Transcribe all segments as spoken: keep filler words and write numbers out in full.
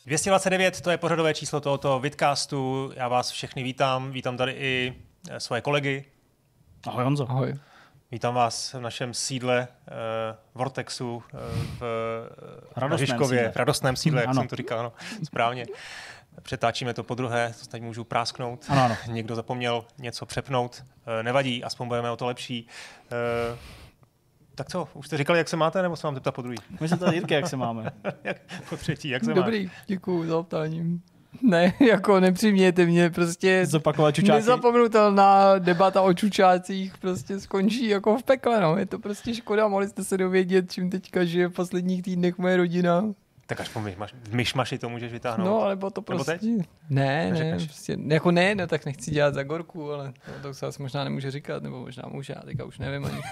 dvě stě dvacet devět, to je pořadové číslo tohoto vidcastu. Já vás všechny vítám. Vítám tady i svoje kolegy. Ahoj Honzo. Ahoj. Vítám vás v našem sídle uh, Vortexu uh, v uh, Žižkově, v radostném sídle, jak ano. jsem to říkal, no, správně. Přetáčíme to po druhé, to teď můžu prásknout. Ano, ano. Někdo zapomněl něco přepnout. Uh, nevadí, aspoň budeme o to lepší. Uh, tak co, už jste říkali, jak se máte, nebo se vám zeptat po druhý? My se tady Jirky, jak se máme. jak, po třetí, jak se Dobrý, máš? děkuju za optáním. Ne, jako nepřimějte mě, prostě Zopakovat čučáky. Nezapomenutelná debata o čučácích prostě skončí jako v pekle, no. Je to prostě škoda, mohli jste se dovědět, čím teďka žije v posledních týdnech moje rodina. Tak až po myšmaši, myšmaši to můžeš vytáhnout. No, alebo to prostě... Nebo ne, Neřekneš. ne, prostě, jako ne, no tak nechci dělat za gorku, ale to, to se asi možná nemůže říkat, nebo možná může, já teďka už nevím ani.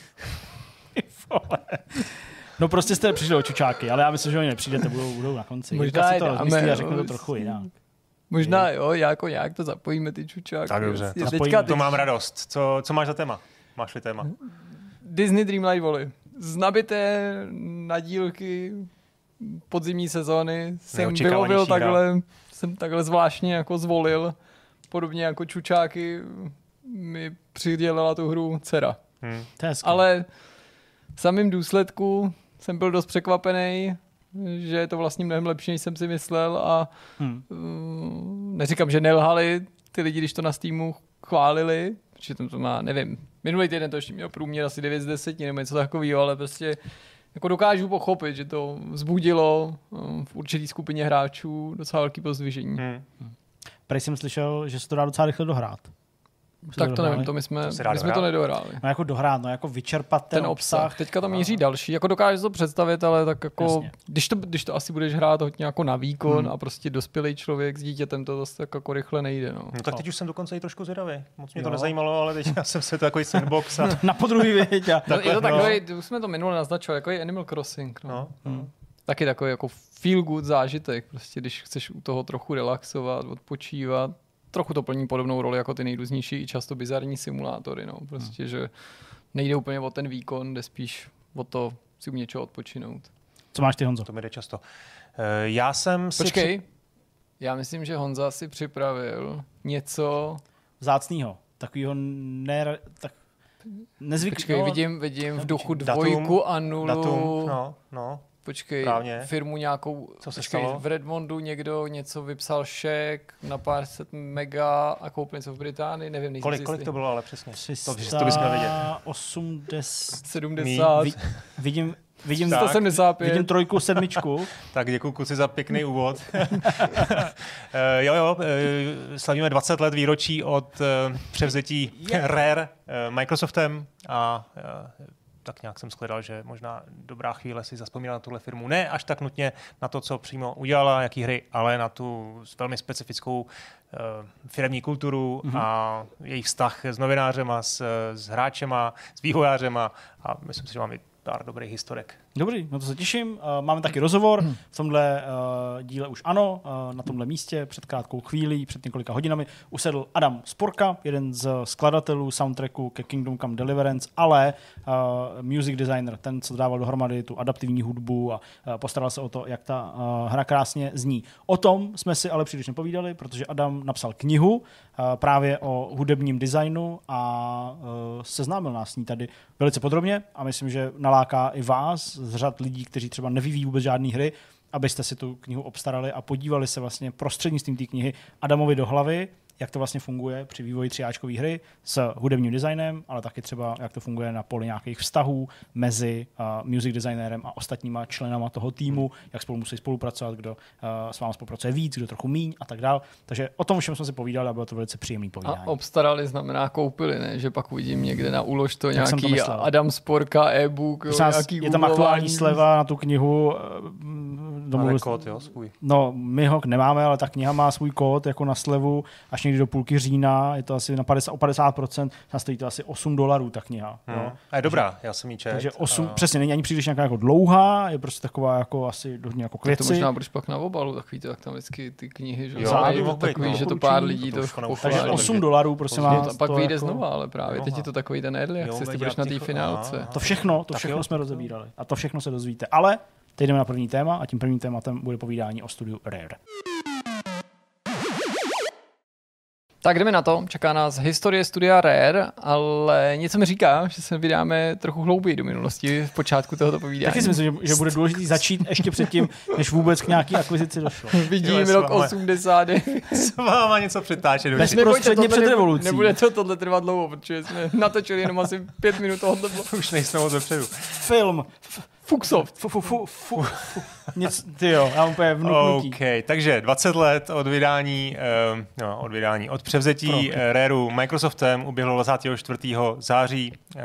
No prostě jste přišli o čučáky, ale já myslím, že oni nepřijdete, budou, budou na konci. Možná Jirka si je to dáme, rozmyslí a řekne no, to trochu jinak. Možná jo, jako nějak to zapojíme ty čučáky. Tak dobře, Prostě to, teďka spojím, teď- to mám radost. Co, co máš za téma? Máš-li téma? Disney Dreamlight Valley. Z nabité na dílky podzimní sezóny jsem Neočekávanější vylovil hra. takhle, jsem takhle zvláštně jako zvolil. Podobně jako čučáky mi přidělila tu hru dcera. Hmm. To je hezké. Ale v samém důsledku jsem byl dost překvapený, že je to vlastně mnohem lepší, než jsem si myslel a Hmm. uh, neříkám, že nelhali ty lidi, když to na Steamu chválili, že to má, nevím, minulý týden to ještě měl průměr asi devět z deseti nebo něco takového, ale prostě jako dokážu pochopit, že to vzbudilo um, v určitý skupině hráčů docela velký pozdvižení. Hmm. Prej jsem slyšel, že se to dá docela rychle dohrát. Už Tak to dohráli? nevím, to my jsme, To se dá my jsme to dohrát? nedohráli. No jako dohrát, no jako vyčerpat ten, Ten obsah. Teďka to míří další. Jako dokážeš to představit, ale tak jako, když to, když to asi budeš hrát hodně jako na výkon Hmm. a prostě dospělý člověk s dítětem, to zase tak jako rychle nejde. No. No tak teď už jsem dokonce i trošku zvědavý. Moc mě to Jo. nezajímalo, ale teď já jsem se to takový sandbox a... Na podruhý věď. A... No, je to no. takový, už jsme to minule naznačovali, jako je Animal Crossing. No. No. Hmm. Taky takový jako feel good zážitek, prostě když chceš u toho trochu relaxovat, odpočívat. Trochu to plní podobnou roli jako ty nejrůznější i často bizarní simulátory. No. Prostě, hmm. že nejde úplně o ten výkon, jde spíš o to si u něčeho odpočinout. Co máš ty, Honzo? To mi jde často. Eh, Já jsem si... Počkej, já myslím, že Honza si připravil něco... Vzácnýho. Takovýho ne... Tak... Nezvyklý. Počkej, no, vidím, vidím v duchu Datum, dvojku a nulu. Datum, no, no. Počkej, Správně. firmu nějakou... Co se počkej, stalo? v Redmondu někdo něco vypsal šek na pár set mega a koupil něco v Británii, nevím, nejsem Kolik, si kolik jistý. to bylo, ale přesně. tři To, to bys měl vědět. sta osmdesát. sedmdesát. Vi, vidím, vidím, Tak. sto sedmdesát pět. vidím trojku, sedmičku. Tak děkuji kluci za pěkný úvod. Eh, jo, jo, eh, slavíme dvacet let výročí od eh, převzetí Rare eh, Microsoftem a eh, tak nějak jsem shledal, že možná dobrá chvíle si zazpomínat na tuhle firmu. Ne až tak nutně na to, co přímo udělala, jaký hry, ale na tu velmi specifickou eh, firemní kulturu mm-hmm. a jejich vztah s novinářema, s, s hráčema, s vývojářema a myslím si, že mám i pár dobrých historek. Dobrý, no to se těším. Uh, máme taky rozhovor. V tomhle uh, díle už ano, uh, na tomhle místě před krátkou chvílí, před několika hodinami, usedl Adam Sporka, jeden z skladatelů soundtracku ke Kingdom Come Deliverance, ale uh, music designer, ten, co dával dohromady tu adaptivní hudbu a uh, postaral se o to, jak ta uh, hra krásně zní. O tom jsme si ale příliš nepovídali, protože Adam napsal knihu uh, právě o hudebním designu a uh, seznámil nás s ní tady velice podrobně a myslím, že naláká i vás z řad lidí, kteří třeba nevyvíjí vůbec žádné hry, abyste si tu knihu obstarali a podívali se vlastně prostřednictvím té knihy Adamovi do hlavy, jak to vlastně funguje při vývoji třiáčkové hry s hudebním designem, ale taky třeba jak to funguje na poli nějakých vztahů mezi uh, music designérem a ostatníma členama toho týmu, jak spolu musí spolupracovat, kdo uh, s vámi spolupracuje víc, kdo trochu míň a tak dál. Takže o tom všem jsme si povídali a bylo to velice příjemný povídání. A obstarali znamená koupili, ne? Že pak uvidím někde na úlož to Jak jsem to nějaký myslel. Adam Sporka e-book, jo, nějaký je tam googlování. aktuální sleva na tu knihu. Máme kód, jo, svůj. No, my ho nemáme, ale ta kniha má svůj kód jako na slevu až někdy do půlky října, je to asi na padesát, o padesát procent, a stojí to asi osm dolarů ta kniha. Hmm. Jo. A je dobrá, já jsem jí čet. Takže osm, a... přesně, není ani příliš nějaká jako dlouhá, je prostě taková jako asi hodně jako k To věci. možná budeš pak na obalu, takový to, jak tam vždycky ty knihy, že Jo, zády, mohl být, takový, no. že to pár lidí To to, už to pochválí. Takže ale osm takže- dolarů, prosím No, vás. to pak to vyjde jako, znova, ale právě teď Aha. je to takový ten early Jo, access, ty bude budeš na dělat té ty- finálce. aha. To všechno, to Tak všechno jo. jsme rozebírali. A to všechno se dozvíte. Ale Teď jdeme na první téma a tím prvním tématem bude povídání o studiu Rare. Tak jdeme na to, čeká nás historie studia Rare, ale něco mi říká, že se vydáme trochu hlouběji do minulosti v počátku tohoto povídání. Taky si myslím, že, že bude důležité začít ještě předtím, než vůbec k nějaký akvizici došlo. Vidím rok osmdesát devět. S váma něco přetáčet. Bezprostředně před revolucí. Nebude to tohle trvat dlouho, protože jsme natočili jenom asi pět minut tohoto. Už nejsme moc dopředu. Film. Fuxoft. Fu, fu, fu, fu, fu. Nic, ty jo, já úplně vnuknutí. OK, takže dvacet let od vydání, uh, no, od vydání, od převzetí uh, Rareu Microsoftem uběhlo dvacátého čtvrtého září, uh,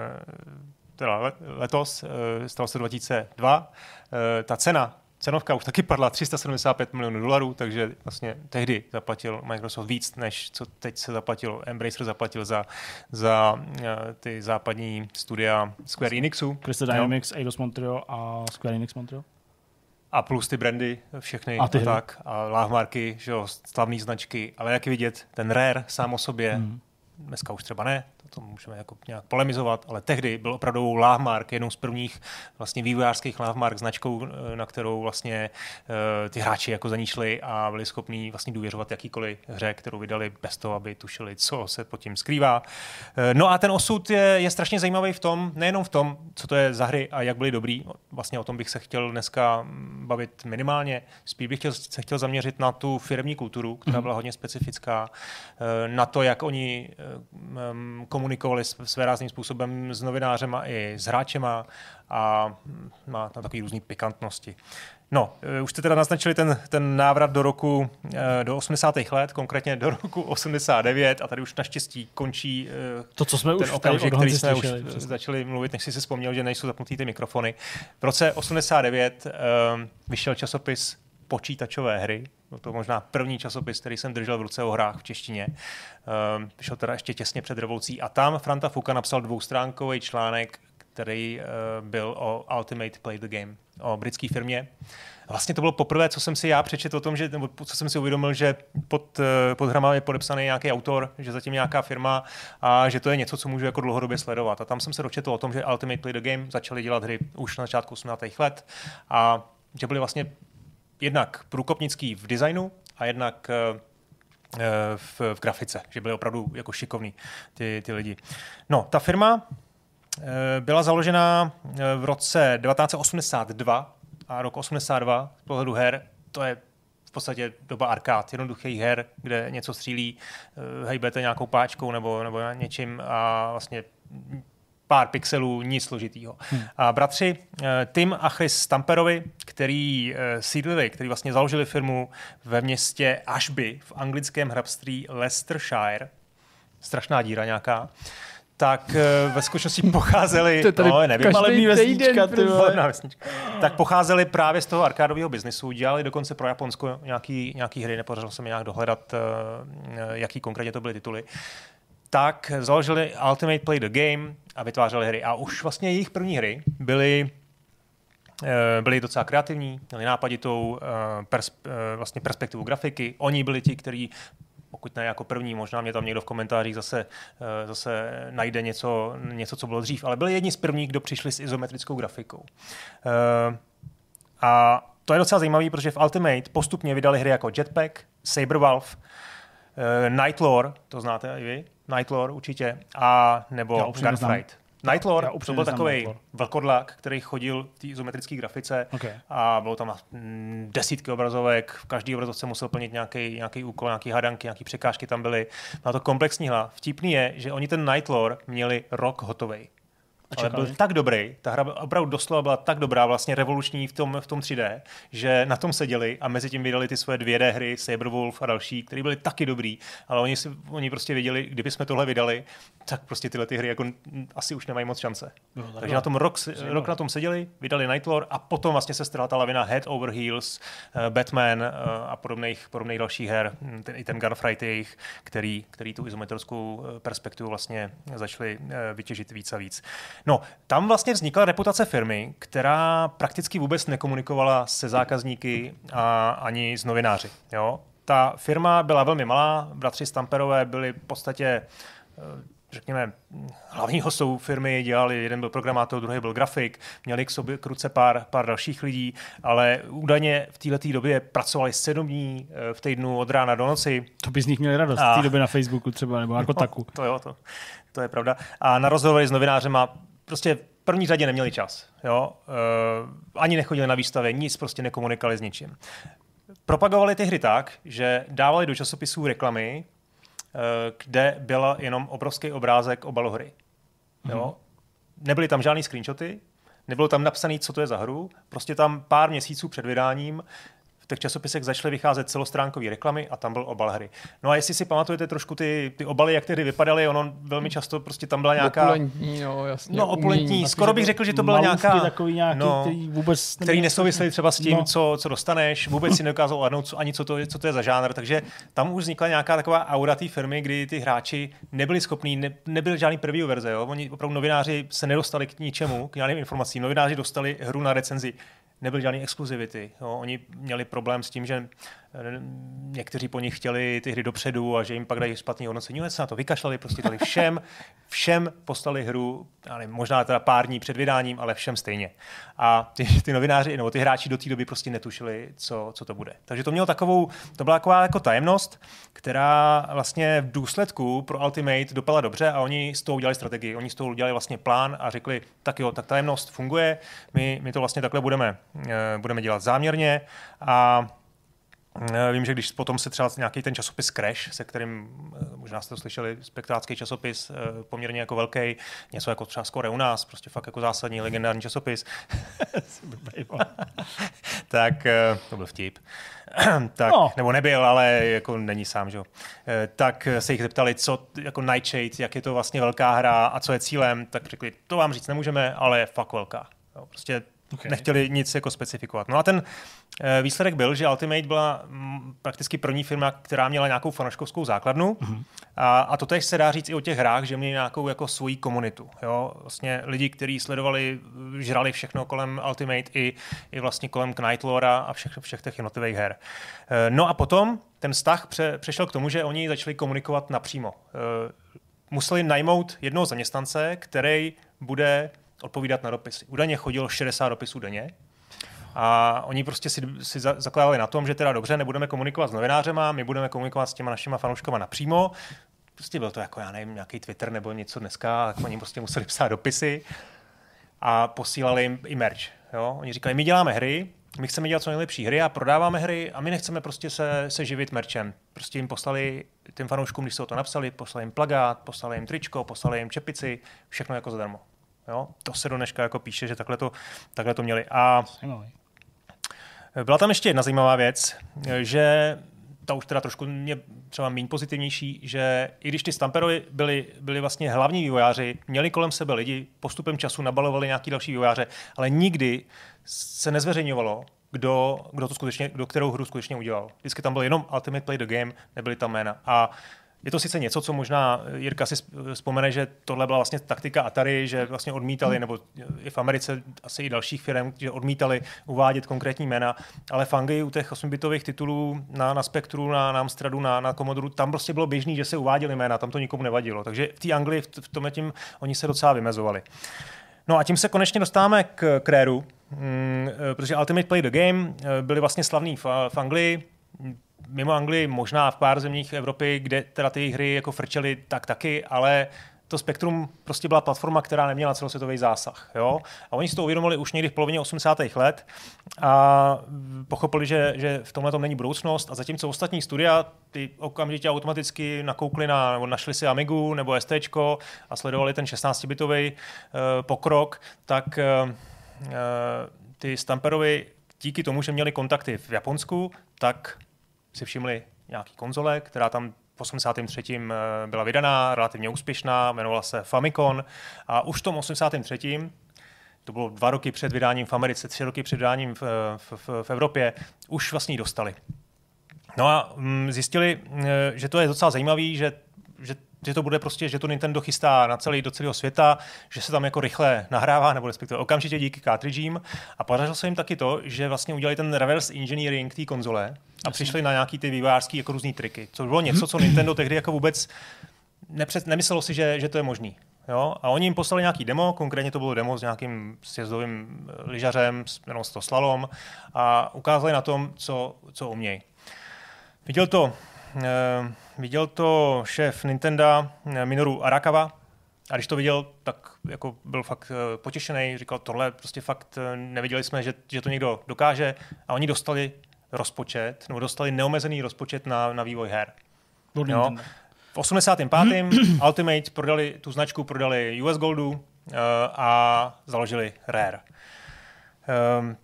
teda let, letos, uh, stalo se dva tisíce dva. Uh, ta cena, cenovka už taky padla tři sta sedmdesát pět milionů dolarů, takže vlastně tehdy zaplatil Microsoft víc, než co teď se zaplatilo. Embracer zaplatil za, za uh, ty západní studia Square Enixu. Crystal Dynamics, Eidos Montreal a Square Enix Montreal. A plus ty brandy, všechny a, a tak. A láhmarky, že jo, slavný značky. Ale jak je vidět, ten Rare sám o sobě, hmm. dneska už třeba ne, to, to můžeme jako nějak polemizovat, ale tehdy byl opravdu láhmark, jednou z prvních vlastně vývojářských láhmark značkou, na kterou vlastně uh, ty hráči jako za ní šli a byli schopní vlastně důvěřovat jakýkoliv hře, kterou vydali bez toho, aby tušili, co se pod tím skrývá. Uh, no a ten osud je, je strašně zajímavý v tom, nejenom v tom, co to je za hry a jak byly dobrý, vlastně o tom bych se chtěl dneska bavit minimálně, spíš bych chtěl, se chtěl zaměřit na tu firemní kulturu, která byla hodně specifická, uh, na to, jak oni um, komunikovali své rázným způsobem s novinářema i s hráčema a má na takový různý pikantnosti. No, už jste teda naznačili ten, ten návrat do roku, do osmdesátých let, konkrétně do roku osmdesát devět a tady už naštěstí končí to, co jsme ten už okamžik, který jsme slyšeli, už přesně. začali mluvit, než si si vzpomněl, že nejsou zapnutý ty mikrofony. V roce osmdesát devět um, vyšel časopis Počítačové hry. Byl to možná první časopis, který jsem držel v ruce o hrách v češtině. Um, vyšel teda ještě těsně před revolucí a tam Franta Fuka napsal dvoustránkový článek, který uh, byl o Ultimate Play the Game, o britské firmě. Vlastně to bylo poprvé, co jsem si já přečetl o tom, že, nebo co jsem si uvědomil, že pod, pod hrama je podepsaný nějaký autor, že zatím nějaká firma a že to je něco, co můžu jako dlouhodobě sledovat. A tam jsem se dočetl o tom, že Ultimate Play the Game začali dělat hry už na začátku osmdesátých let a že byly vlastně jednak průkopnický v designu a jednak v, v grafice, že byly opravdu jako šikovní ty, ty lidi. No, ta firma byla založena v roce devatenáct osmdesát dva a rok osmdesát dva z pohledu her, to je v podstatě doba arkád, jednoduchých her, kde něco střílí, hejbete nějakou páčkou nebo, nebo něčím a vlastně pár pixelů, nic složitýho. Hmm. A bratři Tim a Chris Stamperovi, který sídlili, který vlastně založili firmu ve městě Ashby v anglickém hrabství Leicestershire, strašná díra nějaká, tak ve skutečnosti pocházeli, no, nevím, malební vesnička, ty vesnička, tak pocházeli právě z toho arkádového biznesu, dělali dokonce pro Japonsko nějaký, nějaký hry, nepodařilo se mi nějak dohledat, jaký konkrétně to byly tituly. Tak založili Ultimate Play the Game a vytvářeli hry. A už vlastně jejich první hry byly, byly docela kreativní, měli nápaditou pers, vlastně perspektivu grafiky. Oni byli ti, kteří, pokud ne jako první, možná mě tam někdo v komentářích zase, zase najde něco, něco, co bylo dřív, ale byli jedni z prvních, kdo přišli s izometrickou grafikou. A to je docela zajímavé, protože v Ultimate postupně vydali hry jako Jetpack, Saber Wolf, Night Lore, to znáte i vy, Night Lore určitě, a nebo Gunfight. Night Lore, to byl takový vlkodlak, který chodil v té izometrické grafice okay. a bylo tam desítky obrazovek, v každý obrazovce musel plnit nějaký, nějaký úkol, nějaký hadanky, nějaký překážky tam byly. Byla to komplexní hra. Vtipný je, že oni ten Night Lore měli rok hotovej. Ale byl tak dobrý, ta hra opravdu doslova byla tak dobrá, vlastně revoluční v tom, v tom tři dé, že na tom seděli a mezi tím vydali ty svoje dvě dé hry, Saberwolf a další, které byly taky dobrý, ale oni, si, oni prostě věděli, kdyby jsme tohle vydali, tak prostě tyhle ty hry jako asi už nemají moc šance. No, tak Takže na tom rok, rok na tom seděli, vydali Night Lore a potom vlastně se strhla ta lavina Head Over Heels, uh, Batman uh, a podobných, podobných dalších her, ten, i ten Gunfight jejich, který, který tu izometrickou perspektivu vlastně začali uh, vytěžit víc a víc. No, tam vlastně vznikla reputace firmy, která prakticky vůbec nekomunikovala se zákazníky a ani s novináři. Jo? Ta firma byla velmi malá, bratři Stamperové byli v podstatě řekněme, hlavního jsou firmy, dělali, jeden byl programátor, druhý byl grafik, měli k sobě k ruce pár, pár dalších lidí, ale údajně v této době pracovali sedm dní v týdnu od rána do noci. To by z nich měli radost A... v té době na Facebooku třeba, nebo jako no, taku. To jo, to, to je pravda. A na rozhovory s novinářema prostě v první řadě neměli čas. Jo? E, ani nechodili na výstavě, nic prostě nekomunikovali s ničím. Propagovali ty hry tak, že dávali do časopisů reklamy, kde byl jenom obrovský obrázek obalu hry. Jo? Mm-hmm. Nebyly tam žádný screenshoty, nebylo tam napsané, co to je za hru, prostě tam pár měsíců před vydáním v těch časopisech začaly vycházet celostránkové reklamy a tam byl obal hry. No a jestli si pamatujete trošku ty, ty obaly, jak ty hry vypadaly, ono velmi často prostě tam byla nějaká... Opulentní, no jasně. No opulentní, skoro bych řekl, že to byla nějaká... takový nějaký, no, který vůbec... Který nesouvisely třeba s tím, no. co, co dostaneš, vůbec si nedokázal odhadnout co, ani co to, co to je za žánr, takže tam už vznikla nějaká taková aura té firmy, kdy ty hráči nebyli schopní, ne, nebyl žádný preview verze, jo? Oni opravdu novináři se nedostali k ničemu, k žádným informacím, novináři dostali hru na recenzi. Nebyly žádný exkluzivity. Jo. Oni měli problém s tím, že někteří po nich chtěli ty hry dopředu a že jim pak dají špatný hodnocení. Oni se na to vykašlali, prostě dali všem, všem poslali hru, nevím, možná teda pár dní před vydáním, ale všem stejně. A ty, ty novináři, nebo ty hráči do té doby prostě netušili, co, co to bude. Takže to mělo takovou, to byla taková jako tajemnost, která vlastně v důsledku pro Ultimate dopadla dobře a oni z toho udělali strategii. Oni z toho udělali vlastně plán a řekli, tak jo, tak tajemnost funguje, my, my to vlastně takhle budeme, budeme dělat záměrně a vím, že když potom se třeba nějaký ten časopis Crash, se kterým, možná jste to slyšeli, spektácký časopis, poměrně jako velký, něco jako třeba skoro u nás, prostě fakt jako zásadní, legendární časopis. Tak, to byl vtip. Tak, no. Nebo nebyl, ale jako není sám, že jo. Tak se jich zeptali, co jako Nightshade, jak je to vlastně velká hra a co je cílem, tak řekli, to vám říct nemůžeme, ale je fakt velká. Jo, prostě okay. Nechtěli nic jako specifikovat. No a ten výsledek byl, že Ultimate byla prakticky první firma, která měla nějakou fanouškovskou základnu mm-hmm. a, a to tež se dá říct i o těch hrách, že měli nějakou jako svoji komunitu. Jo? Vlastně lidi, kteří sledovali, žrali všechno kolem Ultimate i, i vlastně kolem Knight Lora a všech, všech těch jednotlivých her. No a potom ten vztah pře, přešel k tomu, že oni začali komunikovat napřímo. Museli najmout jednoho zaměstnance, který bude odpovídat na dopisy. Údajně chodilo šedesát dopisů denně. A oni prostě si, si zakládali na tom, že teda dobře, nebudeme komunikovat s novinářema, my budeme komunikovat s těma našima fanouškama napřímo. Prostě byl to jako, já nevím, nějaký Twitter nebo něco dneska, tak oni prostě museli psát dopisy a posílali jim i merch. Jo? Oni říkali, my děláme hry, my chceme dělat co nejlepší hry a prodáváme hry a my nechceme prostě se, se živit merchem. Prostě jim poslali těm fanouškům, když se o to napsali, poslali jim plagát, poslali jim tričko, poslali jim čepici, všechno jako zadarmo. Jo? To se do dneška jako píše, že takhle to, takhle to měli. A byla tam ještě jedna zajímavá věc, že ta už teda trošku mě třeba méně pozitivnější, že i když ty Stamperovi byli, byli vlastně hlavní vývojáři, měli kolem sebe lidi, postupem času nabalovali nějaký další vývojáře, ale nikdy se nezveřejňovalo, kdo, kdo, to skutečně, kdo kterou hru skutečně udělal. Vždycky tam byl jenom Ultimate Play the Game, nebyly tam jména. A je to sice něco, co možná Jirka si vzpomene, že tohle byla vlastně taktika Atari, že vlastně odmítali, nebo i v Americe asi i dalších firm, že odmítali uvádět konkrétní jména, ale Fungi u těch osmibitových titulů na, na Spectru, na, na Amstradu, na, na Commodore, tam prostě bylo běžný, že se uváděli jména, tam to nikomu nevadilo. Takže v té Anglii v, v tomhle tím oni se docela vymezovali. No a tím se konečně dostáváme k, k Rareu, mm, protože Ultimate Play the Game byli vlastně slavní v, v Anglii, mimo Anglii, možná v pár zemích Evropy, kde teda ty hry jako frčely, tak taky, ale to Spectrum prostě byla platforma, která neměla celosvětový zásah. Jo? A oni si to uvědomili už někdy v polovině osmdesátých let a pochopili, že, že v tomhle tom není budoucnost a zatímco ostatní studia ty okamžitě automaticky nakoukli na, nebo našli si Amigu nebo STčko a sledovali ten šestnáctibitový uh, pokrok, tak uh, uh, ty Stamperovi díky tomu, že měli kontakty v Japonsku, tak si všimli nějaký konzole, která tam v osmdesátém třetím byla vydaná, relativně úspěšná, jmenovala se Famicom a už v tom osmdesátém třetím to bylo dva roky před vydáním v Americe, tři roky před vydáním v, v, v Evropě, už vlastně ji dostali. No a zjistili, že to je docela zajímavý, že, že že to bude prostě, že to Nintendo chystá na celý, do celého světa, že se tam jako rychle nahrává, nebo respektive okamžitě díky cartridgeím. A podařilo se jim taky to, že vlastně udělali ten reverse engineering té konzole a přišli na nějaký ty vývojářský jako různý triky. Což bylo něco, co Nintendo tehdy jako vůbec nepřed, nemyslelo si, že, že to je možný. Jo? A oni jim poslali nějaký demo, konkrétně to bylo demo s nějakým sjezdovým lyžařem, jmenovalo se to slalom, a ukázali na tom, co, co umějí. Viděl to, eh, viděl to šéf Nintendo Minoru Arakawa, a když to viděl, tak jako byl fakt potěšený, říkal, tohle prostě fakt nevěděli jsme, že, že to někdo dokáže, a oni dostali rozpočet, nebo dostali neomezený rozpočet na, na vývoj her. No. V osmdesátém pátém Ultimate prodali tu značku, prodali U S Goldu uh, a založili Rare. Um,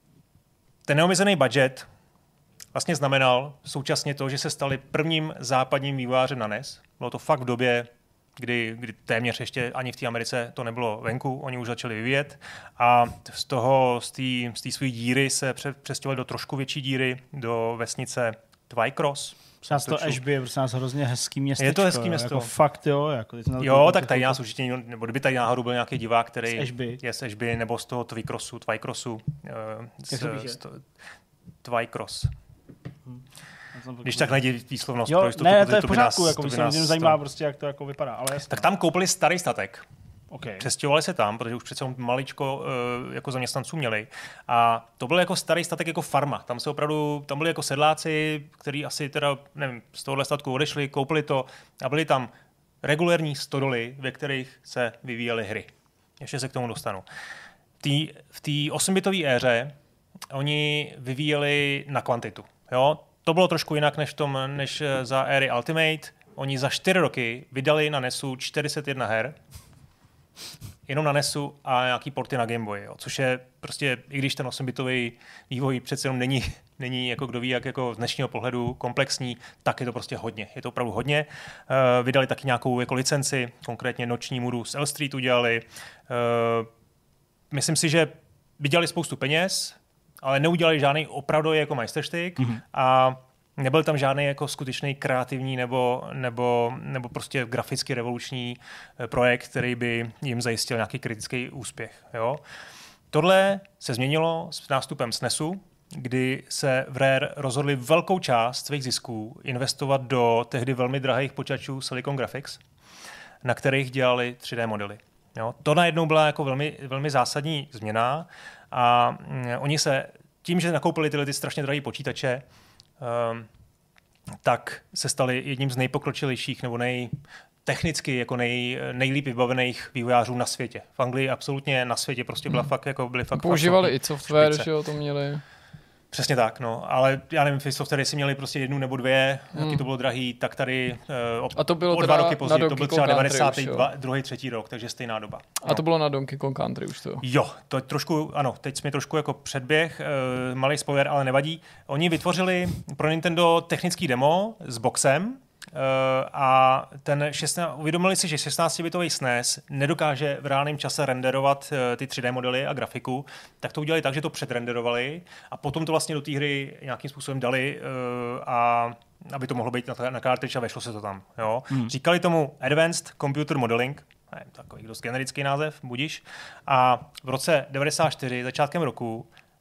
ten neomezený budget vlastně znamenal současně to, že se stali prvním západním vývojářem na N E S. Bylo to fakt v době, kdy, kdy téměř ještě ani v té Americe to nebylo venku, oni už začali vyvíjet, a z toho, z té své díry se pře, přestěhovali do trošku větší díry, do vesnice Twycross. Nás to Ashby je prostě nás hrozně hezký městečko. Je to hezký město. Jako fakt, jo. Jako, jo, tak tady nás určitě, nebo kdyby tady náhodou byl nějaký divák, který z Ashby. je z Ashby, nebo z toho Twycrossu, Twycrossu. Jak to píše? Twycross. Hmm. Když tak najdi výslovnost. Jo, pro jistotu, ne, to je v to pořádku, nás, jako by mě zajímá prostě, jak to jako vypadá. Ale tak tam koupili starý statek. Okay. Přestěhovali se tam, protože už přece maličko uh, jako zaměstnanců měli. A to byl jako starý statek, jako farma. Tam se opravdu, tam byli jako sedláci, kteří asi teda, nevím, z tohohle statku odešli, koupili to, a byli tam regulérní stodoly, ve kterých se vyvíjely hry. Ještě se k tomu dostanu. Tý, v té osmbitové éře oni vyvíjeli na kvantitu. Jo? To bylo trošku jinak než, tom, než za éry Ultimate. Oni za čtyři roky vydali na NESu čtyřicet jedna her, jenom na NESu, a nějaký porty na Game Boy, jo. Což je prostě, i když ten osmbitový vývoj přece jenom není, není jako kdo ví, jak jako z dnešního pohledu komplexní, tak je to prostě hodně. Je to opravdu hodně. Uh, vydali taky nějakou jako licenci, konkrétně Noční můru z L-Street udělali. Uh, myslím si, že vydělali spoustu peněz, ale neudělali žádný opravdový jako majsterštyk, mm-hmm. a nebyl tam žádný jako skutečný kreativní nebo, nebo, nebo prostě graficky revoluční projekt, který by jim zajistil nějaký kritický úspěch. Jo? Tohle se změnilo s nástupem S N E Su, kdy se v Rare rozhodli velkou část svých zisků investovat do tehdy velmi drahých počítačů Silicon Graphics, na kterých dělali tři dé modely. Jo? To najednou byla jako velmi, velmi zásadní změna, a mm, oni se tím, že nakoupili tyhle ty strašně drahé počítače, Um, tak se stali jedním z nejpokročilejších nebo nej, technicky jako nej, nejlíp vybavených vývojářů na světě. V Anglii absolutně na světě prostě byla hmm. fakt, jako byli fakt používali fakt i software, špice. Že jo, to měli. Přesně tak, no, ale já nevím, softwary si měli prostě jednu nebo dvě, hmm. jaký to bylo drahý, tak tady uh, a to bylo o dva roky později, to byl třeba devadesátý druhý, třetí rok, takže stejná doba. A no. To bylo na Donkey Kong Country už to. Jo, to je trošku, ano, teď jsme trošku jako předběh, uh, malý spoiler, ale nevadí. Oni vytvořili pro Nintendo technický demo s boxem, Uh, a ten šestnáct, uvědomili si, že šestnáctibitový S N E S nedokáže v reálném čase renderovat uh, ty tři dé modely a grafiku, tak to udělali tak, že to předrenderovali a potom to vlastně do té hry nějakým způsobem dali, uh, a aby to mohlo být na, na cartridge a vešlo se to tam. Jo? Hmm. Říkali tomu Advanced Computer Modeling, ne, takový dost generický název, budiš. A v roce devadesát čtyři, začátkem roku,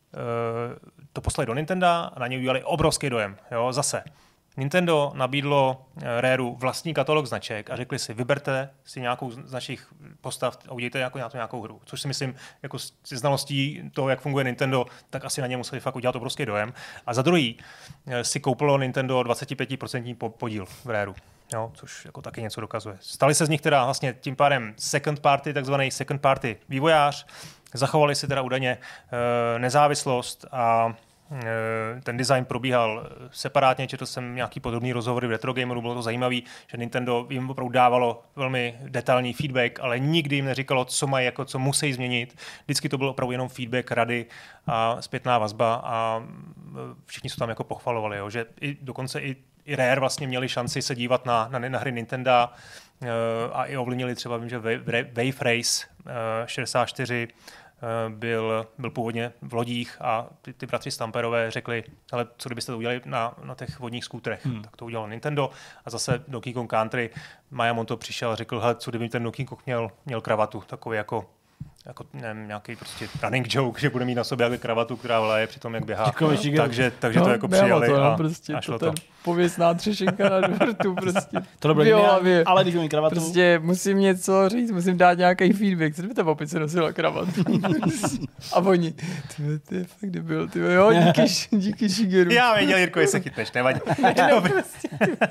uh, to poslali do Nintendo a na něj udělali obrovský dojem. Jo? Zase. Nintendo nabídlo Rareu vlastní katalog značek a řekli si, vyberte si nějakou z našich postav a udějte nějakou, nějakou, nějakou hru. Což si myslím, jako se znalostí toho, jak funguje Nintendo, tak asi na ně museli fakt udělat obrovský dojem. A za druhý si koupilo Nintendo dvacet pět procent podíl v Rareu. Jo, což jako taky něco dokazuje. Stali se z nich teda vlastně tím pádem second party, takzvaný second party vývojář, zachovali si teda údajně e, nezávislost a ten design probíhal separátně, četl jsem nějaký podrobný rozhovory v Retro Gameru, bylo to zajímavé, že Nintendo jim opravdu dávalo velmi detailní feedback, ale nikdy jim neříkalo, co mají, jako co musí změnit. Vždycky to byl opravdu jenom feedback, rady a zpětná vazba a všichni se tam jako pochvalovali, jo, že i, dokonce i, i Rare vlastně měli šanci se dívat na, na, na hry Nintendo a i ovlivnili třeba, vím, že Wave Race šedesát čtyři Byl, byl původně v lodích a ty, ty bratři Stamperové řekli, ale co kdybyste to udělali na, na těch vodních skútrech, hmm. tak to udělalo Nintendo a zase Donkey Kong Country, Miyamoto přišel a řekl, hele, co kdyby ten Donkey Kong měl, měl kravatu, takový jako jako nevím, nějaký prostě running joke, že bude mít na sobě jako kravatu, která vlaje při tom, jak běhá. Děkuji, takže takže no, to jako přijali to, no, a, prostě a šlo to. to. Pověstná třešenka na dvortu, prostě. To bylo hlavě. Ale když mám kravatu. Prostě musím něco říct, musím dát nějaký feedback. Co by ta opice nosila kravatu? A oni, ty to je fakt debil, ty jo, díky, díky Shigeru. Já věděl, Jirko, jestli se chytneš, nevadí. No, prostě,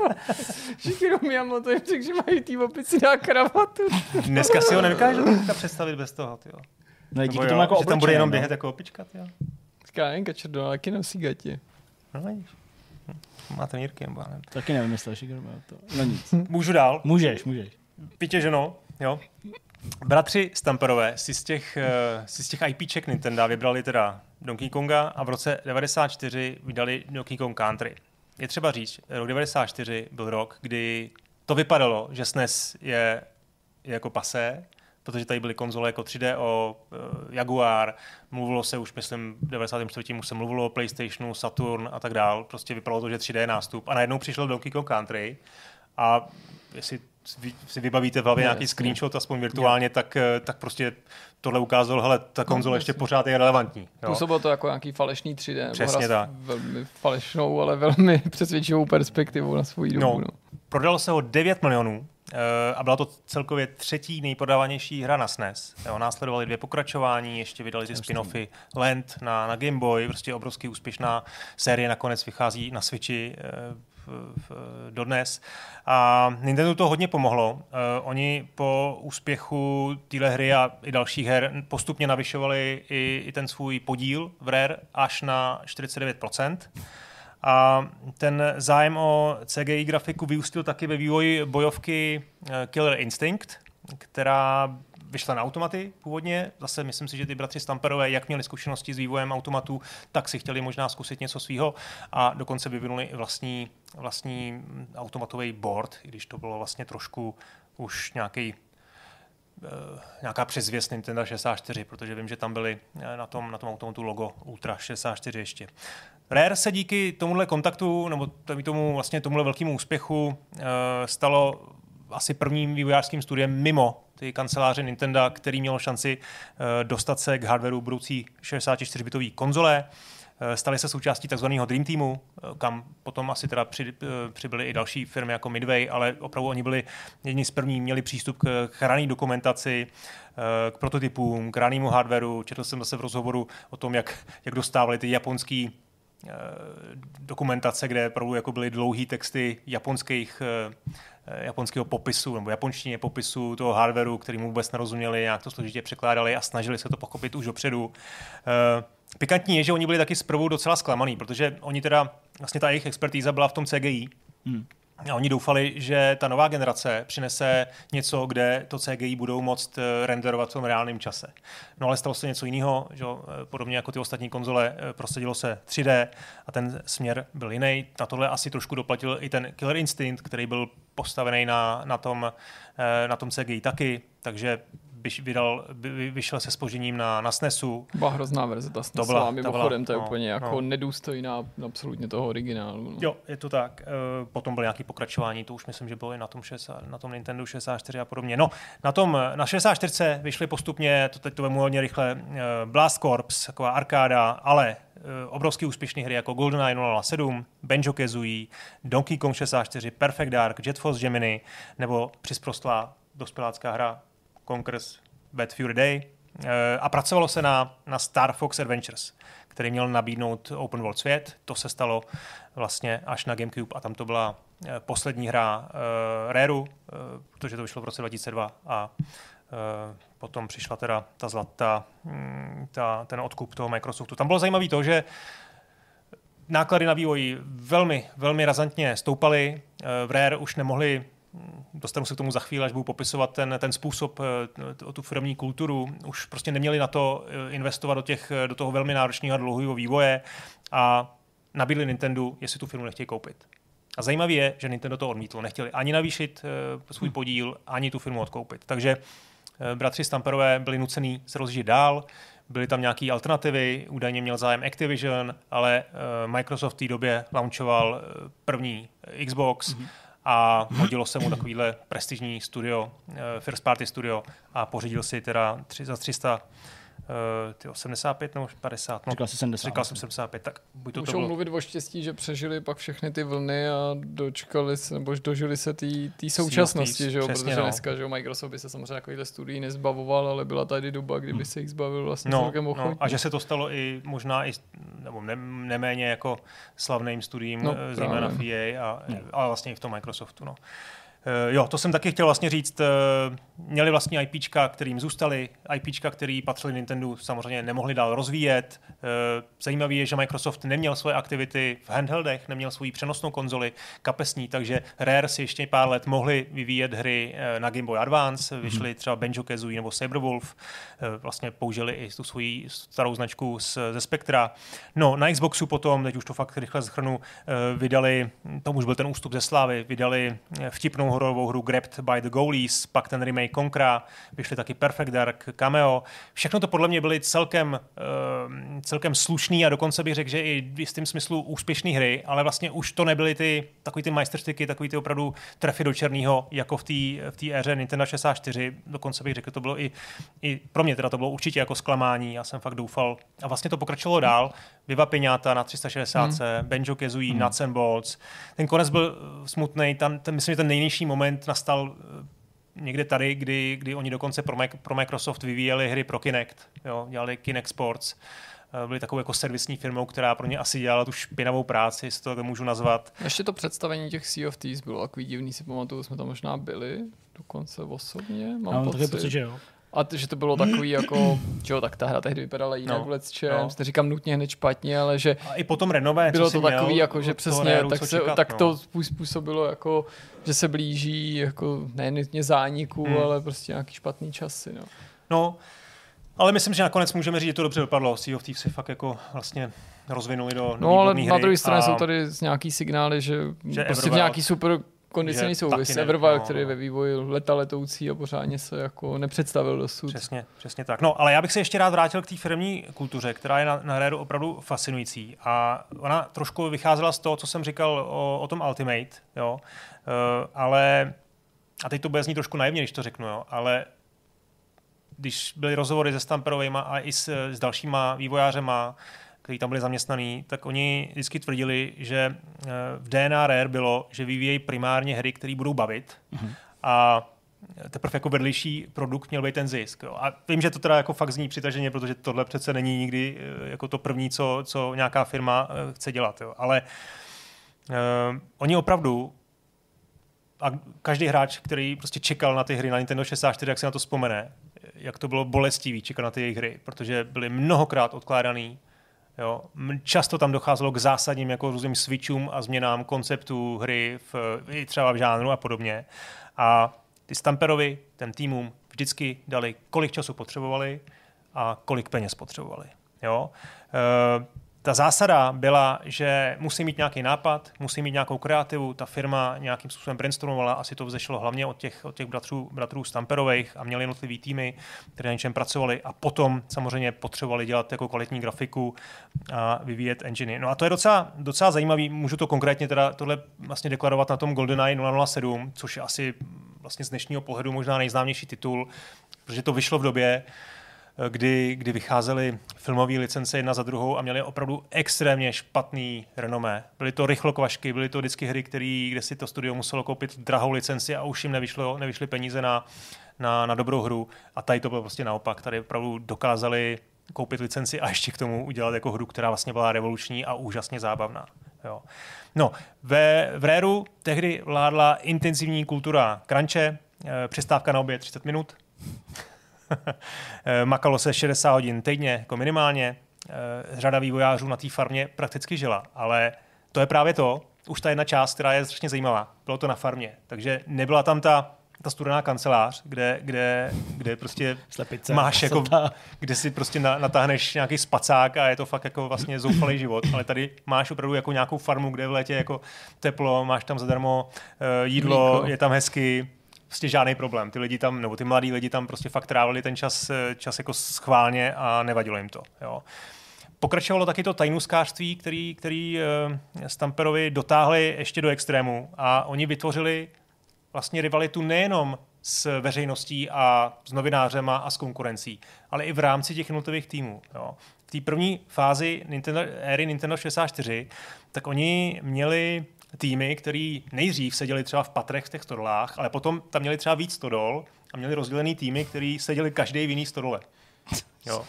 Shigeru Miyamoto jim řekl, že mají tý opici na kravatu. Dneska si ho nedokážu představit bez toho, tyjo. No, díky tomu jako že tam bude jenom no. běhat jako opička, tyjo. Říká, jen Kačerdo, ale taky nosí gatě. No vidíš. Máte Jirky, nebo nevím. Taky nevím, jestli Shigeru to. No nic. Můžu dál? Můžeš, můžeš. Pítě ženo, jo. Bratři Stamperové si z těch, si z těch IPček Nintendo vybrali teda Donkey Konga a v roce devadesát čtyři vydali Donkey Kong Country. Je třeba říct, rok devadesát čtyři byl rok, kdy to vypadalo, že S N E S je, je jako pasé, protože tady byly konzole jako tři D O, Jaguar, mluvilo se už, myslím, v devadesátém čtvrtém už se mluvilo o PlayStationu, Saturn a tak dál. Prostě vypadalo to, že tři D je nástup. A najednou přišel Donkey Kong Country a jestli si vybavíte v hlavě no, nějaký jasně. screenshot, aspoň virtuálně, tak, tak prostě tohle ukázalo, hele, ta konzole no, ještě pořád je relevantní. Působilo to jako nějaký falešný tři D. Přesně tak. Velmi falešnou, ale velmi přesvědčivou perspektivu na svou dobu. No, no. Prodalo se ho devět milionů a byla to celkově třetí nejprodávanější hra na S N E S. Jo, následovaly dvě pokračování, ještě vydali ty spin-offy Land na, na Game Boy, prostě obrovsky úspěšná série, nakonec vychází na Switchi v, v, dodnes. A Nintendo to hodně pomohlo. Uh, oni po úspěchu téhle hry a i dalších her postupně navyšovali i, i ten svůj podíl v Rare až na čtyřicet devět procent. A ten zájem o C G I grafiku vyústil taky ve vývoji bojovky Killer Instinct, která vyšla na automaty původně. Zase myslím si, že ty bratři Stamperové, jak měli zkušenosti s vývojem automatů, tak si chtěli možná zkusit něco svýho a dokonce vyvinuli i vlastní, vlastní automatový board, i když to bylo vlastně trošku už nějaký nějaká předzvěst Nintendo šedesát čtyři, protože vím, že tam byly na tom, na tom automatu logo Ultra šedesát čtyři ještě. Rare se díky tomuhle kontaktu, nebo tomu vlastně tomuhle velkému úspěchu stalo asi prvním vývojářským studiem mimo ty kanceláře Nintendo, který mělo šanci dostat se k hardwareu budoucí šedesátičtyřbitové konzole. Stali se součástí takzvaného Dream Teamu, kam potom asi teda při, přibyly i další firmy jako Midway, ale opravdu oni byli jedni z prvních, měli přístup k rané dokumentaci, k prototypům, k ranému hardwareu. Četl jsem zase v rozhovoru o tom, jak, jak dostávali ty japonský dokumentace, kde opravdu jako byly dlouhý texty japonských japonského popisu, nebo japonštině popisu toho hardwareu, který mu vůbec nerozuměli, nějak to složitě překládali a snažili se to pochopit už dopředu. Pikantní je, že oni byli taky zprvu docela zklamaný, protože oni teda, vlastně ta jejich expertíza byla v tom C G I. Hmm. A oni doufali, že ta nová generace přinese něco, kde to C G I budou moct renderovat v tom reálném čase. No ale stalo se něco jiného, že podobně jako ty ostatní konzole, prosadilo se tři D a ten směr byl jiný. Na tohle asi trošku doplatil i ten Killer Instinct, který byl postavený na, na, tom, na tom C G I taky, takže vydal, vyšel se zpožděním na, na SNESu. Byla hrozná verze, ta SNES, to byla, mimochodem, to je no, úplně jako no. nedůstojná absolutně toho originálu. No. Jo, je to tak. Potom bylo nějaké pokračování, to už myslím, že bylo i na tom, šedesát, na tom Nintendo šedesát čtyři a podobně. No, na tom, na šedesát čtyři vyšly postupně, to teď to vemu hodně rychle, Blast Corps, taková arkáda, ale obrovský úspěšný hry jako GoldenEye nula nula sedm, Banjo-Kazooie, Donkey Kong šedesát čtyři, Perfect Dark, Jet Force Gemini, nebo přisprostlá dospělácká hra Conker's Bad Fur Day. A pracovalo se na, na Star Fox Adventures, který měl nabídnout open world svět. To se stalo vlastně až na GameCube a tam to byla poslední hra uh, Rareu, uh, protože to vyšlo v roce dva tisíce dva a uh, potom přišla teda ta zlatá, ta, ten odkup toho Microsoftu. Tam bylo zajímavé to, že náklady na vývoj velmi, velmi razantně stoupaly. V Rare už nemohli, dostanu se k tomu za chvíli, až budu popisovat ten, ten způsob, o tu firmní kulturu, už prostě neměli na to investovat do, těch, do toho velmi náročného a dlouhého vývoje a nabídli Nintendo, jestli tu firmu nechtějí koupit. A zajímavé je, že Nintendo to odmítlo. Nechtěli ani navýšit svůj podíl, ani tu firmu odkoupit. Takže bratři Stamperové byli nucený se rozjíždět dál, byly tam nějaké alternativy, údajně měl zájem Activision, ale Microsoft v té době launchoval první Xbox mm-hmm. a hodilo se mu takovýhle prestižní studio, first party studio a pořídil si teda tři, za tři sta ty sedmdesát pět nebo padesát. No, říkal jsi sedmdesát. Říkal jsem sedmdesát pět, tak buď to Můžou to bylo... mluvit o štěstí, že přežili pak všechny ty vlny a dočkali se, nebo dožili se té současnosti, že jo, protože no. dneska, že jo, Microsoft by se samozřejmě takovýhle studií nezbavoval, ale byla tady doba, kdyby se jich zbavil vlastně no, celkem ochotně. No, a že se to stalo i možná i, nebo ne, neméně jako slavným studiím, no, zejména v E A, a, no. ale vlastně i v tom Microsoftu, no. Uh, jo, to jsem taky chtěl vlastně říct. Uh, měli vlastně IPčka, kterým zůstali, IPčka, který patřili Nintendo, samozřejmě nemohli dál rozvíjet. Uh, zajímavé je, že Microsoft neměl svoje aktivity v handheldech, neměl svoji přenosnou konzoli kapesní, takže Rare si ještě pár let mohli vyvíjet hry uh, na Game Boy Advance, vyšly třeba Banjo-Kazooie nebo Saberwolf, uh, vlastně použili i tu svoji starou značku z, ze Spectra. No, na Xboxu potom, teď už to fakt rychle shrnu, uh, vydali, to už byl ten ústup ze slávy, vydali vtipnou hororovou hru Grabbed by the Goalies, pak ten remake Conquera, vyšly taky Perfect Dark, Cameo. Všechno to podle mě byly celkem, uh, celkem slušný a dokonce bych řekl, že i v jistém smyslu úspěšné hry, ale vlastně už to nebyly ty takový ty majstrštyky, takový ty opravdu trefy do černého, jako v té v té éře Nintendo šedesát čtyři. Dokonce bych řekl, to bylo i, i pro mě teda to bylo určitě jako zklamání. Já jsem fakt doufal. A vlastně to pokračovalo dál. Viva Piñata na tři sta šedesát, hmm. Banjo-Kazooie, hmm. Nuts and Bolts. Ten konec byl smutný. Tam, ten, myslím, že ten nejnižší moment nastal někde tady, kdy, kdy oni dokonce pro, pro Microsoft vyvíjeli hry pro Kinect. Jo, dělali Kinect Sports. Byli takovou jako servisní firmou, která pro ně asi dělala tu špinavou práci, jestli to tak můžu nazvat. Ještě to představení těch Sea of Thieves bylo takový divný, si pamatuju, jsme tam možná byli, dokonce osobně, mám no, pocit. pocit, že jo. A t- že to bylo takový jako, že jo, tak ta hra tehdy vypadala jinak no, v lecčem, no. Neříkám nutně hned špatně, ale že a i potom renové, bylo to takový, měl, jako, že přesně, Réru, tak, se, čekat, tak no. to způsobilo, jako, že se blíží, jako ne nutně zániku, hmm. ale prostě nějaký špatný časy, no. No, ale myslím, že nakonec můžeme říct, že to dobře dopadlo. Sea of Thieves se fakt jako vlastně rozvinuli do no, ale hry na druhé straně a... jsou tady nějaký signály, že, že prostě v nějaký super kondicionální souvis. Everwild, no, který je ve vývoji leta letoucí a pořádně se jako nepředstavil dosud. Přesně, přesně tak. No, ale já bych se ještě rád vrátil k té firmní kultuře, která je na, na Rare opravdu fascinující. A ona trošku vycházela z toho, co jsem říkal o, o tom Ultimate, jo. Uh, ale, a teď to bude znít trošku naivně, když to řeknu, jo, ale když byly rozhovory se Stamperovejma a i s, s dalšíma vývojářema, kteří tam byli zaměstnaný, tak oni vždycky tvrdili, že v D N A Rare bylo, že vyvíjejí primárně hry, které budou bavit mm-hmm. a teprve jako vedlejší produkt měl být ten zisk. Jo. A vím, že to teda jako fakt zní přitaženě, protože tohle přece není nikdy jako to první, co, co nějaká firma chce dělat. Jo. Ale uh, oni opravdu a každý hráč, který prostě čekal na ty hry na Nintendo šedesát čtyři, jak se na to vzpomene, jak to bylo bolestivý čekat na ty jejich hry, protože byly mnohokrát odkládaný. Jo. Často tam docházelo k zásadním jako různým switchům a změnám konceptů hry v, i třeba v žánru a podobně. A ty Stamperovi, ten týmům vždycky dali, kolik času potřebovali a kolik peněz potřebovali. Jo. E, ta zásada byla, že musí mít nějaký nápad, musí mít nějakou kreativu, ta firma nějakým způsobem brainstormovala, asi to vzešlo hlavně od těch, od těch bratrů, bratrů Stamperových a měli jednotlivý týmy, které na něčem pracovali a potom samozřejmě potřebovali dělat jako kvalitní grafiku a vyvíjet enginy. No a to je docela, docela zajímavý, můžu to konkrétně teda tohle vlastně deklarovat na tom GoldenEye nula nula sedm, což je asi vlastně z dnešního pohledu možná nejznámější titul, protože to vyšlo v době, Kdy, kdy vycházely filmové licence jedna za druhou a měly opravdu extrémně špatný renomé. Byly to rychlokvašky, byly to vždycky hry, který, kde si to studio muselo koupit drahou licenci a už jim nevyšlo, nevyšly peníze na, na, na dobrou hru. A tady to bylo prostě naopak. Tady opravdu dokázali koupit licenci a ještě k tomu udělat jako hru, která vlastně byla revoluční a úžasně zábavná. Jo. No, ve, v Rareu tehdy vládla intenzivní kultura crunche, přestávka na oběd třicet minut. Makalo se šedesát hodin týdně, jako minimálně. Řada vývojářů na té farmě prakticky žila, ale to je právě to, už ta jedna část, která je strašně zajímavá. Bylo to na farmě, takže nebyla tam ta, ta studená kancelář, kde, kde, kde prostě Slepice, máš, jako, kde si prostě natáhneš nějaký spacák a je to fakt jako vlastně zoufalý život, ale tady máš opravdu jako nějakou farmu, kde v létě jako teplo, máš tam zadarmo jídlo, Míko. Je tam hezky. Prostě žádný problém. Ty lidi tam, nebo ty mladí lidi tam prostě fakt trávili ten čas, čas jako schválně a nevadilo jim to. Jo. pokračovalo taky to tajnůstkářství, který, který uh, Stamperovi dotáhli ještě do extrému a oni vytvořili vlastně rivalitu nejenom s veřejností a s novinářema a s konkurencí, ale i v rámci těch jednotlivých týmů. Jo. V té první fázi Nintendo, éry Nintendo šedesát čtyři, tak oni měli týmy, který nejdřív seděli třeba v patrech v těch stodolách, ale potom tam měli třeba víc stodol a měli rozdělený týmy, který seděli každý v jiný stodole. Jo.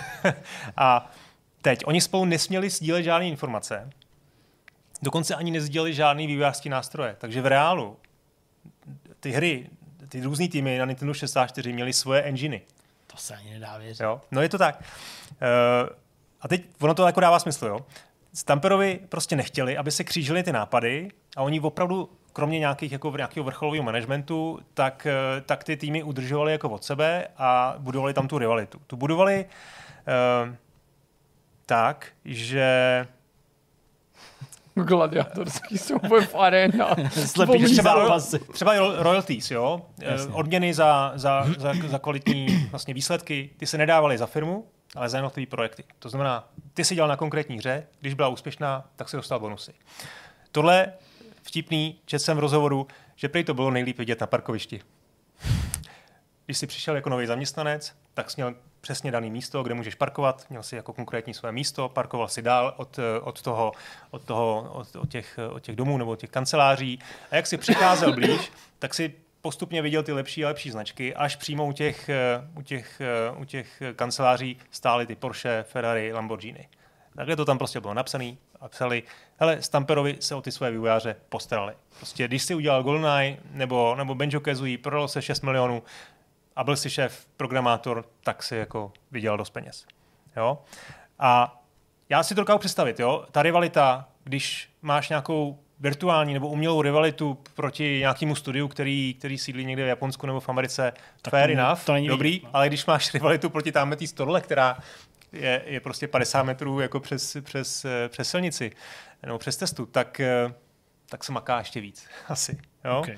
A teď oni spolu nesměli sdílet žádné informace, dokonce ani nesdíleli žádný vývojářský nástroje, takže v reálu ty hry, ty různý týmy na Nintendo šedesát čtyři měly svoje enginy. To se ani nedá věřit. Jo? No je to tak. Uh, a teď ono to jako dává smysl, jo. Stamperovi prostě nechtěli, aby se křížily ty nápady a oni opravdu, kromě nějakých, jako, nějakého vrcholového managementu, tak, tak ty týmy udržovali jako od sebe a budovali tam tu rivalitu. Tu budovali uh, tak, že gladiátorský souboj v arénách. třeba, třeba royalties, jo? Jasně. Odměny za, za, za, za kvalitní vlastně výsledky, ty se nedávaly za firmu, ale za jednotlivé projekty. To znamená, ty si dělal na konkrétní hře, když byla úspěšná, tak si dostal bonusy. Tohle vtipný, četl jsem v rozhovoru, že prý to bylo nejlíp vidět na parkovišti. Když jsi přišel jako nový zaměstnanec, tak jsi měl přesně daný místo, kde můžeš parkovat, měl si jako konkrétní své místo, parkoval si dál od, od, toho, od, toho, od, od, těch, od těch domů nebo od těch kanceláří. A jak si přicházel blíž, tak si postupně viděl ty lepší a lepší značky, až přímo u těch, u těch, u těch kanceláří stály ty Porsche, Ferrari, Lamborghini. Takhle to tam prostě bylo napsané a psali, hele, Stamperovi se o ty své vývojáře postarali. Prostě když si udělal GoldenEye nebo, nebo Banjo-Kazooie, prodalo se šest milionů, a byl si šéf, programátor, tak si jako vydělal dost peněz. Jo? A já si to dokážu představit, jo? Ta rivalita, když máš nějakou virtuální nebo umělou rivalitu proti nějakému studiu, který, který sídlí někde v Japonsku nebo v Americe, tak fair to enough, to není dobrý, vidět, no. Ale když máš rivalitu proti tamhle té stodole, která je, je prostě padesát metrů jako přes, přes, přes silnici nebo přes testu, tak, tak se maká ještě víc. Asi. Jo? Okay.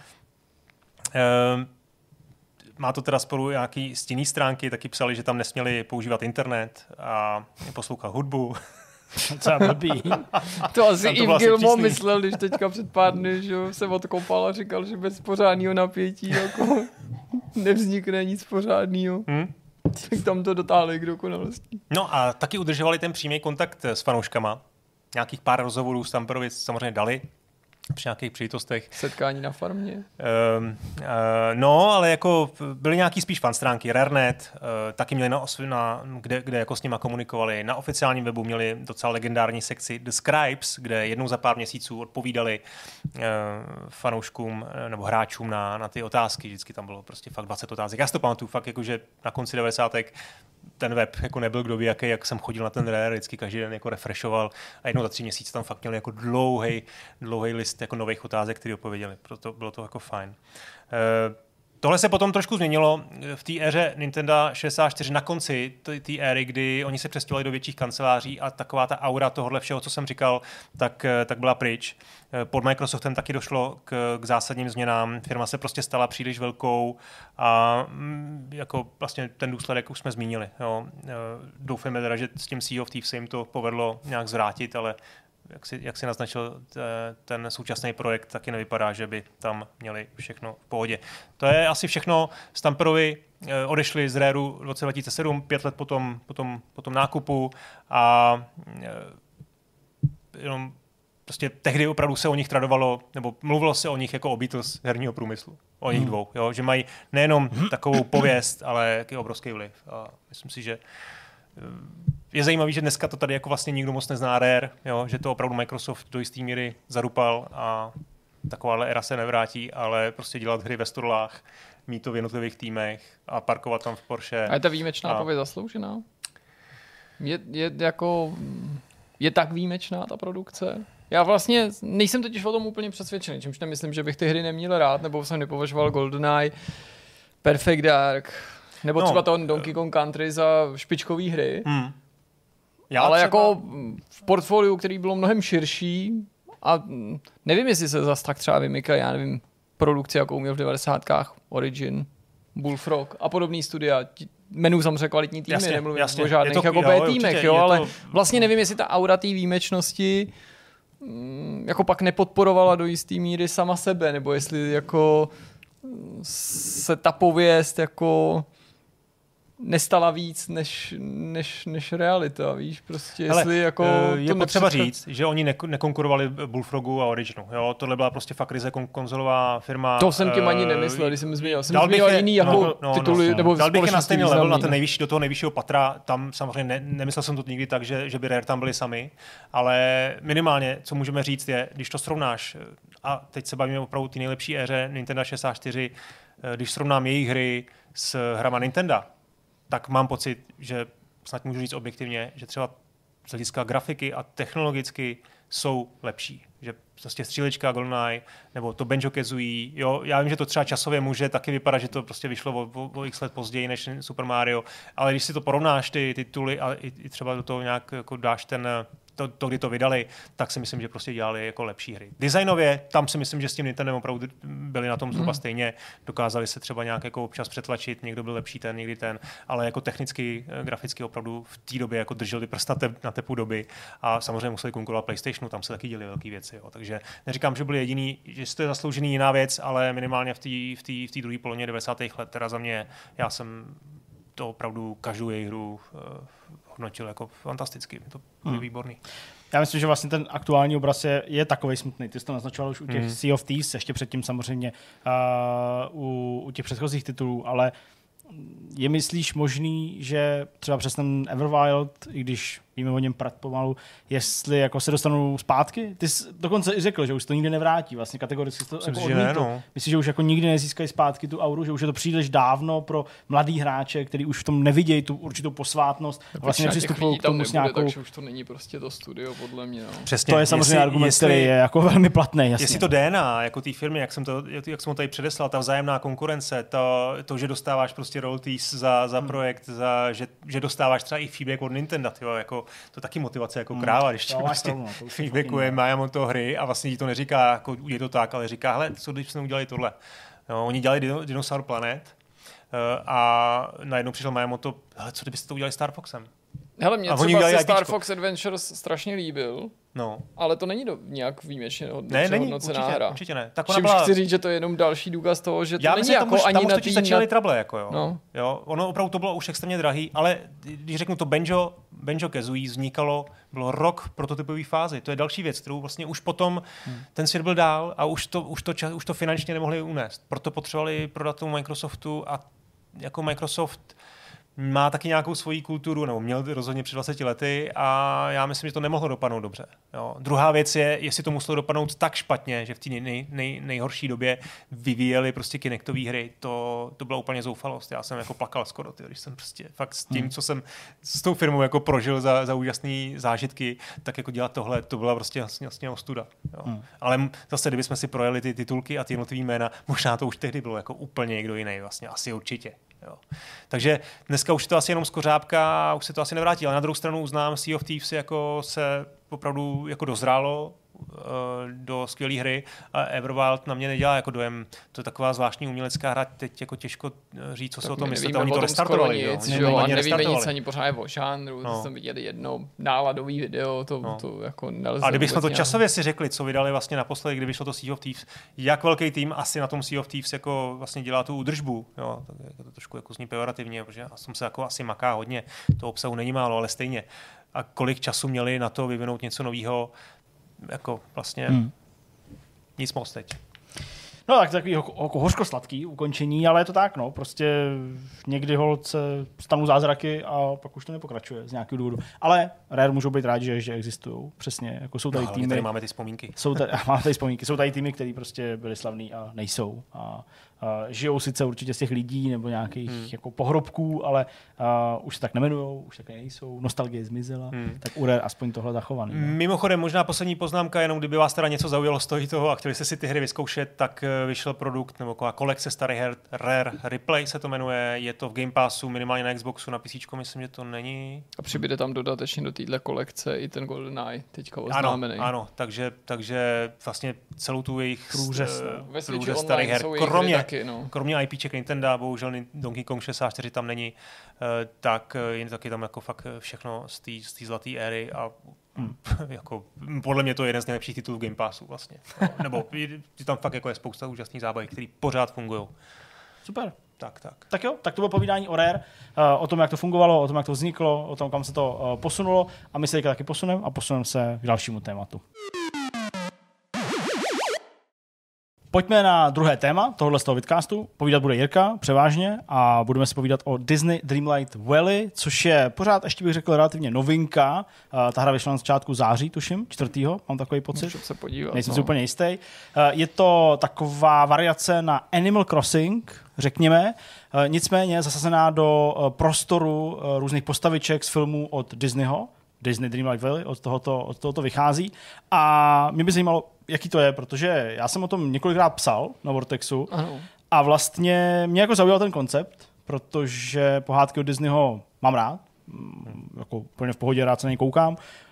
Um, Má to teda spolu nějaký stinný stránky, taky psali, že tam nesměli používat internet a poslouchat hudbu. Co je blbý. To asi i v Gilmo myslel, když teďka před pár dny, že se odkopal a říkal, že bez pořádného napětí jako nevznikne nic pořádného. Hmm? Tak tam to dotáhli k dokonalosti. No a taky udržovali ten přímý kontakt s fanouškama. Nějakých pár rozhovorů Stamperovi samozřejmě dali. Při nějakých příležitostech. Setkání na farmě? Uh, uh, no, ale jako byly nějaký spíš fan stránky. Rarenet, uh, taky měli na, na kde, kde jako s nima komunikovali. Na oficiálním webu měli docela legendární sekci The Scribes, kde jednou za pár měsíců odpovídali uh, fanouškům uh, nebo hráčům na, na ty otázky. Vždycky tam bylo prostě fakt dvacet otázek. Já si to pamatuju fakt jako, že na konci devadesátek ten web jako nebyl kdo ví jaký, jak jsem chodil na ten Rare, vždycky každý den jako refreshoval a jednou za tři měsíce tam fakt měli jako dlouhý, dlouhý list jako nových otázek, které odpověděli. Proto bylo to jako fajn. Uh, tohle se potom trošku změnilo v té éře Nintendo šedesát čtyři na konci té éry, kdy oni se přestěhovali do větších kanceláří a taková ta aura tohohle všeho, co jsem říkal, tak, tak byla pryč. Pod Microsoftem taky došlo k, k zásadním změnám. Firma se prostě stala příliš velkou a jako vlastně ten důsledek už jsme zmínili. Jo. Doufáme teda, že s tím Sea of Thieves se jim to povedlo nějak zvrátit, ale jak si, jak si naznačil ten současný projekt, taky nevypadá, že by tam měli všechno v pohodě. To je asi všechno. Stamperovi odešli z Rareu v roce dva tisíce sedm, pět let potom, potom, potom nákupu a jenom prostě tehdy opravdu se o nich tradovalo, nebo mluvilo se o nich jako o Beatles herního průmyslu. O nich hmm. dvou. Jo? Že mají nejenom takovou pověst, ale jaký obrovský vliv. A myslím si, že je zajímavý, že dneska to tady jako vlastně nikdo moc nezná Rare, jo? Že to opravdu Microsoft do jisté míry zarupal a takováhle era se nevrátí, ale prostě dělat hry ve stodolách, mít to v jednotlivých týmech a parkovat tam v Porsche. A je ta výjimečná a... pověst zasloužená? Je, je jako... Je tak výjimečná ta produkce? Já vlastně nejsem totiž o tom úplně přesvědčený, čímž nemyslím, že bych ty hry neměl rád, nebo jsem nepovažoval GoldenEye, Perfect Dark, nebo no, třeba to Donkey Kong Country za špičkový hry. Hmm. Já ale třeba... jako v portfoliu, který bylo mnohem širší a nevím, jestli se zas tak třeba vymykají, já nevím, produkci, jakou měl v devadesátkách Origin, Bullfrog a podobný studia. Jmenuji samozřejmě kvalitní týmy, jasně, nemluvím jasně. o žádných to, jako jo, B určitě, týmech, jo, ale to... vlastně nevím, jestli ta aura té výjimečnosti jako pak nepodporovala do jisté míry sama sebe, nebo jestli jako se ta pověst jako nestala víc než, než, než realita, víš, prostě hele, jestli jako... je to potřeba nepředstav... říct, že oni ne- nekonkurovali Bullfrogu a Originu, jo, tohle byla prostě fakt ryze kon- konzolová firma. To jsem tím ani uh, nemyslel, když jsem zmínil. Jsem dal zmínil je, jiný jako no, no, tituly, no, nebo dal bych je na společnosti stejný level, na ten významný, nejvyšší, do toho nejvyššího patra, tam samozřejmě ne, nemyslel jsem to nikdy tak, že, že by Rare tam byli sami, ale minimálně, co můžeme říct je, když to srovnáš, a teď se bavíme opravdu ty nejlepší éře Nintendo šedesát čtyři, když srovnám jejich hry s hrama Nintendo, tak mám pocit, že snad můžu říct objektivně, že třeba z hlediska grafiky a technologicky jsou lepší. Že prostě střílečka GoldenEye nebo to Banjo-Kazooie, jo, já vím, že to třeba časově může taky vypadat, že to prostě vyšlo o, o, o x let později než Super Mario, ale když si to porovnáš, ty tituly a i, i třeba do toho nějak jako dáš ten To, to, kdy to vydali, tak si myslím, že prostě dělali jako lepší hry. Designově, tam si myslím, že s tím Nintendem opravdu byli na tom zhruba mm. stejně. Dokázali se třeba nějak jako občas přetlačit, někdo byl lepší ten, někdy ten, ale jako technicky, graficky opravdu v té době jako drželi prst na, te, na tepu doby a samozřejmě museli konkurovat PlayStationu, tam se taky děli velké věci. Jo. Takže neříkám, že byli jediný, že to je zasloužený jiná věc, ale minimálně v té v té v té druhé polovině devadesátých let, teda za mě, já jsem to opravdu každou jejich hru uh, hodnotil jako fantasticky. To bylo hmm. výborný. Já myslím, že vlastně ten aktuální obraz je, je takovej smutný. Ty jsi to naznačoval už u těch mm. Sea of Thieves, ještě předtím samozřejmě uh, u, u těch předchozích titulů, ale je myslíš možný, že třeba přes ten Everwild, i když víme o něm prat pomalu, jestli jako se dostanou zpátky? Ty jsi dokonce i řekl, že už to nikdy nevrátí, vlastně kategoricky to jako odmítl. No. Myslíš, že už jako nikdy nezískají zpátky tu auru, že už je to příliš dávno pro mladý hráče, který už v tom nevidějí tu určitou posvátnost, no, vlastně nepřistupují k tomu nebude, s nějakou... Takže už to není prostě to studio, podle mě. No. Přesně. To je samozřejmě jestli, argument, jestli, který je jako velmi platný. Jasně. Jestli to D N A, jako té firmy, jak jsem to, jak jsem to tady předeslal, ta vzájemná konkurence, to, to že dostáváš prostě royalties za, za hmm. projekt, za, že, že dostáváš třeba i feedback od Nintendo, tyjo, jako, to taky motivace jako kráva, když hmm. prostě feedbackuje Miyamoto hry a vlastně jí to neříká, jako je to tak, ale říká, hele, co když jsme udělali tohle. No, oni dělali Dino, Dinosaur Planet uh, a najednou přišel Miyamoto, hele, co kdybyste to udělali Star Foxem? Hele, mě třeba se Star Fox Adventures strašně líbil, no. ale to není do, nějak výjimečně ne, není, hodnocená určitě, hra. určitě ne. Tak Čímž byla... chci říct, že to je jenom další důkaz toho, že to Já není myslím, jako tam už, ani tam už na totiž tým... začínaly na... trable, jako jo. No. jo. Ono opravdu to bylo už extrémně drahý, ale když řeknu to Banjo, Banjo-Kazooie vznikalo, bylo rok v prototypové fázi. To je další věc, kterou vlastně už potom hmm. ten svět byl dál a už to, už to, čas, už to finančně nemohli unést. Proto potřebovali prodat tomu Microsoftu a jako Microsoft má taky nějakou svoji kulturu, nebo měl rozhodně před dvaceti lety a já myslím, že to nemohlo dopadnout dobře. Jo. Druhá věc je, jestli to muselo dopadnout tak špatně, že v té nej, nej, nejhorší době vyvíjeli prostě Kinectové hry, to, to byla úplně zoufalost. Já jsem jako plakal skoro, tyjo, když jsem prostě fakt s tím, hmm. co jsem s tou firmou jako prožil za, za úžasné zážitky, tak jako dělat tohle, to byla prostě vlastně, vlastně ostuda. Jo. Hmm. Ale zase, kdybychom si projeli ty titulky a ty jednotlivé jména, možná to už tehdy bylo jako úplně někdo jiný, vlastně asi určitě. Jo. Takže dneska už je to asi jenom skořápka a už se to asi nevrátí, ale na druhou stranu uznám Sea of Thieves jako se opravdu jako dozrálo do skvělé hry a Everwild na mě nedělá jako dojem. To je taková zvláštní umělecká hra, teď jako těžko říct, co tak se o tom myslí. Oni to restartovali. Nic, jo? Jo? A nevíme nic ani pořád o žánru, no. Jsme viděli jedno náladový video, to, no. to jako nelze. A kdybychom to nějak... časově si řekli, co vydali vlastně naposledy, kdy vyšlo to Sea of Thieves, jak velký tým asi na tom Sea of Thieves jako vlastně dělá tu údržbu, jo? Tak jako to trošku jako zní pejorativně, protože já jsem se jako asi maká hodně, toho obsahu není málo, ale stejně. A kolik času měli na to vyvinout něco nového, jako vlastně hmm. nic moc teď. No tak takový jako hořko-sladký ukončení, ale je to tak, no, prostě někdy holt se stanou zázraky a pak už to nepokračuje z nějakého důvodu. Ale Rare můžou být rádi, že, že existují, přesně, jako jsou tady no, týmy. Tady máme ty vzpomínky. Jsou tady, máme tady vzpomínky, jsou tady týmy, které prostě byly slavný a nejsou. A, a žijou sice určitě z těch lidí nebo nějakých hmm. jako pohrobků, ale a, už se tak nemenujou, už tak nejsou, nostalgie zmizela, hmm. tak u Rare aspoň tohle zachovaný. No. Mimochodem, možná poslední poznámka, jenom kdyby vás teda něco zaujalo stojí toho a chtěli jste si ty hry vyzkoušet, tak vyšel produkt nebo kolekce starých her, Rare Replay se to jmenuje, je to v Game Passu, minimálně na Xboxu, na PCčko, myslím, že to není. A přibude tam dodatečně do téhle kolekce i ten GoldenEye, teďka oznámený. Ano, ano, takže, takže vlastně celou tu jejich průřez, průřez starých her, jsou kromě, taky, no. kromě IPček Nintendo, bohužel Donkey Kong šedesát čtyři tam není, tak je taky tam jako fakt všechno z té z té zlaté éry a hmm. jako, podle mě to je jeden z nejlepších titulů Game Passu vlastně. Nebo tam fakt jako je spousta úžasných zábavek, které pořád fungují. Super. Tak, tak. Tak jo, tak to bylo povídání o Rare, uh, o tom, jak to fungovalo, o tom, jak to vzniklo, o tom, kam se to uh, posunulo a my se taky posuneme a posuneme se k dalšímu tématu. Pojďme na druhé téma tohohle z toho vidcastu. Povídat bude Jirka převážně a budeme si povídat o Disney Dreamlight Valley, což je pořád, ještě bych řekl, relativně novinka. Uh, ta hra vyšla na začátku září, tuším, čtvrtého mám takový pocit. Můžu se podívat. Nejsem no. si úplně jistý. Uh, je to taková variace na Animal Crossing, řekněme, uh, nicméně zasazená do uh, prostoru uh, různých postaviček z filmů od Disneyho. Disney Dreamlight Valley, od tohoto, od tohoto vychází. A mě by zajímalo, jaký to je, protože já jsem o tom několikrát psal na Vortexu Ano. a vlastně mě jako zaujal ten koncept, protože pohádky od Disneyho mám rád, jako úplně v pohodě, rád se na ně koukám.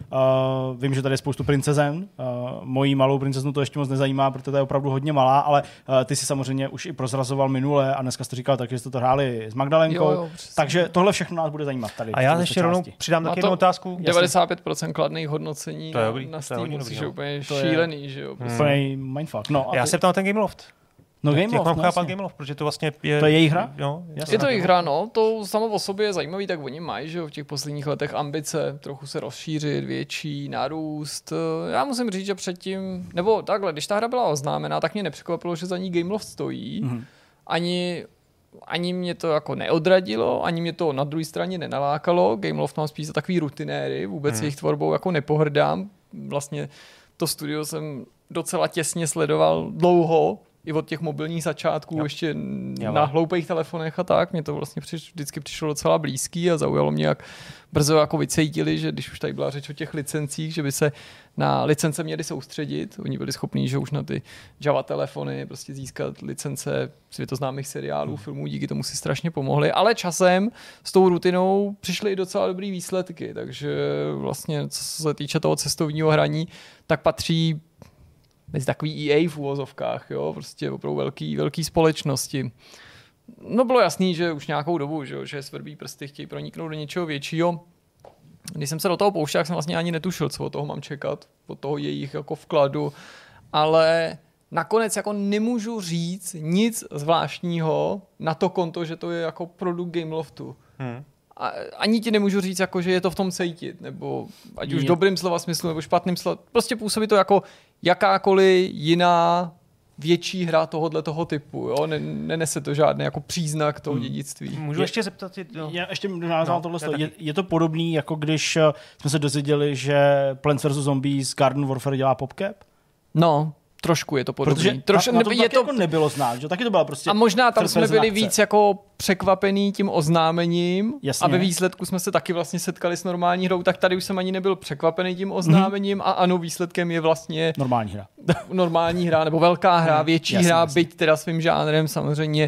Uh, vím, že tady je spoustu princezen. Uh, mojí malou princeznu to ještě moc nezajímá, protože to je opravdu hodně malá, ale uh, ty si samozřejmě už i prozrazoval minule a dneska jste říkal taky, že jste to hráli s Magdalenkou. Jo, jo, takže tohle všechno nás bude zajímat tady. A já ještě rovnou přidám taky jednu otázku. devadesát pět procent kladných hodnocení to je dobrý, na, na to Steamu, je což je úplně to šílený, je, že jo. Prostě. Úplně mindfuck. No, já ty... se ptal na ten Gameloft. No Jak Gameloft, mám no, chápat Gameloft, protože to vlastně je... To je jejich hra? Jo, je to jejich hra, no. To samo o sobě je zajímavý, tak oni mají, že jo, v těch posledních letech ambice trochu se rozšířit, větší, narůst. Já musím říct, že předtím, nebo takhle, když ta hra byla oznámená, tak mě nepřekvapilo, že za ní Gameloft stojí. Mm-hmm. Ani, ani mě to jako neodradilo, ani mě to na druhé straně nenalákalo. Gameloft mám spíš za takový rutinéry, vůbec mm. jejich tvorbou jako nepohrdám. Vlastně to studio jsem docela těsně sledoval dlouho, i od těch mobilních začátků, jo. ještě jo. na hloupých telefonech a tak. Mně to vlastně přiš, vždycky přišlo docela blízký a zaujalo mě, jak brzo jako vycítili, že když už tady byla řeč o těch licencích, že by se na licence měli soustředit. Oni byli schopní, že už na ty Java telefony prostě získat licence světoznámých seriálů, hmm. filmů, díky tomu si strašně pomohli. Ale časem s tou rutinou přišly i docela dobrý výsledky, takže vlastně co se týče toho cestovního hraní, tak patří mezi takový E A v uvozovkách, jo, prostě opravdu velký, velký společnosti. No bylo jasný, že už nějakou dobu, že, že svrbí prsty, chtějí proniknout do něčeho většího. Když jsem se do toho pouštěl, tak jsem vlastně ani netušil, co od toho mám čekat, od toho jejich jako vkladu, ale nakonec jako nemůžu říct nic zvláštního na to konto, že to je jako produkt Gameloftu. Hmm. A ani ti nemůžu říct, jako, že je to v tom cítit, nebo ať už dobrým slova smyslu, nebo špatným slova. Prostě působí to jako jakákoliv jiná větší hra tohohle toho typu. Jo? Nenese to žádný jako příznak toho hmm. dědictví. Můžu je, ještě zeptat? No. Já ještě názval no, tohle. Je, je to podobný, jako když jsme se dozvěděli, že Plants versus. Zombies Garden Warfare dělá PopCap? No. Trošku je to podobný. Protože Troš, na, na to je taky to... jako nebylo znát, že taky to byla prostě. A možná tam jsme byli víc jako překvapený tím oznámením. Jasně. A ve výsledku jsme se taky vlastně setkali s normální hrou, tak tady už jsem ani nebyl překvapený tím oznámením mm-hmm. a ano, výsledkem je vlastně normální hra. normální hra nebo velká hra, mm, větší jasně, hra, jasně. byť teda svým žánrem samozřejmě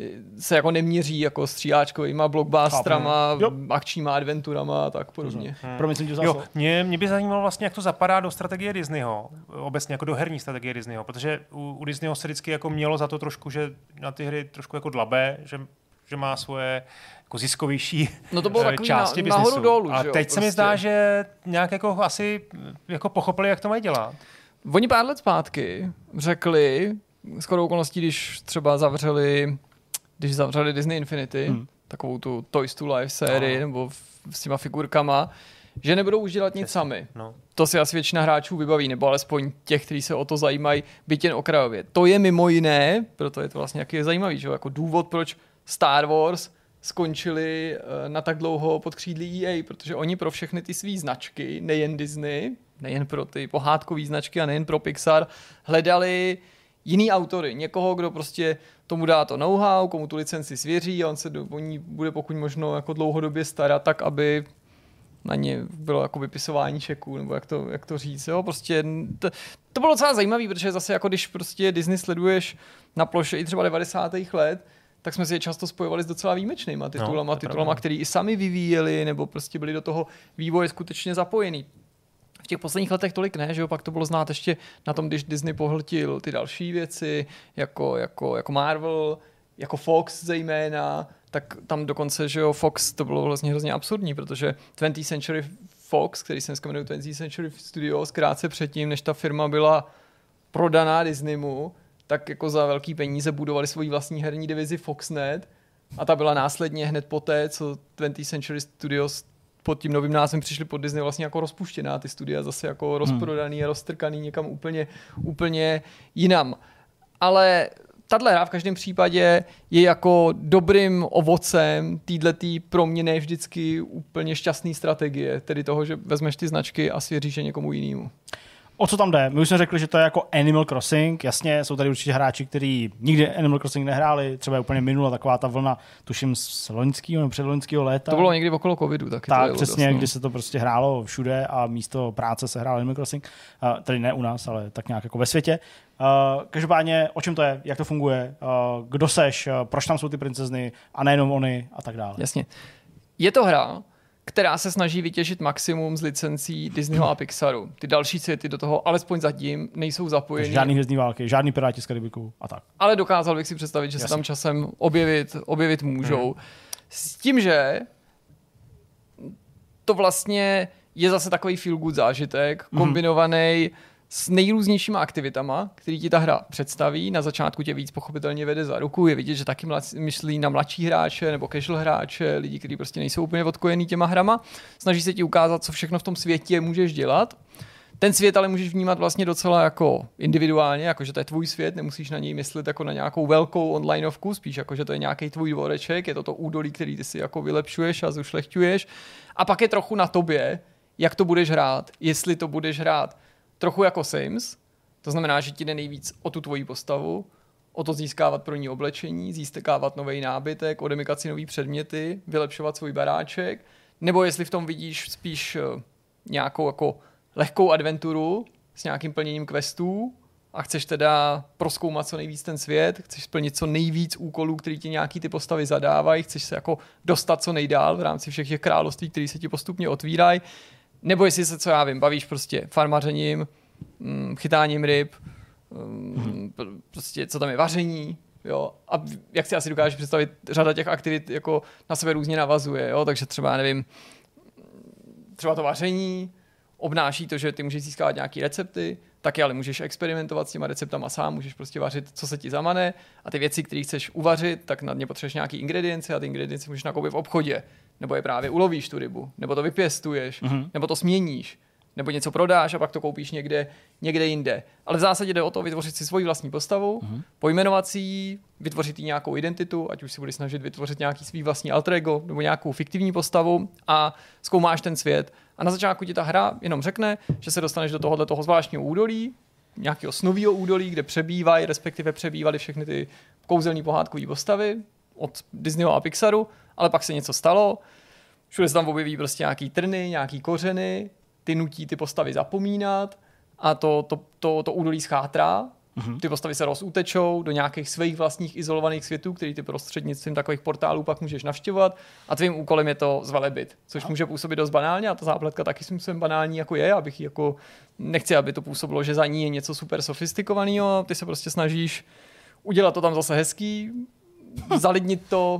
se jako neměří jako stříháčkovýma blockbusterama, akčníma adventurama a tak podobně. Hmm. Promiň, jsem tě jo, mě, mě by zajímalo vlastně, jak to zapadá do strategie Disneyho, obecně jako do herní strategie Disneyho, protože u, u Disneyho se vždycky jako mělo za to trošku, že na ty hry trošku jako dlabe, že že má svoje jako ziskovější no to bylo části na, biznesu. Dolů, a teď jo, se prostě. mi zdá, že nějak jako asi jako pochopili, jak to mají dělat. Oni pár let zpátky řekli, skoro okolností, když třeba zavřeli, když zavřeli Disney Infinity, hmm. takovou tu Toys to Life sérii, no. nebo s těma figurkama, že nebudou už dělat nic sami. No. To si asi většina hráčů vybaví, nebo alespoň těch, kteří se o to zajímají, byť jen okrajově. To je mimo jiné, proto je to vlastně nějaký zajímavý, že? Jako důvod, proč Star Wars skončili na tak dlouho pod křídlí E A, protože oni pro všechny ty svý značky, nejen Disney, nejen pro ty pohádkové značky a nejen pro Pixar, hledali jiný autory, někoho, kdo prostě tomu dá to know-how, komu tu licenci svěří a on se do, o ní bude pokud možno jako dlouhodobě starat tak, aby na ně bylo jako vypisování čeků, nebo jak to, jak to říct. Jo? Prostě to, to bylo docela zajímavé, protože zase jako když prostě Disney sleduješ na ploše i třeba devadesátých let, tak jsme si je často spojovali s docela výjimečnýma titulama, no, titulama, který i sami vyvíjeli, nebo prostě byli do toho vývoje skutečně zapojení. V V těch posledních letech tolik ne, že jo, pak to bylo znát ještě na tom, když Disney pohltil ty další věci, jako, jako, jako Marvel, jako Fox zejména, tak tam dokonce, že jo, Fox, to bylo vlastně hrozně absurdní, protože twentieth Century Fox, který se dneska jmenuje twentieth Century Studios, krátce předtím, než ta firma byla prodaná Disneymu, tak jako za velký peníze budovali svoji vlastní herní divizi Foxnet a ta byla následně hned poté, co twentieth Century Studios pod tím novým názvem přišli pod Disney vlastně jako rozpuštěná, ty studia zase jako rozprodaný a roztrkaný někam úplně, úplně jinam. Ale tahle hra v každém případě je jako dobrým ovocem týhletý pro mě ne vždycky úplně šťastný strategie, tedy toho, že vezmeš ty značky a svěříš je někomu jinému. O co tam jde? My už jsme řekli, že to je jako Animal Crossing. Jasně, jsou tady určitě hráči, kteří nikdy Animal Crossing nehráli, třeba je úplně minula taková ta vlna, tuším z loňského nebo předloňského léta. To bylo někdy okolo covidu. Taky tak, to přesně, dost, kdy se to prostě hrálo všude a místo práce se hrál Animal Crossing. Uh, tady ne u nás, ale tak nějak jako ve světě. Uh, každopádně, o čem to je, jak to funguje, uh, kdo seš, uh, proč tam jsou ty princezny a nejenom oni a tak dále. Jasně. Je to hra, která se snaží vytěžit maximum z licencí Disneyho a Pixaru. Ty další světy do toho, alespoň zatím, nejsou zapojeny. Žádný hvězdný války, žádný Piráti z Karibiku a tak. Ale dokázal bych si představit, že Jasně. se tam časem objevit, objevit můžou. Hmm. S tím, že to vlastně je zase takový feel good zážitek, kombinovaný hmm. s nejrůznějšíma aktivitama, který ti ta hra představí. Na začátku tě víc pochopitelně vede za ruku. Je vidět, že taky myslí na mladší hráče nebo casual hráče, lidi, kteří prostě nejsou úplně odkojený těma hrama. Snaží se ti ukázat, co všechno v tom světě můžeš dělat. Ten svět ale můžeš vnímat vlastně docela jako individuálně, jako že to je tvůj svět, nemusíš na něj myslet jako na nějakou velkou onlineovku, spíš jako že to je nějaký tvůj dvoreček, je to to údolí, který ty si jako vylepšuješ a zušlechťuješ. A pak je trochu na tobě, jak to budeš hrát, jestli to budeš hrát trochu jako Sims, to znamená, že ti jde nejvíc o tu tvoji postavu, o to získávat pro ní oblečení, získávat nový nábytek, odemykat si nový předměty, vylepšovat svůj baráček, nebo jestli v tom vidíš spíš nějakou jako lehkou adventuru s nějakým plněním questů a chceš teda prozkoumat co nejvíc ten svět, chceš splnit co nejvíc úkolů, který ti nějaký ty postavy zadávají, chceš se jako dostat co nejdál v rámci všech těch království, které se ti postupně otvírají, nebo jestli se, co já vím, bavíš prostě farmařením, chytáním ryb, hmm. prostě co tam je vaření, jo, a jak si asi dokážeš představit, řada těch aktivit jako na sebe různě navazuje, jo, takže třeba, já nevím, třeba to vaření obnáší to, že ty můžeš získávat nějaký recepty, taky ale můžeš experimentovat s těma receptama sám, můžeš prostě vařit, co se ti zamane a ty věci, které chceš uvařit, tak na ně potřebuješ nějaký ingredience a ty ingredience můžeš nakoupit v obchodě, nebo je právě ulovíš tu rybu, nebo to vypěstuješ, mm-hmm. nebo to směníš, nebo něco prodáš a pak to koupíš někde, někde jinde. Ale v zásadě jde o to vytvořit si svoji vlastní postavu, mm-hmm. pojmenovat si ji, vytvořit jí nějakou identitu, ať už si budeš snažit vytvořit nějaký svý vlastní alter ego nebo nějakou fiktivní postavu a zkoumáš ten svět. A na začátku ti ta hra jenom řekne, že se dostaneš do tohohle toho zvláštního údolí, nějakého snového údolí, kde přebývají, respektive přebývaly všechny ty kouzelné pohádkové postavy od Disneyho a Pixaru, ale pak se něco stalo, všude se tam objeví prostě nějaký trny, nějaký kořeny, ty nutí ty postavy zapomínat a to, to, to, to údolí schátrá. Mm-hmm. Ty postavy se rozutečou do nějakých svých vlastních izolovaných světů, který ty prostřednictvím takových portálů pak můžeš navštěvovat a tvým úkolem je to zvelebit, což Aha. může působit dost banálně a ta zápletka taky svým způsobem banální jako je, abych jako nechci, aby to působilo, že za ní je něco super sofistikovaného, ty se prostě snažíš udělat to tam zase hezký, zalidnit to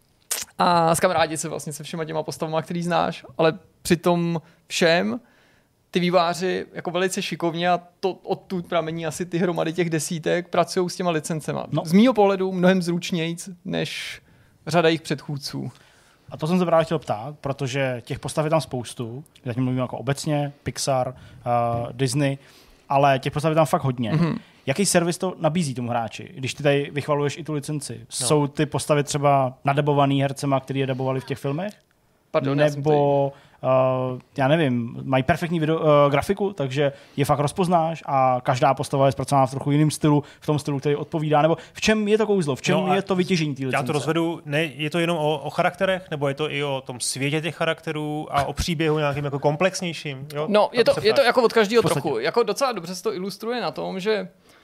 a zkamarádit se vlastně se všema těma postavama, který znáš, ale při tom všem ty výváři jako velice šikovně a to odtud pramení asi ty hromady těch desítek pracují s těma licencema. No. Z mýho pohledu mnohem zručnějc než řada jejich předchůdců. A to jsem se právě chtěl ptát, protože těch postav je tam spoustu, zatím mluvím jako obecně, Pixar, uh, Disney, ale těch postav je tam fakt hodně. Mm-hmm. Jaký servis to nabízí tomu hráči, když ty tady vychvaluješ i tu licenci? No. Jsou ty postavy třeba nadebovaný hercema, který je dabovali v těch filmech? Pardon, nebo uh, já nevím, mají perfektní video, uh, grafiku, takže je fakt rozpoznáš a každá postava je zpracovaná v trochu jiném stylu, v tom stylu, který odpovídá, nebo v čem je to kouzlo, v čem no je to vytěžení té licence? Já to rozvedu, ne, je to jenom o, o charakterech, nebo je to i o tom světě těch charakterů a o příběhu nějakým jako komplexnějším? Jo? No, je to, je to jako od každého trochu. Jako docela dobře se to ilustruje na tom, že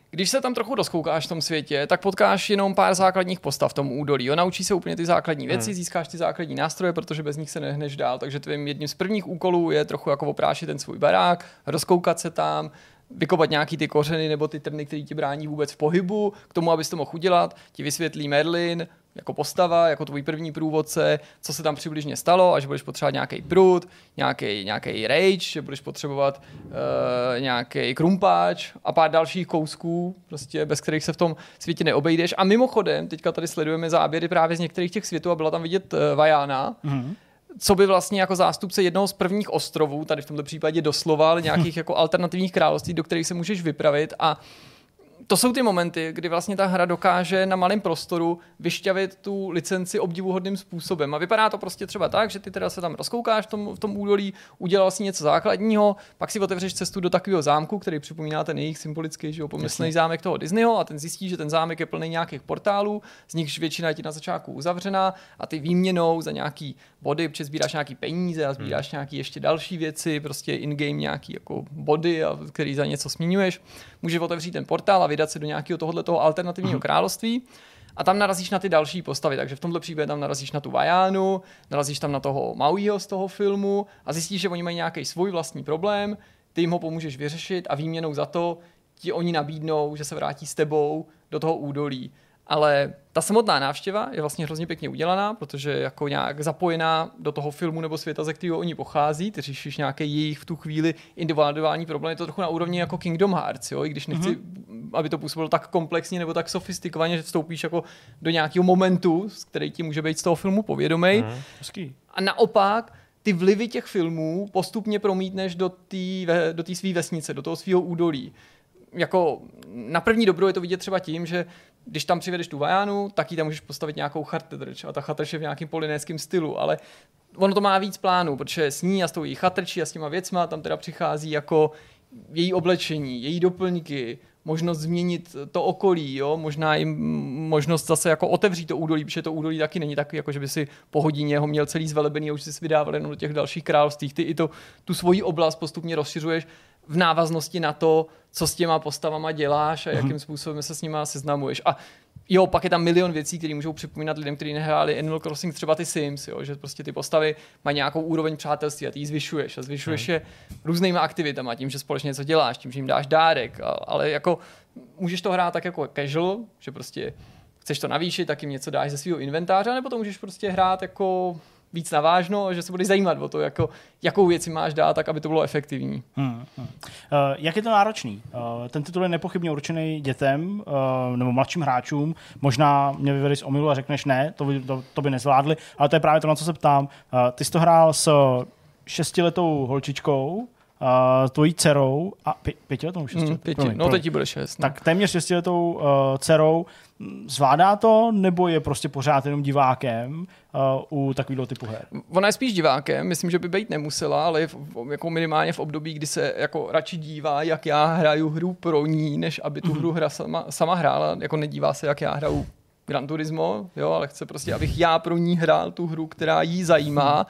když se tam trochu rozkoukáš v tom světě, tak potkáš jenom pár základních postav v tom údolí. Jo, naučí se úplně ty základní věci, hmm. získáš ty základní nástroje, protože bez nich se nehneš dál. Takže tvým jedním z prvních úkolů je trochu jako oprášit ten svůj barák, rozkoukat se tam, vykopat nějaký ty kořeny nebo ty trny, které ti brání vůbec v pohybu. K tomu, abys to mohl udělat, ti vysvětlí Merlin jako postava, jako tvůj první průvodce, co se tam přibližně stalo, až budeš potřebovat nějaký prut, nějaký, nějaký rage, že budeš potřebovat uh, nějaký krumpáč a pár dalších kousků, prostě bez kterých se v tom světě neobejdeš. A mimochodem, teďka tady sledujeme záběry právě z některých těch světů a byla tam vidět uh, Vajana, mm-hmm. co by vlastně jako zástupce jednoho z prvních ostrovů, tady v tomto případě doslova, ale nějakých jako alternativních království, do kterých se můžeš vypravit. A to jsou ty momenty, kdy vlastně ta hra dokáže na malém prostoru vyšťavit tu licenci obdivuhodným způsobem. A vypadá to prostě třeba tak, že ty teda se tam rozkoukáš v tom, v tom údolí, udělal si něco základního, pak si otevřeš cestu do takového zámku, který připomíná ten jejich symbolický, že jo, pomyslný zámek toho Disneyho, a ten zjistí, že ten zámek je plný nějakých portálů, z nichž většina je ti na začátku uzavřená, a ty výměnou za nějaký body, protože sbíráš nějaký peníze a sbíráš hmm. nějaký ještě další věci, prostě in-game nějaký jako body, a který za něco směňuješ, můžeš otevřít ten portál a vydat se do nějakého tohoto alternativního hmm. království. A tam narazíš na ty další postavy, takže v tomto případě tam narazíš na tu Vajánu, narazíš tam na toho Mauiho z toho filmu a zjistíš, že oni mají nějaký svůj vlastní problém, ty jim ho pomůžeš vyřešit a výměnou za to ti oni nabídnou, že se vrátí s tebou do toho údolí. Ale ta samotná návštěva je vlastně hrozně pěkně udělaná, protože jako nějak zapojená do toho filmu nebo světa, ze kterého oni pochází, ty řešíš nějaký jejich v tu chvíli individuální problém, je to trochu na úrovni jako Kingdom Hearts, jo? I když nechci, mm-hmm. aby to působilo tak komplexně nebo tak sofistikovaně, že vstoupíš jako do nějakého momentu, který ti může být z toho filmu povědomej. Mm-hmm. A naopak ty vlivy těch filmů postupně promítneš do té do té své vesnice, do toho svého údolí. Jako na první dobrou je to vidět třeba tím, že když tam přivedeš tu Vajánu, tak jí tam můžeš postavit nějakou chatrč a ta chatrč je v nějakém polynéském stylu, ale ono to má víc plánů, protože s ní a s tou její chatrčí a s těma věcma tam teda přichází jako její oblečení, její doplňky, možnost změnit to okolí, jo? Možná jim možnost zase jako otevřít to údolí, protože to údolí taky není takový, jako že by si po hodině ho měl celý zvelebený a už si vydával jenom do těch dalších království. Ty i to, tu svoji oblast postupně rozšiřuješ v návaznosti na to, co s těma postavama děláš a jakým způsobem se s nima seznamuješ. A jo, pak je tam milion věcí, které můžou připomínat lidem, kteří nehráli Animal Crossing, třeba ty Sims, jo, že prostě ty postavy mají nějakou úroveň přátelství a ty ji zvyšuješ a zvyšuješ je různýma aktivitama, tím, že společně něco děláš, tím, že jim dáš dárek, ale jako můžeš to hrát tak jako casual, že prostě chceš to navýšit, tak jim něco dáš ze svého inventáře, nebo to můžeš prostě hrát jako víc navážno, že se budeš zajímat o to, jako, jakou věci máš dát, tak aby to bylo efektivní. Hmm, hmm. Uh, jak je to náročný? Uh, ten titul je nepochybně určený dětem uh, nebo mladším hráčům. Možná mě vyvedeš z omylu a řekneš ne, to by, to, to by nezvládli, ale to je právě to, na co se ptám. Uh, ty jsi to hrál s šestiletou holčičkou, Uh, tvojí dcerou a pě, pětiletou? Mm, pěti, no teď ti bude šest. No. Tak téměř šestiletou uh, dcerou zvládá to, nebo je prostě pořád jenom divákem uh, u takového typu her? Ona je spíš divákem, myslím, že by být nemusela, ale je v, jako minimálně v období, kdy se jako radši dívá, jak já hraju hru pro ní, než aby tu hru hra sama, sama hrála, jako nedívá se, jak já hraju Gran Turismo, jo, ale chce prostě, abych já pro ní hrál tu hru, která jí zajímá.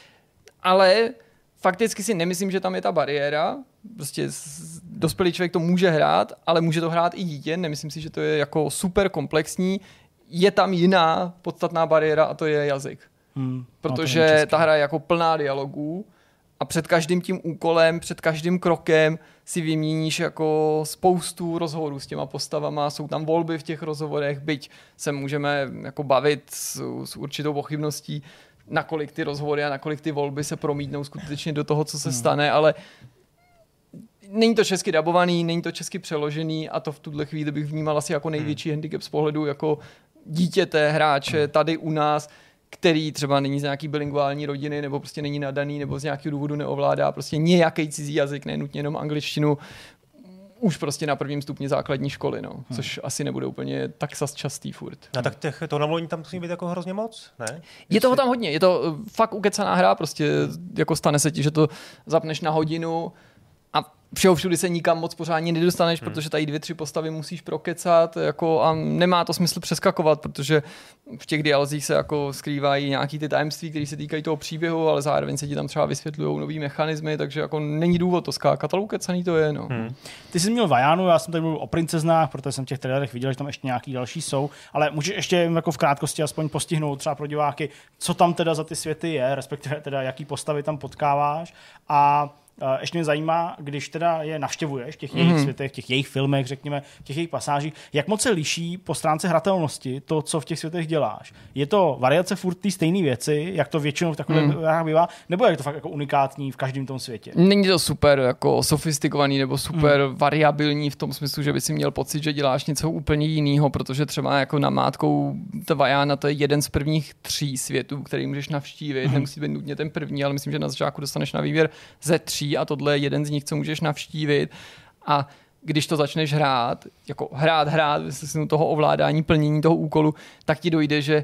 Ale fakticky si nemyslím, že tam je ta bariéra. Prostě dospělý člověk to může hrát, ale může to hrát i dítě. Nemyslím si, že to je jako super komplexní. Je tam jiná podstatná bariéra a to je jazyk. Hmm, Protože ta hra je jako plná dialogů a před každým tím úkolem, před každým krokem si vyměníš jako spoustu rozhovorů s těma postavama. Jsou tam volby v těch rozhovorech, byť se můžeme jako bavit s, s určitou pochybností, nakolik ty rozhovory a nakolik ty volby se promítnou skutečně do toho, co se hmm. stane, ale není to česky dabovaný, není to česky přeložený a to v tuhle chvíli bych vnímal asi jako největší hmm. handicap z pohledu jako dítěte, hráče tady u nás, který třeba není z nějaký bilinguální rodiny nebo prostě není nadaný nebo z nějakého důvodu neovládá prostě nějaký cizí jazyk, nenutně jenom angličtinu, už prostě na prvním stupni základní školy, no, hmm. což asi nebude úplně tak častý furt. A tak těch, to namluvení tam musí být jako hrozně moc, ne? Je toho tam hodně, je to fakt ukecaná hra, prostě jako stane se ti, že to zapneš na hodinu, a všeho všudy se nikam moc pořádně nedostaneš, hmm. protože tady dvě, tři postavy musíš prokecat jako, a nemá to smysl přeskakovat, protože v těch dialozích se jako skrývají nějaký ty tajemství, které se týkají toho příběhu, ale zároveň se ti tam třeba vysvětlují nový mechanismy, takže jako není důvod to skákat, ale ukecaný to je. No. Hmm. Ty jsi měl Vajánu, já jsem tady mluvil o princeznách, protože jsem v těch trailerech viděl, že tam ještě nějaký další jsou, ale můžeš ještě jako v krátkosti aspoň postihnout třeba pro diváky, co tam teda za ty světy je, respektive teda jaký postavy tam potkáváš a Uh, ještě mě zajímá, když teda je navštěvuješ v těch jejich mm. světech, v těch jejich filmech, řekněme, v těch jejich pasážích, jak moc se liší po stránce hratelnosti to, co v těch světech děláš? Je to variace furt té stejné věci, jak to většinou v takových mm. hrách bývá, nebo je to fakt jako unikátní v každém tom světě? Není to super jako sofistikovaný nebo super mm. variabilní v tom smyslu, že by si měl pocit, že děláš něco úplně jiného, protože třeba jako namátkou ta Vajána, to je jeden z prvních tří světů, který můžeš navštívit. Mm. Nemusí být nutně ten první, ale myslím, že na začátku dostaneš na výběr ze tří a tohle je jeden z nich, co můžeš navštívit. A když to začneš hrát, jako hrát, hrát, toho ovládání, plnění toho úkolu, tak ti dojde, že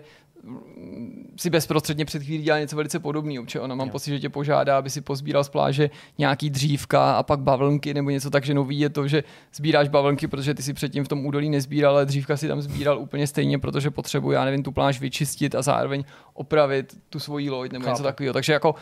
si bezprostředně před chvílí dělal něco velice podobného, protože ona mám jo. pocit, že tě požádá, aby si pozbíral z pláže nějaký dřívka a pak bavlnky nebo něco, takže nový je to, že sbíráš bavlnky, protože ty si předtím v tom údolí nezbíral, ale dřívka si tam sbíral úplně stejně, protože potřebuje, já nevím, tu pláž vyčistit a zároveň opravit tu svoji loď nebo Chápu. něco takového. Takže jako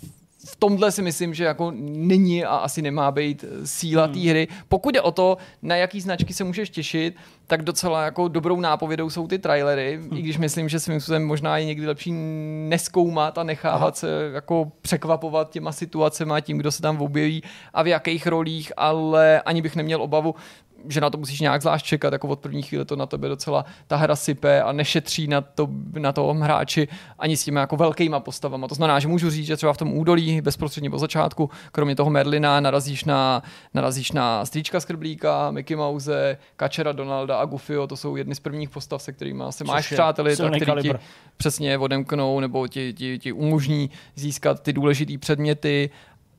v tomhle si myslím, že jako není a asi nemá být síla té hry. Pokud jde o to, na jaký značky se můžeš těšit, tak docela jako dobrou nápovědou jsou ty trailery, hmm. i když myslím, že svým způsobem možná je někdy lepší neskoumat a nechávat Aha. se jako překvapovat těma situacemi a tím, kdo se tam objeví a v jakých rolích, ale ani bych neměl obavu, že na to musíš nějak zvlášť čekat, jako od první chvíle to na tebe docela ta hra sype a nešetří na, to, na tom hráči ani s těmi jako velkýma postavama. To znamená, že můžu říct, že třeba v tom údolí bezprostředně po začátku, kromě toho Merlina, narazíš na, narazíš na Strýčka Skrblíka, Mickey Mouse, Kačera Donalda a Goofyho, to jsou jedny z prvních postav, se kterými se máš přáteli, tak který ti přesně odemknou nebo ti, ti, ti umožní získat ty důležité předměty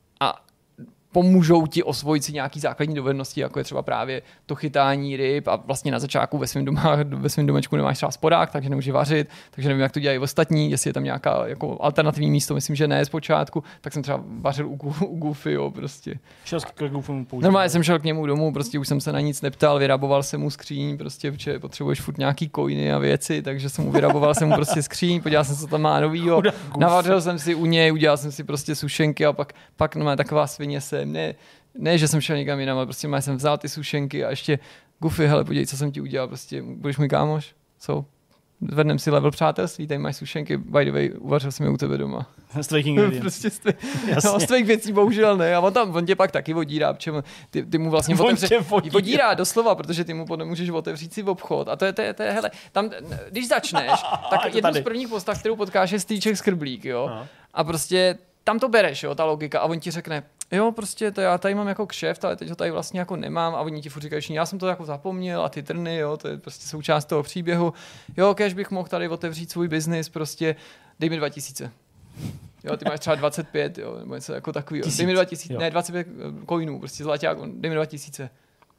a pomůžou ti osvojit si nějaký základní dovednosti, jako je třeba právě to chytání ryb a vlastně na začátku ve svém doma, ve svém domečku nemáš třeba spodák, takže nemůžeš vařit, takže nevím, jak to dělají ostatní, jestli je tam nějaká jako alternativní místo, myslím, že ne zpočátku, tak jsem třeba vařil u, u Goofy, jo, prostě. Šel k Goofymu použít. Normálně jsem šel k němu domů, prostě už jsem se na nic neptal, vyraboval jsem mu skříň, prostě, protože potřebuješ furt nějaký coiny a věci, takže jsem mu vyraboval jsem mu prostě skříň, podíval jsem se, co tam má novýho, navařil jsem si u něj, udělal jsem si prostě sušenky a pak pak no, taková svině se Ne, ne, že jsem šel někam jinam, ale prostě jsem vzal ty sušenky a ještě Goofy, hele, podívej, co jsem ti udělal, prostě budeš můj kámoš? Co? Zvednem si level přátelství, tady máš sušenky, by the way, uvařil jsem je u tebe doma. Z tvých ingredients. Prostě z, tvých, no, z tvých věcí bohužel ne. A on tam, on tě pak taky vodírá, protože ty, ty mu vlastně otevře, vodírá. vodírá doslova, protože ty mu potom můžeš otevřít si v obchod. A to je, to je, to je hele, tam, když začneš, tak jednu z prvních postav, kterou potkáš, je Strýček Skrblík, jo. Aha. A prostě tam to bereš, jo, ta logika, a on ti řekne, jo, prostě to já tady mám jako kšeft, ale teď ho tady vlastně jako nemám a oni ti furt říkají, já jsem to jako zapomněl a ty trny, jo, to je prostě součást toho příběhu. Jo, kež bych mohl tady otevřít svůj biznis, prostě dej mi dva tisíce. Jo, ty máš třeba dvacet pět, jo, nebo něco jako takový. Dej mi dva tisíce, ne, dvacet pět coinů, prostě zlaťák, dej mi dva tisíce.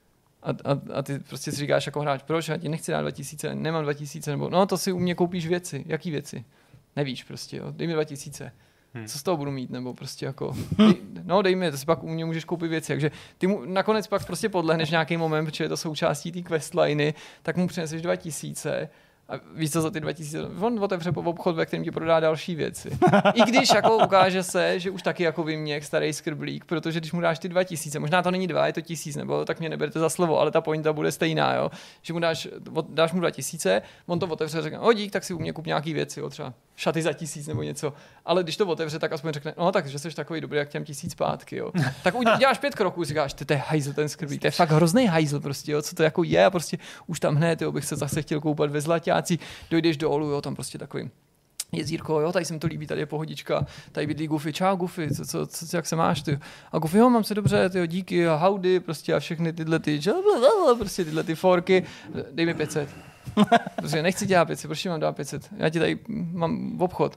A, a, a ty prostě si říkáš jako hráč, proč, já ti nechci dát dva tisíce, nemám dva tisíce, nebo no to si u mě koupíš věci, jaký věci? Nevíš prostě, jo, dej mi dva tisíce. Hmm. Co z toho budu mít, nebo prostě jako, dej, no dej mi, to si pak u mě můžeš koupit věci, takže ty mu nakonec pak prostě podlehneš nějaký moment, protože je to součástí té questliny, tak mu přineseš dva tisíce a víš co za ty dva tisíce, on otevře po obchod, ve kterém ti prodá další věci. I když jako ukáže se, že už taky jako vyměk starý skrblík, protože když mu dáš ty dva tisíce, možná to není dva, je to tisíc, nebo tak mě neberte za slovo, ale ta pointa bude stejná, jo, že mu dáš, dáš mu dva tisíce, on to otevře a řekne, o dík, tak si u mě kup nějaký věci, jo, třeba šaty za tisíc nebo něco, ale když to otevře, tak aspoň řekne, no tak, že jsi takový dobrý, jak těm tisíc zpátky, jo. Tak uděláš pět kroků, říkáš, ty to je hajzl ten skrblík, to je fakt hrozný hajzl prostě, jo, co to jako je a prostě už tam hned, jo, bych se zase chtěl koupat ve Zlaťáci, dojdeš dolů, jo, tam prostě takový jezírko, jo, tady se mi to líbí, tady je pohodička, tady bydlí Goofy, čau Goofy, co, co, co, jak se máš, ty? A Goofy, jo, mám se dobře, ty, díky, a howdy, prostě a všechny tyhle ty, prostě tyhle ty forky, dej mi pět set. Prostě nechci dělat pět set, proč mám dát pět set? Já ti tady mám v obchod.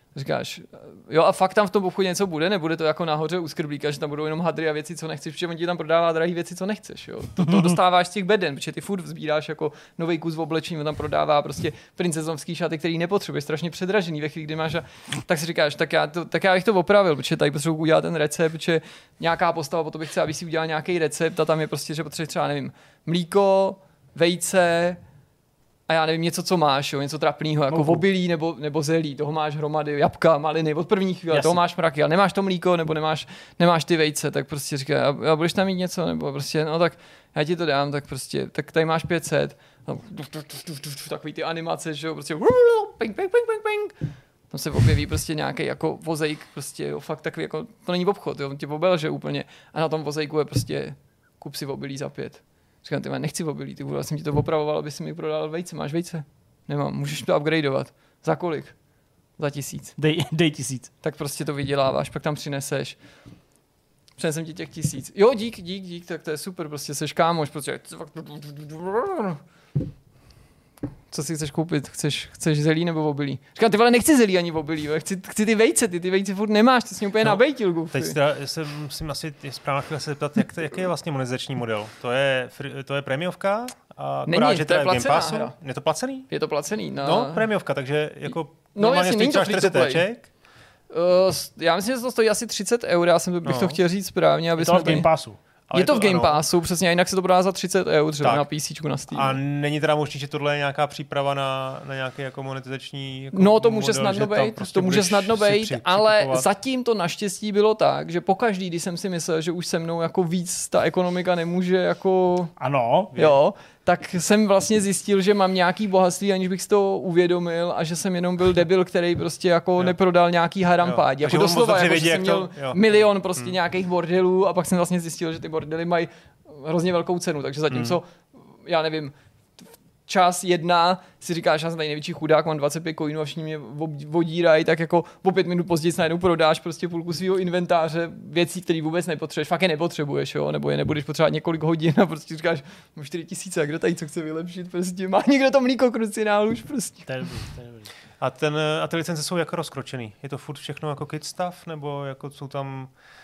Říkáš, jo a fakt tam v tom obchodě něco bude, nebude to jako nahoře u skrblíka, že tam budou jenom hadry a věci, co nechceš, protože on ti tam prodává drahé věci, co nechceš, jo. To, to dostáváš z těch beden, protože ty furt sbíráš jako nový kus v oblečení, on tam prodává prostě princezovský šaty, který nepotřebuješ, strašně předražený ve chvíli, kdy máš a tak si říkáš, tak já, to, tak já bych to opravil, protože tady potřebuji udělat ten recept, protože nějaká postava potom bych chce, aby si udělal nějaký recept a tam je prostě, že potřebuješ třeba, nevím, mlíko, vejce, a já nevím, něco, co máš, jo, něco trapného, jako Mouku. obilí nebo, nebo zelí, toho máš hromady, jabka, maliny, od první chvíle, Jasně. toho máš mraky, ale nemáš to mlíko, nebo nemáš, nemáš ty vejce, tak prostě říká, a, a budeš tam mít něco, nebo prostě, no tak já ti to dám, tak prostě, tak tady máš pět set, no, takový ty animace, že jo, prostě, ping, ping, ping, ping, ping. Tam se objeví prostě nějaký jako vozejk, prostě, jo, fakt takový, jako, to není obchod, jo, on tě obelže úplně, a na tom vozejku je prostě, kup si obilí za pět. Říkám, ty nechci obilí, ty vůle, jsem ti to opravoval, aby si mi prodal vejce. Máš vejce? Nemám, můžeš to upgradeovat. Za kolik? Za tisíc. Dej, dej tisíc. Tak prostě to vyděláváš, pak tam přineseš. Přinesem ti těch tisíc. Jo, dík, dík, dík, tak to je super, prostě seš kámoš, prostě. Co si chceš koupit? Chceš, chceš zelí nebo obilí? Říkám, ty vole, nechci zelí ani obilí, chci, chci ty vejce, ty, ty vejce furt nemáš, ty jsi mě úplně no, nabejtil, Goofy. Teď teda, se musím asi je správná chvíle se zeptat, jak to, jaký je vlastně monetizační model? To je, to je prémiovka? A není, akorát, že to je placená hra. Je to placený? Je to placený. Na... No, prémiovka, takže jako no, normálně jasně, stojí třeba není to čtyřicet éček. Uh, já myslím, že to stojí asi třicet eur, já jsem to, bych no. to chtěl říct správně. Aby je to v Game Passu. Ale je to v Game ano. Passu, přesně, a jinak se to prodá za třicet eur, třeba tak. Na PCčku, na Steam. A není teda možný, že tohle je nějaká příprava na, na nějaký jako monetizační jako no to může model, snadno být, prostě to může snadno být, při, ale zatím to naštěstí bylo tak, že pokaždý, když jsem si myslel, že už se mnou jako víc ta ekonomika nemůže jako... Ano. Jo, tak jsem vlastně zjistil, že mám nějaký bohatství, aniž bych si to uvědomil a že jsem jenom byl debil, který prostě jako jo. neprodal nějaký harampáď. Jako doslova, jako, že jsem měl to, milion prostě hmm. nějakých bordelů a pak jsem vlastně zjistil, že ty bordely mají hrozně velkou cenu, takže zatímco, hmm. já nevím, čas jedna si říkáš, já jsem tady největší chudák, mám dvacet pět coinů a všichni mě vodírají, tak jako po pět minut později najednou prodáš prostě půlku svého inventáře věcí, které vůbec nepotřebuješ, fakt je nepotřebuješ, jo, nebo je nebudeš potřebovat několik hodin a prostě říkáš, mám čtyři tisíce, a kdo tady co chce vylepšit, prostě má někdo to mlíko krucinál už prostě. To je dobrý, to je dobrý. A, ten, a ty licence jsou jako rozkročený? Je to furt všechno jako kid stuff, nebo jako jsou tam...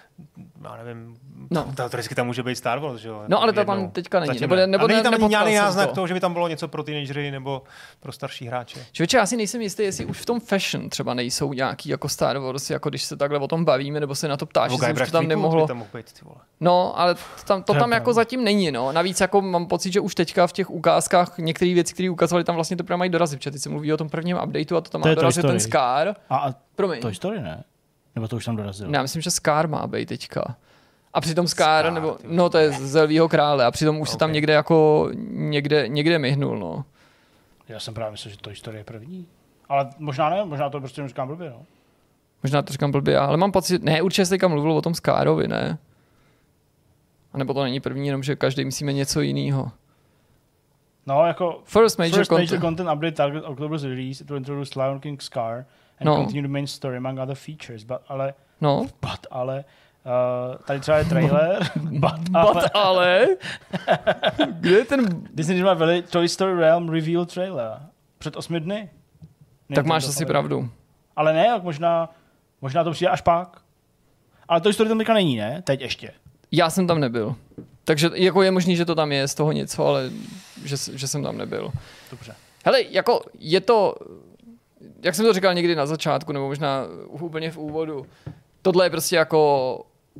Já nevím, no. teoreticky tam může být Star Wars, že jo? No, ale to tam teďka není. Nebo, nebo, nebo a není tam ne, žádný náznak toho, že by tam bylo něco pro teenagery nebo pro starší hráče. Člověče, já si nejsem jistý, jestli už v tom fashion třeba nejsou nějaký jako Star Wars, jako když se takhle o tom bavíme, nebo se na to ptáš, že už to tam nemohlo. Tam být, ty vole. No, ale to tam, to tam jako zatím není, no. Navíc jako mám pocit, že už teďka v těch ukázkách některé věci, které ukazovali, tam vlastně to právě mají dorazit, protože teď se mluví o tom prvním updateu a to tam má dorazit ten Scar. A, a Promiň. Toy Story ne? Nebo to už tam dorazilo? Já myslím, že Scar má být teďka. A přitom Scar, Scar nebo, no to je z Elvího krále, a přitom už okay. se tam někde jako, někde, někde myhnul, no. Já jsem právě myslel, že Toy Story je první. Ale možná ne, možná to prostě říkám blbě, no. Možná to říkám blbě, ale mám pocit, ne, určitě jsi teďka mluvil o tom Scarovi, ne? A nebo to není první, jenom že každý myslíme něco jiného. No, jako First Major, first content. major content update target October's release, it will introduce Lion King Scar and no. continue the main story among other features, but ale, no. but ale, Uh, tady třeba je trailer. but, but ale. Kde je ten... Disney má veli Toy Story Realm reveal trailer. Před osmi dny. Tak Nejde máš to, asi ale... pravdu. Ale ne, jak možná, možná to přijde až pak. Ale Toy Story tam teďka není, ne? Teď ještě. Já jsem tam nebyl. Takže jako je možný, že to tam je z toho něco, ale že, že jsem tam nebyl. Dobře. Hele, jako je to, jak jsem to říkal někdy na začátku, nebo možná úplně v úvodu, tohle je prostě jako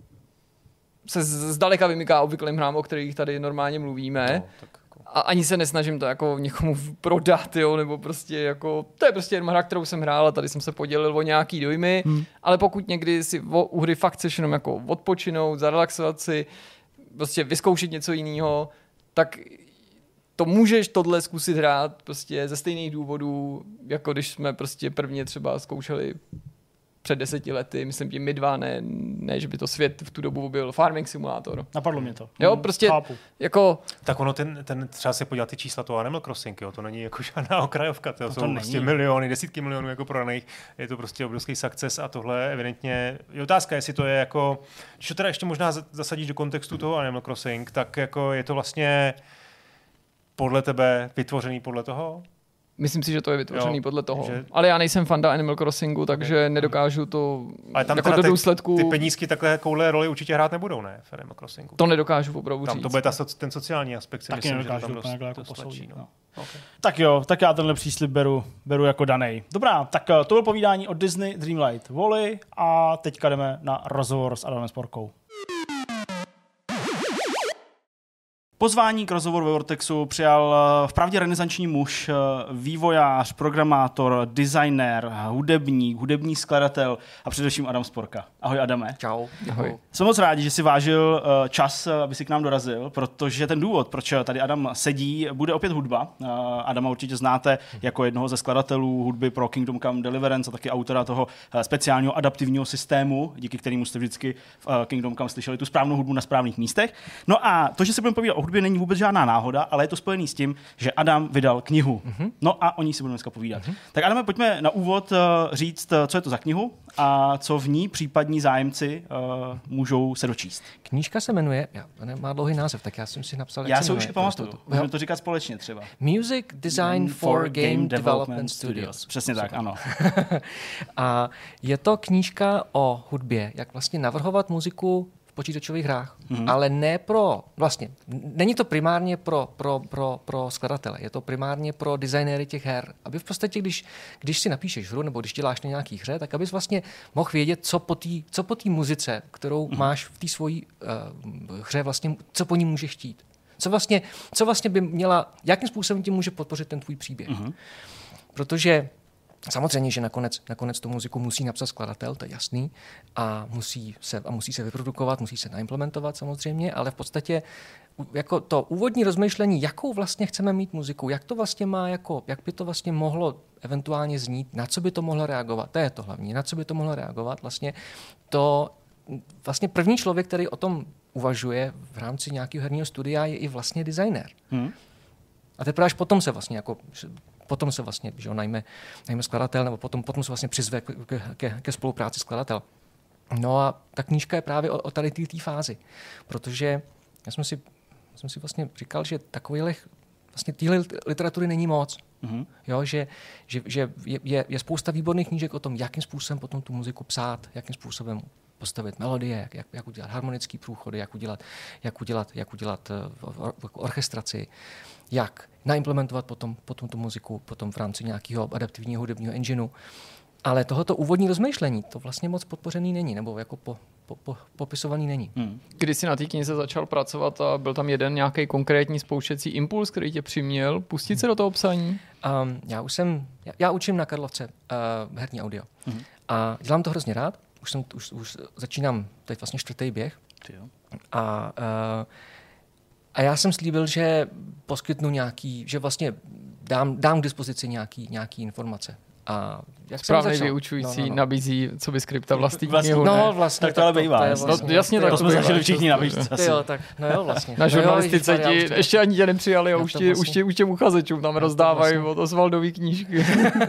se zdaleka vymyká obvyklým hrám, o kterých tady normálně mluvíme. No, tak jako. A ani se nesnažím to jako někomu prodat, jo, nebo prostě jako, to je prostě jenom hra, kterou jsem hrál a tady jsem se podělil o nějaký dojmy, hmm. ale pokud někdy si o, u hry fakt chceš jenom jako odpočinout, zarelaxovat si, prostě vyzkoušet něco jiného, tak to můžeš tohle zkusit hrát prostě ze stejných důvodů, jako když jsme prostě prvně třeba zkoušeli před deseti lety, myslím tím my dva, ne, ne, že by to svět v tu dobu byl farming simulátor. Napadlo mě to. Jo, prostě Chápu. jako... Tak ono, ten, ten třeba se podívat ty čísla toho Animal Crossing, jo, to není jako žádná okrajovka, to, to jsou není. prostě miliony, desítky milionů jako prodaných, je to prostě obrovský success a tohle evidentně, je otázka, jestli to je jako, když to teda ještě možná zasadíš do kontextu toho Animal Crossing, tak jako je to vlastně podle tebe vytvořený podle toho? Myslím si, že to je vytvořený Jo, podle toho. že- Ale já nejsem fanda Animal Crossingu, takže nedokážu to Ale tam jako teda do ty, důsledku... ty penízky takhle koule roli určitě hrát nebudou, ne? V Animal Crossingu. To nedokážu opravdu Tam říct. to bude ta, soc- ten sociální aspekt, si Taky myslím, že to nedokážu tam úplně dost, jako dost posoudit, tlačí, no. no. Okay. Tak jo, tak já tenhle příslib beru, beru jako danej. Dobrá, tak to bylo povídání o Disney Dreamlight Valley a teďka jdeme na rozhovor s Adamem Sporkou. Pozvání k rozhovoru ve Vortexu přijal vpravdě renesanční muž, vývojář, programátor, designér, hudebník, hudební skladatel a především Adam Sporka. Ahoj Adame. Čau. Ahoj. Jsem moc rádi, že si vážil čas, aby si k nám dorazil, protože ten důvod, proč tady Adam sedí, bude opět hudba. Adama určitě znáte jako jednoho ze skladatelů hudby pro Kingdom Come Deliverance a taky autora toho speciálního adaptivního systému, díky kterému jste vždycky v Kingdom Come slyšeli tu správnou hudbu na správných místech. No a to, že se budeme povídat o hudbě, není vůbec žádná náhoda, ale je to spojený s tím, že Adam vydal knihu. Mm-hmm. No a o ní si budeme dneska povídat. Mm-hmm. Tak Adame, pojďme na úvod uh, říct, co je to za knihu a co v ní případní zájemci uh, můžou se dočíst. Knížka se jmenuje, já, má dlouhý název, tak já jsem si napsal, jak Já se se už jmenuje, i pamatuju. to- to- Můžeme jo. to říkat společně třeba. Music Design for Game Development Studios. Přesně tak, ano. A je to knížka o hudbě, jak vlastně navrhovat muziku v počítačových hrách, mm-hmm. ale ne pro, vlastně, není to primárně pro, pro, pro, pro skladatele, je to primárně pro designéry těch her, aby v podstatě, když, když si napíšeš hru nebo když děláš na nějaký hře, tak abys vlastně mohl vědět, co po té co po té muzice, kterou mm-hmm. máš v té svojí uh, hře, vlastně, co po ní můžeš chtít. Co vlastně, co vlastně by měla, jakým způsobem tě může podpořit ten tvůj příběh. Mm-hmm. Protože samozřejmě, že nakonec, nakonec tu muziku musí napsat skladatel, to je jasný, a musí se, a musí se vyprodukovat, musí se naimplementovat samozřejmě, ale v podstatě jako to úvodní rozmýšlení, jakou vlastně chceme mít muziku, jak to vlastně má, jako, jak by to vlastně mohlo eventuálně znít, na co by to mohlo reagovat, to je to hlavní, na co by to mohlo reagovat, vlastně to vlastně první člověk, který o tom uvažuje v rámci nějakého herního studia, je i vlastně designér. Hmm. A teprve až potom se vlastně jako potom se vlastně, že jo, najme, najme skladatel, nebo potom, potom se vlastně přizve ke, ke, ke spolupráci skladatel. No a ta knížka je právě o, o tady té fázi, protože já jsem si, jsem si vlastně říkal, že takovýhle, vlastně téhle literatury není moc. Mm-hmm. Jo, že, že, že je, je spousta výborných knížek o tom, jakým způsobem potom tu muziku psát, jakým způsobem postavit melodie, jak, jak, jak udělat harmonické průchody, jak udělat, jak udělat, jak udělat uh, orchestraci, jak naimplementovat potom, potom tu muziku potom v rámci nějakého adaptivního hudebního engineu. Ale tohoto úvodní rozmýšlení to vlastně moc podpořený není, nebo jako po, po, po, popisovaný není. Hmm. Když jsi na té knize začal pracovat a byl tam jeden nějaký konkrétní spouštěcí impuls, který tě přiměl pustit se do toho psání? Um, já už jsem, já, já učím na Karlovce uh, herní audio. Hmm. A dělám to hrozně rád. Už, jsem, už, už začínám teď vlastně čtvrtý běh. A uh, A já jsem slíbil, že poskytnu nějaký, že vlastně dám, dám k dispozici nějaký, nějaký informace. A jak správný vyučující no, no, no. nabízí, co by skripta vlastní vlastně, knihu. No, vlastně. Tak to ale bývá. Vlastně, no, jasně, tak to jsme zažili všichni na výšce. Jo, tak, no jo, vlastně. Na žurnalistice no jo, ti ještě ani tě nepřijali a už, tě, vlastně, už, tě, už těm uchazečům tam rozdávají vlastně od Osvaldový knížky.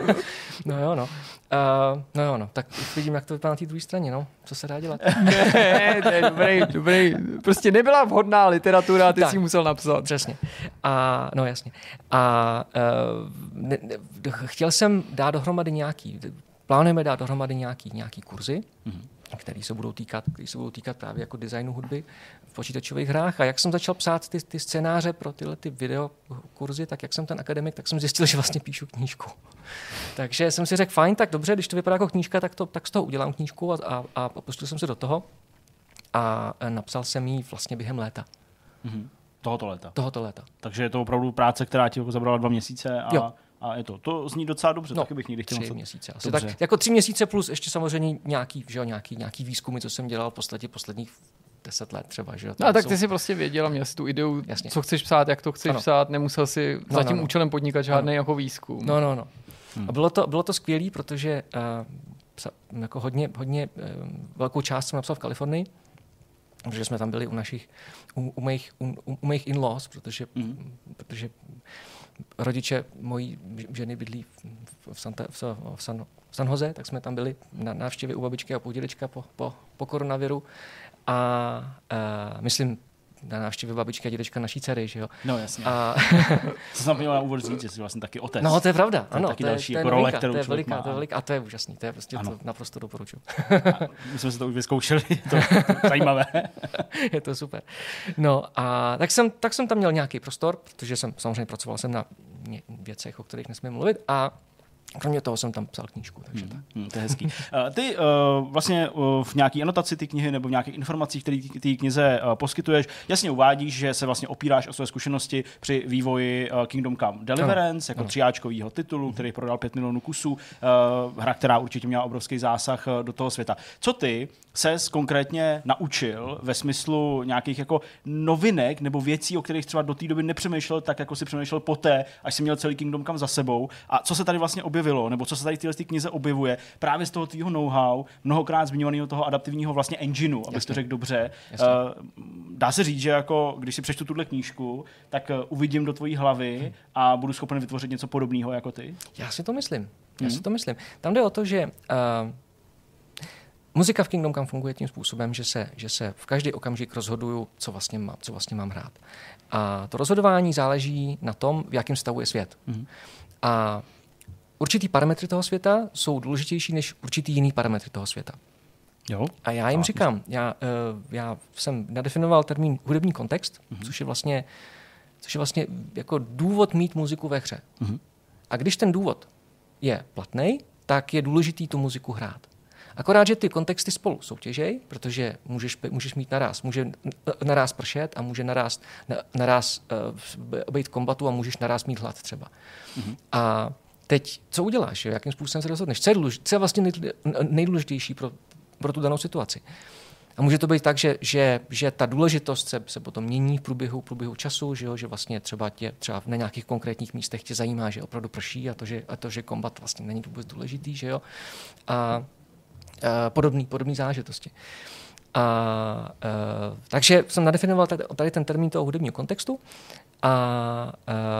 No jo, no. Uh, no jo, no, tak vidím, jak to vypadá na té druhé straně, no. Co se dá dělat? Ne, to je dobrý, dobrý. Prostě nebyla vhodná literatura, ty tak, si ji musel napsat. Přesně. A, no jasně. A uh, ne, ne, chtěl jsem dát dohromady nějaký, plánujeme dát dohromady nějaký, nějaký kurzy, mm-hmm. který se budou týkat, který se budou týkat právě jako designu hudby v počítačových hrách. A jak jsem začal psát ty, ty scénáře pro tyhle ty videokurzy, tak jak jsem ten akademik, tak jsem zjistil, že vlastně píšu knížku. Takže jsem si řekl, fajn, tak dobře, když to vypadá jako knížka, tak, to, tak z toho udělám knížku a, a, a pustil jsem se do toho a napsal jsem ji vlastně během léta. Mm-hmm. Tohoto léta. Tohoto léta. Takže je to opravdu práce, která ti zabrala dva měsíce a, jo. a je to. To zní docela dobře, no, taky bych někdy chtěl. Tři měsíce asi. Tak jako tři měsíce plus ještě samozřejmě nějaký, že jo, nějaký, nějaký výzkumy, co jsem dělal v podstatě posledních deset let třeba. Že jo, no, tak ty jsou... si prostě věděl a měl jsi tu ideu, jasně. Co chceš psát, jak to chceš ano. psát, nemusel si no, za tím no, no. účelem podnikat žádný jako výzkum. No, no, no. Hmm. A bylo to, bylo to skvělé, protože uh, jako hodně, hodně uh, velkou část jsem napsal v Kalifornii, protože jsme tam byli u našich, u, u mých, u, u mých in-laws, protože, hmm. protože rodiče mojí ženy bydlí v, Santa, v, v, San, v San Jose, tak jsme tam byli na návštěvě u babičky a u dědečka po, po, po koronaviru a uh, myslím na návštěvě babičky a dědečka naší dcery, že jo. No jasně. A to jsem měl na úvod říct, že jsi vlastně taky otec. no, to je pravda, to je ano. taky To je, další to je jako role, novinka, kterou to je člověk veliká, má. to je veliká, a to je úžasný, to je prostě Ano. to naprosto doporučuji. My jsme se to už vyzkoušeli, to je zajímavé. Je to super. No a tak jsem, tak jsem tam měl nějaký prostor, protože jsem samozřejmě pracoval jsem na ně- věcech, o kterých nesmím mluvit a kromě toho jsem tam psal knížku, takže Hmm. tak. Hmm, to je hezký. Uh, ty uh, vlastně uh, v nějaké anotaci ty knihy nebo v nějakých informacích, které ty, ty knize uh, poskytuješ, jasně uvádíš, že se vlastně opíráš o své zkušenosti při vývoji uh, Kingdom Come Deliverance, ano, jako ano. tříáčkovýho titulu, který prodal pět milionů kusů, uh, hra, která určitě měla obrovský zásah uh, do toho světa. Co ty ses konkrétně naučil ve smyslu nějakých jako novinek nebo věcí, o kterých třeba do té doby nepřemýšlel tak, jako si přemýšlel poté, až jsi měl celý Kingdom Come za sebou, a co se tady vlastně objevilo, nebo co se tady v téhle knize objevuje právě z toho tvýho know-how, mnohokrát zmiňovaného toho adaptivního vlastně engineu, abych to řekl dobře. Uh, dá se říct, že jako když si přečtu tuhle knížku, tak uh, uvidím do tvojí hlavy hmm. a budu schopen vytvořit něco podobného jako ty? Já si to myslím. Já Hmm. si to myslím. Tam jde o to, že uh, muzika v Kingdom Come funguje tím způsobem, že se, že se v každý okamžik rozhoduju, co vlastně mám, co vlastně mám hrát. A to rozhodování záleží na tom, v jakém stavu je svět. Hmm. A určitý parametry toho světa jsou důležitější než určitý jiný parametry toho světa. Jo. A já jim říkám, já, uh, já jsem nadefinoval termín hudební kontext, mm-hmm. což je vlastně, což je vlastně jako důvod mít muziku ve hře. Mm-hmm. A když ten důvod je platný, tak je důležitý tu muziku hrát. Akorát, že ty kontexty spolu soutěžej, protože můžeš, můžeš mít naráz, může naráz pršet a může naráz, naráz uh, být kombatu a můžeš naráz mít hlad třeba. Mm-hmm. A teď, co uděláš? Jo? Jakým způsobem se rozhodneš? Co je, důlež, co je vlastně nejdůležitější pro, pro tu danou situaci? A může to být tak, že, že, že ta důležitost se, se potom mění v průběhu, průběhu času, že, jo? Že vlastně třeba, tě, třeba na nějakých konkrétních místech tě zajímá, že opravdu prší a to, že, a to, že kombat vlastně není vůbec důležitý. Že jo? A, a podobný, podobný záležitosti. A, a, takže jsem nadefinoval tady, tady ten termín toho hudebního kontextu a, a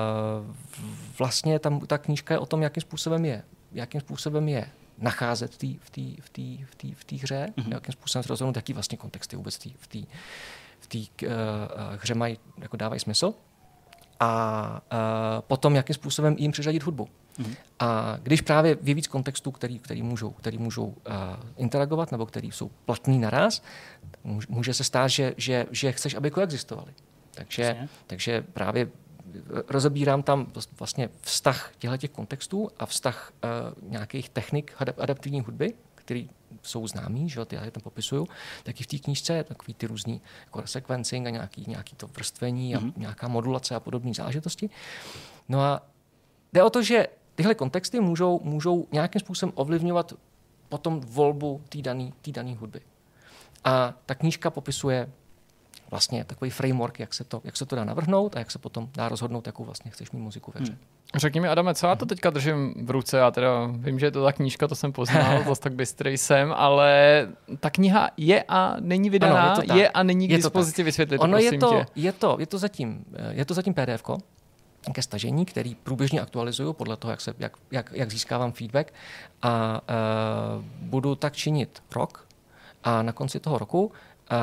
vlastně tam ta knížka je o tom, jakým způsobem je, jakým způsobem je nacházet v té v té v té v té v té hře, mm-hmm. jakým způsobem se rozhodnout, jaký vlastně kontexty vůbec tý, v té v té uh, hře mají, jako dávají smysl. A uh, potom, jakým způsobem jim přiřadit hudbu. Mm-hmm. A když právě je víc kontextů, který, který můžou, který můžou uh, interagovat nebo který jsou platný naraz, může se stát, že, že, že chceš, aby koexistovali. Takže, takže právě rozebírám tam vlastně vztah těchto kontextů a vztah uh, nějakých technik adaptivní hudby, které jsou známý, že já je tam popisuju, taky v té knížce takový ty různý jako sequencing a nějaký, nějaký to vrstvení a mm-hmm. nějaká modulace a podobné záležitosti. No a jde o to, že tyhle kontexty můžou, můžou nějakým způsobem ovlivňovat potom volbu té dané hudby. A ta knížka popisuje vlastně takový framework, jak se, to, jak se to dá navrhnout a jak se potom dá rozhodnout, jakou vlastně chceš mít muziku ve hře. Hmm. Řekni mi, Adame, co já to teďka držím v ruce? Já teda vím, že je to ta knížka, to jsem poznal, zase tak bystrý jsem, ale ta kniha je a není vydaná, ano, je, je a není k dispozici, vysvětlit ono to, je to, tě. je to, je to zatím, je to zatím P D F ko ke stažení, který průběžně aktualizuju podle toho, jak, se, jak, jak, jak získávám feedback a uh, budu tak činit rok a na konci toho roku uh,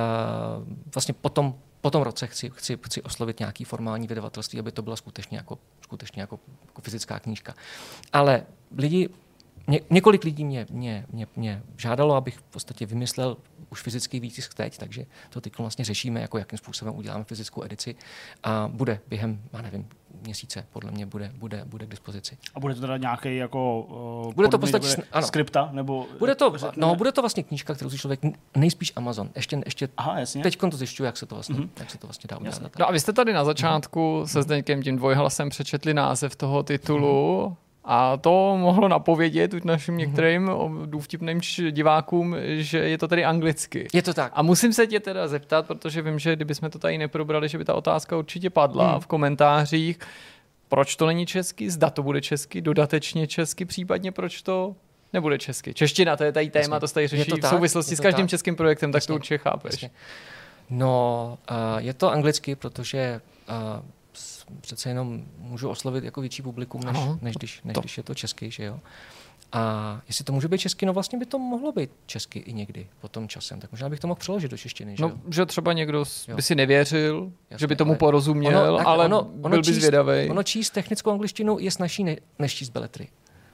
vlastně potom po tom roce chci, chci, chci oslovit nějaký formální vydavatelství, aby to byla skutečně jako, skutečně jako, jako fyzická knížka. Ale lidi, ně, několik lidí mě, mě, mě, mě žádalo, abych v podstatě vymyslel už fyzický výtisk teď, takže to teď vlastně řešíme, jako jakým způsobem uděláme fyzickou edici a bude během, já nevím, měsíce, podle mě bude, bude, bude k dispozici. A bude to teda nějaký jako uh, bude to podstatě, ano. skripta? Nebo, bude, to, no, bude to vlastně knížka, kterou si člověk nejspíš Amazon. Ještě, ještě teď to zjišťuji, jak se to vlastně, mm-hmm. jak se to vlastně dá udělat. No a vy jste tady na začátku mm-hmm. se Zdeňkem tím dvojhlasem přečetli název toho titulu mm-hmm. a to mohlo napovědět už našim některým mm-hmm. důvtipným divákům, že je to tady anglicky. Je to tak. A musím se tě teda zeptat, protože vím, že kdybychom to tady neprobrali, že by ta otázka určitě padla mm. v komentářích. Proč to není česky? Zda to bude česky, dodatečně česky, případně proč to nebude česky? Čeština, to je tady téma, to se tady řeší v souvislosti s každým tak. českým projektem, tak Jasně. to určitě chápeš. Jasně. No, uh, je to anglicky, protože uh, přece jenom můžu oslovit jako větší publikum, než, než, když, než když je to česky, že jo. A jestli to může být česky, no vlastně by to mohlo být česky i někdy potom časem, tak možná bych to mohl přeložit do češtiny. Že, no, že třeba někdo by si nevěřil, jasně, že by tomu ale porozuměl, ono, tak, ale ono, byl ono by číst, zvědavej. Ono číst technickou angličtinu je snazší ne, než číst beletry.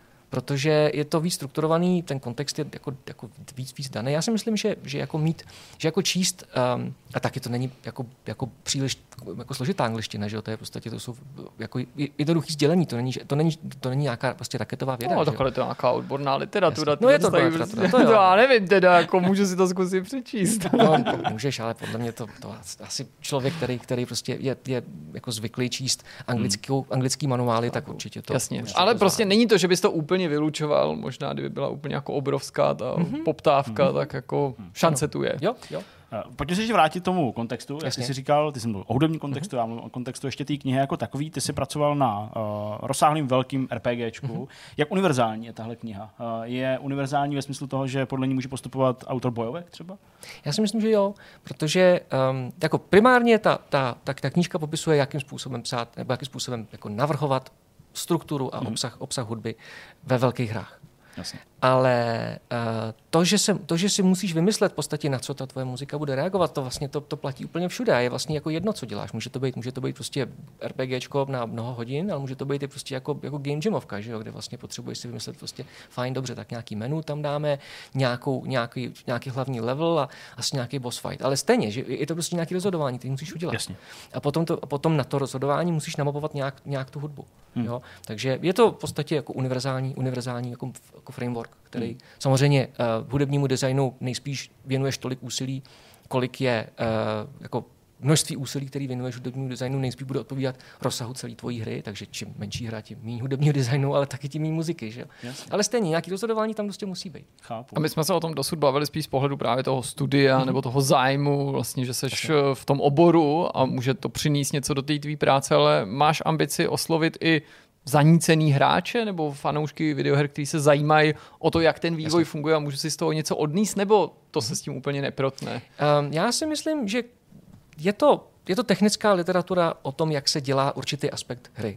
Protože je to víc strukturovaný, ten kontext je jako, jako víc, víc daný. Já si myslím, že, že jako mít, že jako číst, um, a taky to není jako, jako příliš jako složitá angličtina, že jo, to je v podstatě, to jsou jako jednoduchý sdělení, to není, to není, to není nějaká prostě raketová věda. No, takhle to je nějaká odborná literatura. No je to odborná literatura, to jo. Já nevím teda, jako můžu si to zkusit přečíst. No, můžeš, ale podle mě to, to asi člověk, který, který prostě je, je jako zvyklý číst anglickou, anglický manuály, tak určitě to. Jasně, určitě ale to prostě zvládne. není to, že bys to úplně vylučoval, možná kdyby byla úplně jako obrovská ta mm-hmm. poptávka, mm-hmm. tak jako šance tu je. Jo, jo. Pojďme se ještě vrátit tomu kontextu. Jak Jasně. jsi říkal, ty jsi mluvil o hudebním kontextu, mm-hmm. já mluvím o kontextu ještě té knihy jako takový. Ty jsi pracoval na uh, rozsáhlým velkým RPGčku. Mm-hmm. Jak univerzální je tahle kniha? Uh, je univerzální ve smyslu toho, že podle ní může postupovat autor bojovek třeba? Já si myslím, že jo, protože um, jako primárně ta, ta, ta, ta knížka popisuje, jakým způsobem psát, nebo jakým způsobem jako navrhovat strukturu a mm-hmm. obsah, obsah hudby ve velkých hrách. Jasně. Ale uh, to, že se, to, že si musíš vymyslet v podstatě, na co ta tvoje muzika bude reagovat, to vlastně to, to platí úplně všude. A je vlastně jako jedno, co děláš. Může to být, může to být prostě RPGčko na mnoho hodin, ale může to být i prostě jako, jako game jamovka, že jo, kde vlastně potřebuješ si vymyslet prostě fajn, dobře, tak nějaký menu tam dáme, nějakou, nějaký, nějaký hlavní level a asi nějaký boss fight. Ale stejně, že je to prostě nějaké rozhodování, ty musíš udělat. Jasně. A potom, to, a potom na to rozhodování musíš namapovat nějak, nějak tu hudbu. Hmm. Jo? Takže je to v podstatě jako univerzální, univerzální jako, jako framework, který hmm. samozřejmě uh, hudebnímu designu nejspíš věnuješ tolik úsilí, kolik je uh, jako množství úsilí, který věnuješ hudebnímu designu, nejspíš bude odpovídat rozsahu celé tvojí hry, takže čím menší hra, tím méně hudebního designu, ale taky tím méně muziky. Že? Ale stejně, nějaký rozhodování tam prostě musí být. Chápu. A my jsme se o tom dosud bavili spíš z pohledu právě toho studia mm-hmm. nebo toho zájmu, vlastně, že seš Jasně. v tom oboru a může to přinést něco do té tvý práce, ale máš ambici oslovit i zanícený hráče nebo fanoušky videoher, kteří se zajímají o to, jak ten vývoj Jasně. funguje a můžu si z toho něco odníst, nebo to se s tím úplně neprotne? Um, já si myslím, že je to, je to technická literatura o tom, jak se dělá určitý aspekt hry.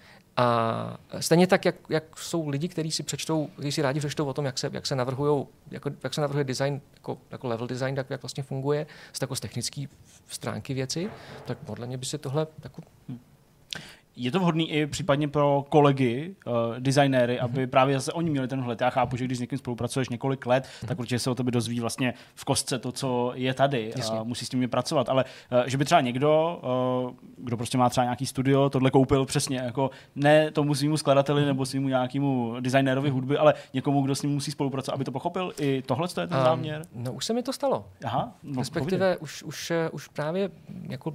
A stejně tak, jak, jak jsou lidi, kteří si přečtou, kteří si rádi přečtou o tom, jak se, jak se navrhujou, jako, jak se navrhuje design, jako, jako level design, tak jak vlastně funguje z, jako z technické stránky věci, tak podle mě by se tohle jako, hmm. Je to vhodný i případně pro kolegy, uh, designéry, mm-hmm. aby právě zase oni měli ten vhled. Já chápu, že když s někým spolupracuješ několik let, mm-hmm. tak určitě se o tobě dozví vlastně v kostce to, co je tady. A musí s tím pracovat. Ale uh, že by třeba někdo, uh, kdo prostě má třeba nějaký studio, tohle koupil přesně jako ne tomu svýmu skladateli mm-hmm. nebo svýmu nějakému designérovi hudby, ale někomu, kdo s ním musí spolupracovat, aby to pochopil. I tohle to je ten um, záměr? No už se mi to stalo. Aha. No, respektive už, už, už právě jako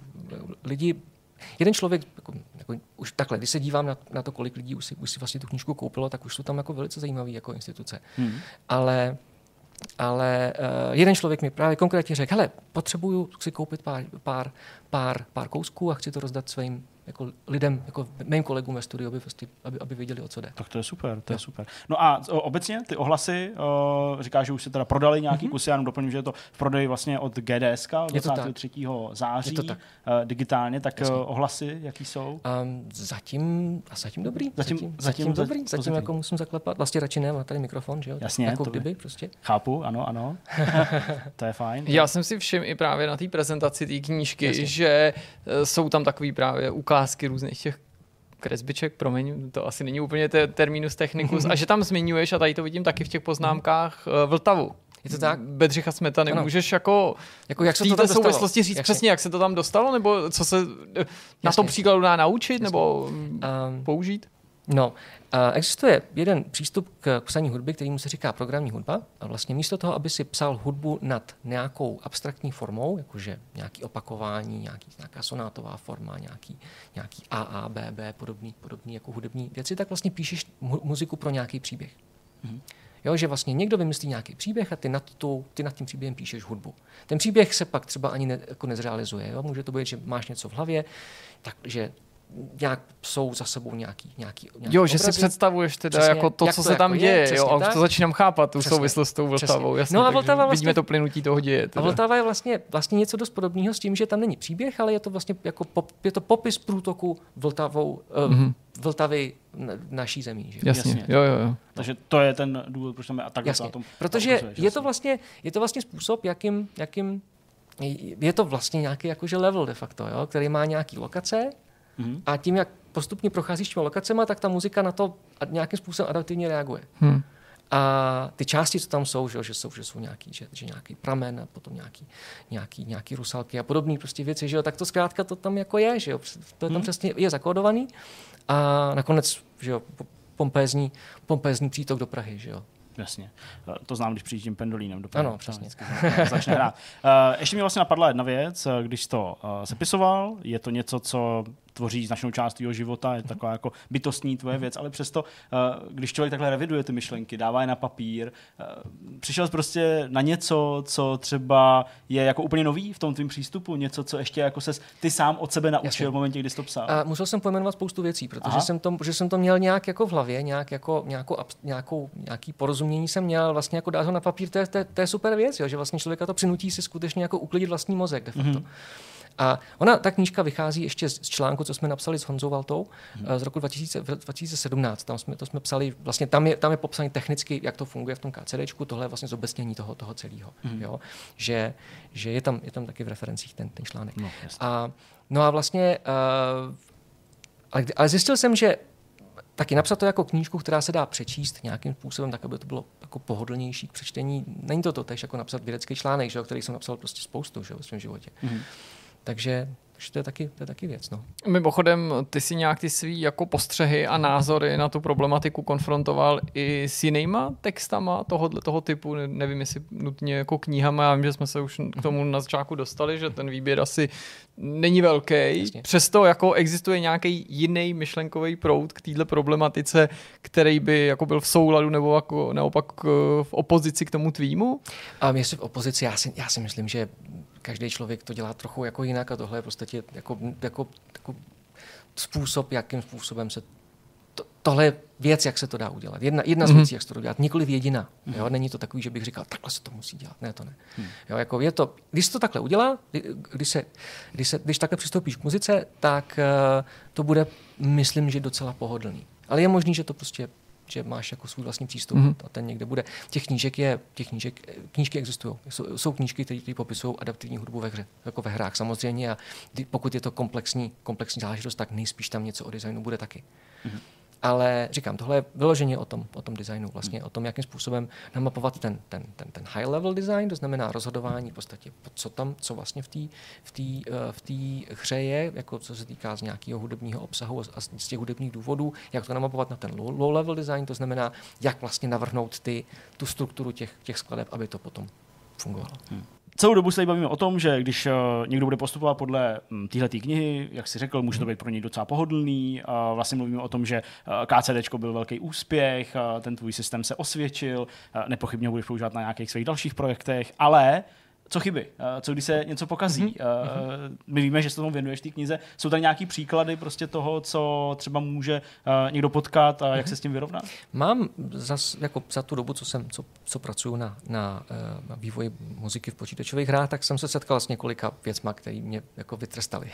lidi jeden člověk, jako, jako, už takhle, když se dívám na, na to, kolik lidí už si, už si vlastně tu knížku koupilo, tak už jsou tam jako velice zajímavý jako instituce. Hmm. Ale, ale uh, jeden člověk mi právě konkrétně řekl, hele, potřebuju si koupit pár, pár, pár, pár kousků a chci to rozdat svým jako lidem, jako mým kolegům ve studiu, aby, aby, aby věděli, o co jde. Tak to je super, to je super. No a o, obecně ty ohlasy, uh, říkáš, že už se teda prodali nějaký mm-hmm. kusy, já jenom doplním, že je to v prodeji vlastně od G D S K dvacátého třetího září uh, digitálně, tak uh, ohlasy, jaký jsou? Um, zatím, a zatím dobrý. Zatím, zatím, zatím, zatím dobrý. Zatím pozitivní. Jako musím zaklepat. Vlastně radši ne, má tady mikrofon, že jo? Jasně. Jako to kdyby prostě. Chápu, ano, ano. To je fajn. Já jsem si všiml i právě na té prezentaci té knížky, Jasně. že uh, jsou tam takový právě ukázky různých těch kresbiček, promiň, to asi není úplně te- terminus technicus, a že tam zmiňuješ, a tady to vidím taky v těch poznámkách, uh, Vltavu. Je to tak? Bedřicha Smetany. Ano. Můžeš jako, jako jak v této souvislosti říct jak přesně, se... jak se to tam dostalo, nebo co se Jasně. na tom příkladu dá naučit, Jasně. nebo um, použít? No, uh, existuje jeden přístup k psaní hudby, kterýmu se říká programní hudba. A vlastně místo toho, aby si psal hudbu nad nějakou abstraktní formou, jakože nějaký opakování, nějaký, nějaká sonátová forma, nějaký, nějaký A A, B B, podobný, podobný jako hudební věci, tak vlastně píšeš mu- muziku pro nějaký příběh. Mm-hmm. Jo, že vlastně někdo vymyslí nějaký příběh a ty nad, tu, ty nad tím příběhem píšeš hudbu. Ten příběh se pak třeba ani ne, jako nezrealizuje. Jo? Může to být, že máš něco v hlavě, takže nějak jsou za sebou nějaký, nějaký, nějaký Jo, obrazy. že si představuješ teda Přesně, jako to, jak co to se jako tam je, děje, jo, a tak. to začínám chápat, tu Přesně, souvislost s tou Vltavou, jasně, no a Vltava vlastně, vidíme to plynutí toho děje. Teda. A Vltava je vlastně, vlastně něco dost podobného s tím, že tam není příběh, ale je to vlastně jako pop, je to popis průtoku Vltavou, mm-hmm. Vltavy naší zemí. Že? Jasně. Jasně. Jo, jo, jo. Takže to je ten důvod, proč tam je a takhle Jasně. na tom. Protože je to, vlastně, je to vlastně způsob, jakým, jakým je to vlastně nějaký jakože level de facto, jo? Který má nějaký lokace mm-hmm. a tím, jak postupně procházíš těmi lokacemi, tak ta muzika na to nějakým způsobem adaptivně reaguje. Hmm. A ty části, co tam jsou, že, že jsou, že jsou nějaký, že, že nějaký pramen a potom nějaký, nějaký, nějaký rusalky a podobné prostě věci, že jo, tak to zkrátka to tam jako je, že jo, to tam hmm. přesně je zakódovaný a nakonec, že jo, pompézní, pompézní přítok do Prahy, že jo. Jasně. To znám, když přijíždím pendolínem do Prahy. Ano, přesně. Začne hrát. Ještě mi vlastně napadla jedna věc, když to sepisoval, je to něco, co tvoří značnou část tvýho života, je taková jako bytostní tvoje věc, ale přesto, když člověk takhle reviduje ty myšlenky, dává je na papír, přišel jsi prostě na něco, co třeba je jako úplně nový v tom tvým přístupu, něco, co ještě jako ses ty sám od sebe naučil Jasně. v momentě, kdy jsi to psal. A musel jsem pojmenovat spoustu věcí, protože jsem to, že jsem to měl nějak jako v hlavě, nějak jako, nějakou, nějakou, nějaký porozumění jsem měl, vlastně jako dát ho na papír, to je, to je, to je super věc, jo, že vlastně člověka to přinutí si skutečně jako uklidit vlastní mozek de facto. Mm-hmm. A ona, ta knížka vychází ještě z článku, co jsme napsali s Honzou Valtou hmm. z roku dva tisíce sedmnáct. Tam jsme, to jsme psali, vlastně tam je, tam je popsaný technicky, jak to funguje v tom KCDčku, tohle je vlastně zobecnění toho, toho celého. Hmm. Jo? Že, že je, tam, je tam taky v referencích ten, ten článek. No, a, no a vlastně, uh, ale, ale zjistil jsem, že taky napsat to jako knížku, která se dá přečíst nějakým způsobem, tak aby to bylo jako pohodlnější k přečtení. Není to to tež jako napsat vědecký článek, že, který jsem napsal prostě spoustu, že, ve svém životě. Hmm. Takže, takže to, je taky, to je taky věc. No. Mimochodem, ty si nějak ty svý jako postřehy a názory na tu problematiku konfrontoval i s jinýma textama tohohle toho typu, nevím, jestli nutně jako knihama, já vím, že jsme se už k tomu na začátku dostali, že ten výběr asi není velký. Jasně. Přesto jako existuje nějaký jiný myšlenkový proud k téhle problematice, který by jako byl v souladu nebo jako naopak v opozici k tomu tvýmu? A jestli v opozici, já si, já si myslím, že každý člověk to dělá trochu jako jinak a tohle je prostě jako, jako, jako způsob, jakým způsobem se to, tohle je věc, jak se to dá udělat. Jedna, jedna z věcí, jak se to dá udělat, nikoliv jediná. Jo? Není to takový, že bych říkal, takhle se to musí dělat. Ne, to ne. Jo, jako je to, když se to takhle udělá, když, se, když, se, když takhle přistoupíš k muzice, tak uh, to bude, myslím, že docela pohodlný. Ale je možný, že to prostě že máš jako svůj vlastní přístup mm-hmm. a ten někde bude. Těch knížek je, těch knížek, knížky existují. Jsou, jsou knížky, které popisují adaptivní hudbu ve hře, jako ve hrách samozřejmě a pokud je to komplexní, komplexní záležitost, tak nejspíš tam něco o designu bude taky. Mm-hmm. Ale říkám, tohle je vyloženě o tom, o tom designu, vlastně o tom, jakým způsobem namapovat ten, ten, ten, ten high level design, to znamená rozhodování v podstatě, co tam, co vlastně v té v té, v té hře je, jako co se týká z nějakého hudebního obsahu a z těch hudebních důvodů, jak to namapovat na ten low, low level design, to znamená, jak vlastně navrhnout ty, tu strukturu těch, těch skladeb, aby to potom fungovalo. Hmm. Celou dobu se tady bavíme o tom, že když uh, někdo bude postupovat podle um, téhletý knihy, jak jsi řekl, může to být pro něj docela pohodlný. Uh, vlastně mluvíme o tom, že uh, KCDčko byl velký úspěch, uh, ten tvůj systém se osvědčil, uh, nepochybně ho budeš používat na nějakých svých dalších projektech, ale co chyby? Uh, co když se něco pokazí? Mm-hmm. Uh, my víme, že se tomu věnuješ té knize. Jsou tady nějaký příklady prostě toho, co třeba může uh, někdo potkat a mm-hmm. jak se s tím vyrovnat? Mám za, jako za tu dobu, co jsem, co, co pracuju na, na, na vývoji muziky v počítačových hrách, tak jsem se setkal s několika věcma, které mě jako vytrestaly.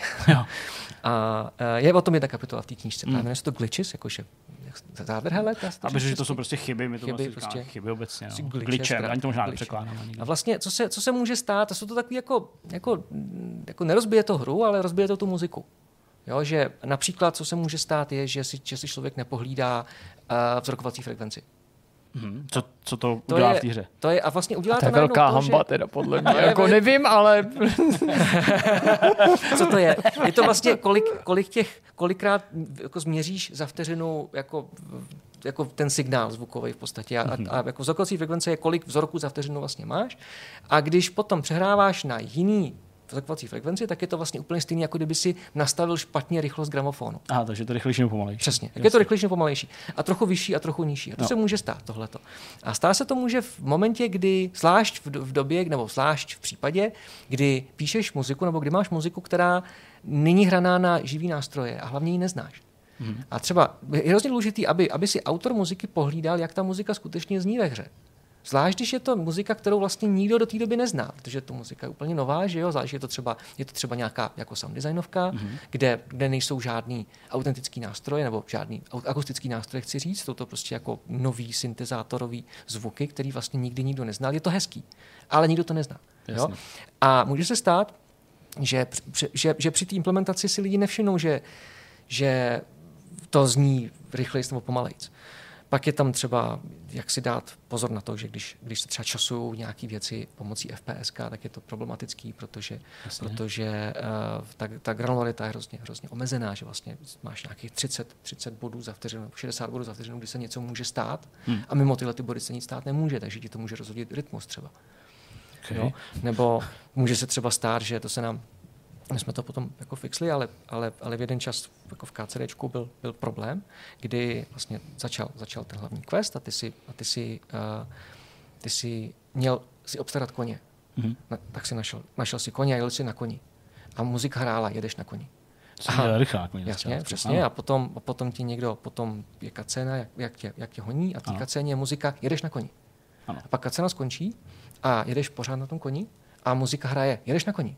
A uh, je o tom jedna kapitola v té knížce. Mm. Jmenuje se to glitches, jakože zádrhele. A protože že to jsou prostě chyby, my to chyby, vlastně prostě, chyby obecně. No. Glitchem, ani to možná nepřekládáme. A vlastně, co se, co se může stát, to jsou to takový jako, jako, jako nerozbije to hru, ale rozbije to tu muziku. Jo, že například, co se může stát, je, že si, že si člověk nepohlídá uh, vzorkovací frekvenci. Hmm. Co, co to, to udělá je, v té hře? To je, a vlastně udělá a to je velká to, hamba že... teda podle mě. Jako nevím, ale... Co to je? Je to vlastně, kolik, kolik těch, kolikrát jako změříš za vteřinu jako, jako ten signál zvukový v podstatě. A, a jako vzorkovací frekvence je, kolik vzorků za vteřinu vlastně máš. A když potom přehráváš na jiný vzorkovací frekvenci, tak je to vlastně úplně stejný, jako kdyby si nastavil špatně rychlost gramofonu. Aha, takže to rychlejší nebo pomalejší. Přesně. Jak je to rychlejší nebo pomalejší. A trochu vyšší a trochu nižší. A to no. se může stát, tohleto. A stá se to může v momentě, kdy, zvlášť v, v době, nebo zvlášť v případě, kdy píšeš muziku, nebo kdy máš muziku, která není hraná na živý nástroje a hlavně ji neznáš. Hmm. A třeba je hrozně důležitý, aby, aby si autor muziky pohlídal, jak ta muzika skutečně zní ve hře. Zvlášť, když je to muzika, kterou vlastně nikdo do té doby nezná, protože to muzika je úplně nová, že jo, zvlášť je to třeba, je to třeba nějaká jako sound designovka, mm-hmm. kde, kde nejsou žádný autentický nástroje nebo žádný akustický nástroj, chci říct, jsou to prostě jako nový syntezátorový zvuky, který vlastně nikdy nikdo neznal. Je to hezký, ale nikdo to nezná. Jo? A může se stát, že, že, že při té implementaci si lidi nevšimnou, že, že to zní rychlejc nebo pomalejc. Pak je tam třeba, jak si dát pozor na to, že když, když se třeba časují nějaké věci pomocí F P S K, tak je to problematický, protože, protože uh, ta, ta granularita je hrozně, hrozně omezená, že vlastně máš nějakých třicet, třicet bodů za vteřinu, šedesát bodů za vteřinu, kdy se něco může stát hmm. a mimo tyhle ty body se nic stát nemůže, takže ti to může rozhodit rytmus třeba. Okay. Jo? Nebo může se třeba stát, že to se nám my jsme to potom jako fixli, ale, ale, ale v jeden čas jako v KCDčku byl, byl problém, kdy vlastně začal, začal ten hlavní quest a ty si, a ty si, uh, ty si měl si obstarat koně. Mm-hmm. Na, tak si našel, našel si koně a jel si na koni. A muzika hrála, jedeš na koni. Aha, rychlá, jasně, přesně. A potom, a potom ti někdo, potom je kacéna, jak, jak, tě, jak tě honí a v té kacéně je muzika, jedeš na koni. Ano. A pak kacéna skončí a jedeš pořád na tom koni a muzika hraje, jedeš na koni.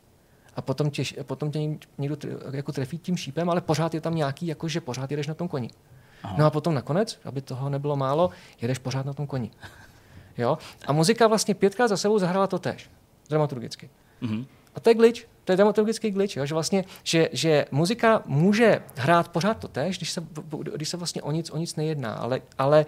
A potom tě, potom tě někdo jako trefí tím šípem, ale pořád je tam nějaký, jakože pořád jedeš na tom koni. Aha. No a potom nakonec, aby toho nebylo málo, jedeš pořád na tom koni. Jo? A muzika vlastně pětkrát za sebou zahrála to též, dramaturgicky. Mm-hmm. A to je glitch, to je dramaturgický glitch, jo? Že vlastně, že, že muzika může hrát pořád to též, když se, když se vlastně o nic, o nic nejedná, ale, ale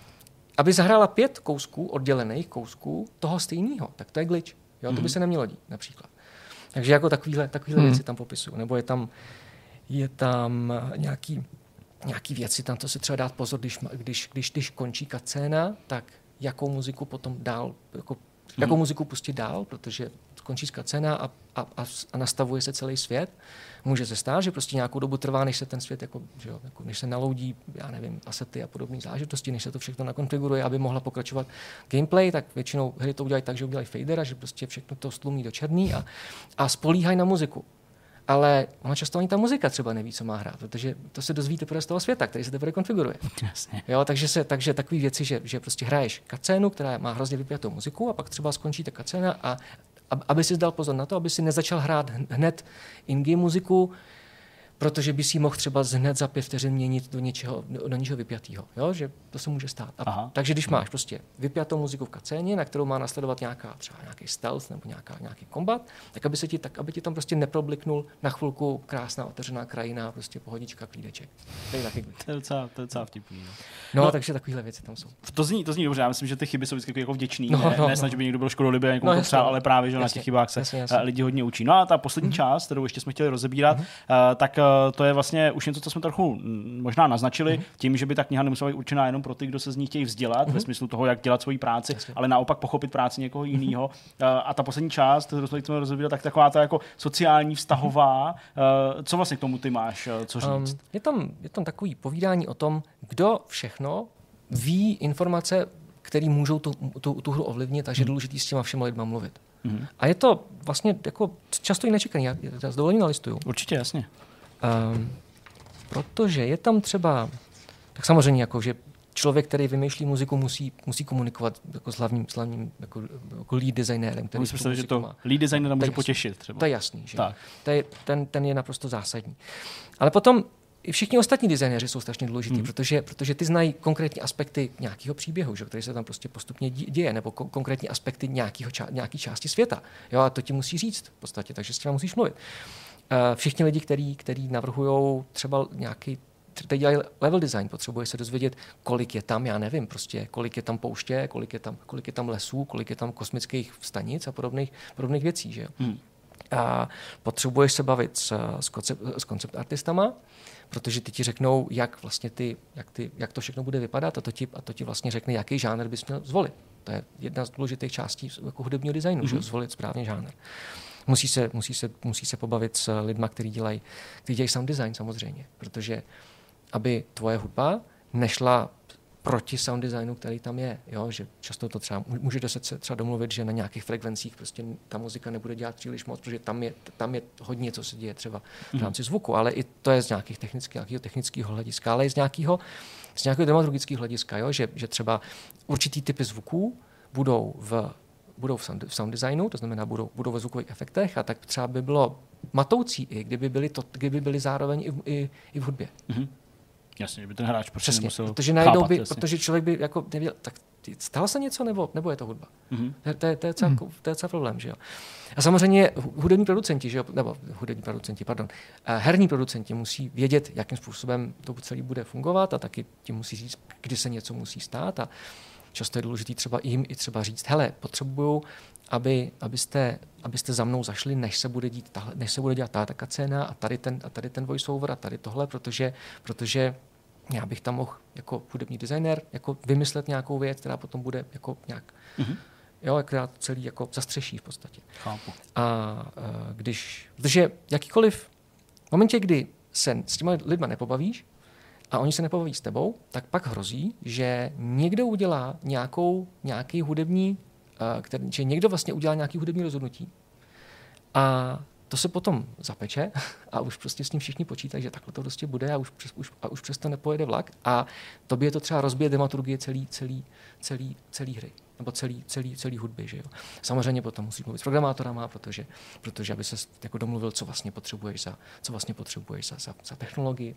aby zahrála pět kousků, oddělených kousků toho stejného, tak to je glitch. Jo? Mm-hmm. To by se nemělo dít, například. Takže jako takovýhle, takovýhle hmm. věci tam popisuju. Nebo je tam, je tam nějaký, nějaký věci, tam to se třeba dát pozor, když, když, když, když končí cutscéna, tak jakou muziku potom dál, jako, hmm. jakou muziku pustit dál, protože končí cutscéna a, a, a nastavuje se celý svět. Může se stát, že prostě nějakou dobu trvá, než se ten svět, jako, že jo, jako, než se naloudí, já nevím, asety a podobné záležitosti, než se to všechno nakonfiguruje, aby mohla pokračovat gameplay, tak většinou hry to udělají tak, že udělají fadera, že prostě všechno to stlumí do černý a, a spolíhají na muziku. Ale ona často ani ta muzika třeba neví, co má hrát, protože to se dozví teprve z toho světa, který se teprve konfiguruje. Jasně. Jo, takže se, takže takové věci, že, že prostě hraješ cutscénu, která má hrozně vypjatou muziku a pak třeba skončí ta cutscéna a aby si dal pozor na to, aby si nezačal hrát hned in-game muziku, protože by si mohl třeba hned za pět vteřin měnit do něčeho, do něčeho vypjatého. Jo? Že to se může stát. A, takže když máš prostě vypjatou muziku v cutscéně, na kterou má nasledovat nějaká, třeba nějaký stealth nebo nějaká, nějaký kombat, tak aby, se ti, tak aby ti tam prostě neprobliknul na chvilku krásná otevřená krajina, prostě pohodička, klídeček. To je taky to je docela, to je docela vtipný. No. No, no, takže takovéhle věci tam jsou. To zní, to zní dobře, já myslím, že ty chyby jsou vždycky jako vděčný. No, ne, no, ne snad, no. že by někdo byl škodolibý a někomu no, přál, ale právě že jasně, na těch chybách se jasně, jasně. lidi hodně učí. No a ta poslední mm-hmm. část, kterou ještě jsme chtěli rozebírat, mm-hmm. uh, tak uh, to je vlastně už něco, co jsme trochu možná naznačili, mm-hmm. tím, že by ta kniha nemusela být určená jenom pro ty, kdo se z ní chtějí vzdělat, mm-hmm. ve smyslu toho, jak dělat svoji práci, jasně. ale naopak pochopit práci někoho jiného. Uh, a ta poslední část, kterou jsme chceme rozebírat, tak taková ta jako sociální, vztahová. Uh, co vlastně k tomu ty máš uh, co říct? Um, je tam, je tam takový povídání o tom, kdo všechno ví informace, které můžou tu, tu, tu hru ovlivnit, takže je důležitý s těma všema lidma mluvit. Mm-hmm. A je to vlastně jako často i nečekaný. Já, já s dovolením nalistuju. Určitě, jasně. Um, protože je tam třeba, tak samozřejmě jako, že člověk, který vymýšlí muziku, musí, musí komunikovat jako s hlavním, s hlavním jako, jako lead designérem. Který myslím, že to má. Lead designer může potěšit třeba. To je jasný, že? To je, ten, ten je naprosto zásadní. Ale potom i všichni ostatní designéři jsou strašně důležitý, hmm. protože, protože ty znají konkrétní aspekty nějakého příběhu, že, který se tam prostě postupně děje, nebo ko- konkrétní aspekty nějakého ča- nějaký části světa. Jo, a to ti musí říct v podstatě, takže s tím musíš mluvit. Uh, všichni lidi, který, který navrhují třeba nějaký, teď dělají level design, potřebuje se dozvědět, kolik je tam, já nevím, prostě kolik je tam pouště, kolik je tam, kolik je tam lesů, kolik je tam kosmických stanic a podobných, podobných věcí, že jo. Hmm. A potřebuješ se bavit s, s, koncept, s koncept artistama, protože ty ti řeknou, jak vlastně ty, jak, ty, jak to všechno bude vypadat a to ti, a to ti vlastně řekne, jaký žánr bys měl zvolit. To je jedna z důležitých částí jako hudebního designu, mm-hmm. že zvolit správně žánr. Musí se, musí se, musí se pobavit s lidma, kteří dělají, kteří dělají sound design samozřejmě, protože aby tvoje hudba nešla proti sound designu, který tam je. Jo? Že často to třeba, můžete se třeba domluvit, že na nějakých frekvencích prostě ta muzika nebude dělat příliš moc, protože tam je, tam je hodně, co se děje třeba v rámci zvuku, ale i to je z nějakých technických, nějakého technického hlediska, ale i z nějakého, z nějakého dramaturgického hlediska, jo? Že, že třeba určitý typy zvuků budou v budou v sound, v sound designu, to znamená budou, budou ve zvukových efektech a tak třeba by bylo matoucí i, kdyby byly, to, kdyby byly zároveň i, i, i v hudbě. Mm-hmm. Jasně, by ten hráč prostě Přesně, nemusel protože najednou chápat, by, jasně. protože člověk by jako nevěděl, tak stalo se něco, nebo, nebo je to hudba? Mm-hmm. To, to, je, to, je celá, mm. to je celá problém, že jo. A samozřejmě hudební producenti, že jo, nebo hudební producenti, pardon, herní producenti musí vědět, jakým způsobem to celý bude fungovat a taky ti musí říct, kdy se něco musí stát a často je důležité třeba jim i třeba říct, hele, potřebuju, aby, abyste, abyste za mnou zašli, než se bude dít tahle, než se bude dělat ta taka scéna a tady ten, a tady ten voiceover a tady tohle, protože, protože já bych tam mohl jako hudební designer jako vymyslet nějakou věc, která potom bude jako nějak, mm-hmm. jo, která to celý jako zastřeší v podstatě. Chápu. A, a když, protože jakýkoliv, v momentě, kdy se s těma lidma nepobavíš, a oni se nepobaví s tebou, tak pak hrozí, že někdo udělá nějakou, nějaký hudební, uh, který, že někdo vlastně udělá nějaký hudební rozhodnutí. A to se potom zapeče a už prostě s tím všichni počítají, že takhle to prostě bude a už, přes, už, a už přesto nepojede vlak a tobě to třeba rozbije dramaturgie celý, celý, celý, celý hry nebo celý, celý, celý hudby. Že jo? Samozřejmě potom musíš mluvit s programátorama, protože, protože aby se jako domluvil, co vlastně potřebuješ za, co vlastně potřebuješ za, za, za technologii.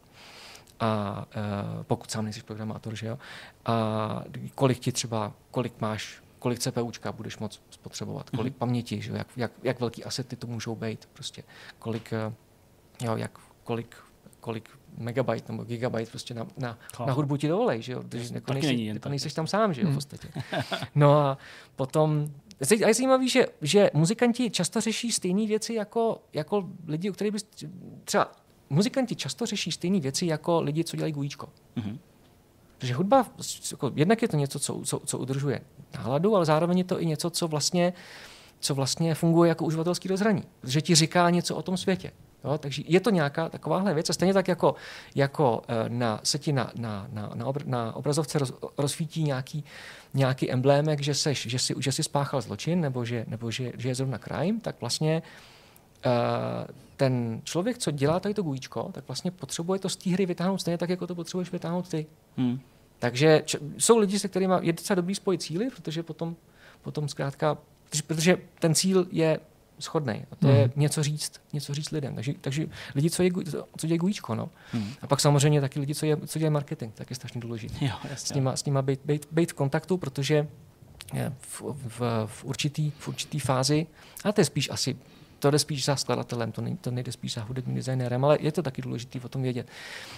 A uh, pokud sám nejsi programátor, že jo, a kolik ti třeba, kolik máš, kolik CPUčka budeš moc spotřebovat, kolik mm-hmm. paměti, že jo, jak, jak, jak velký asety to můžou být, prostě, kolik, uh, jo, jak, kolik, kolik megabyte nebo gigabyte prostě na, na, na hudbu ti dovolej, že jo, protože jako nejsi, jako nejseš tam sám, že jo, v podstatě. No a potom, a je zajímavý, že, že muzikanti často řeší stejné věci jako, jako lidi, o kterých bys třeba muzikanti často řeší stejné věci jako lidi, co dělají gujíčko. Mm-hmm. Protože hudba, jako, jednak je to něco, co, co, co udržuje náladu, ale zároveň je to i něco, co vlastně, co vlastně funguje jako uživatelský rozhraní. Protože ti říká něco o tom světě. Jo? Takže je to nějaká takováhle věc. A stejně tak, jako, jako na, se ti na, na, na, na, obr, na obrazovce roz, rozsvítí nějaký, nějaký emblémek, že, seš, že, jsi, že jsi spáchal zločin, nebo, že, nebo že, že je zrovna crime, tak vlastně Uh, ten člověk, co dělá tady to gujíčko, tak vlastně potřebuje to z té hry vytáhnout stejně tak, jako to potřebuješ vytáhnout ty. Hmm. Takže č- jsou lidi, se kterými je docela dobrý spojit cíly, protože potom, potom zkrátka, protože, protože ten cíl je shodnej. A to hmm. je něco říct, něco říct lidem. Takže, takže lidi, co, je, co dělají gujíčko. No. Hmm. A pak samozřejmě taky lidi, co, je, co dělají marketing, tak je strašně důležitý. Jo, s nima, s nima být, být, být v kontaktu, protože v, v, v, určitý, v určitý fázi, a to je spíš asi to jde spíš za skladatelem, to, nej, to nejde spíš za hudebním designérem, ale je to taky důležité o tom vědět,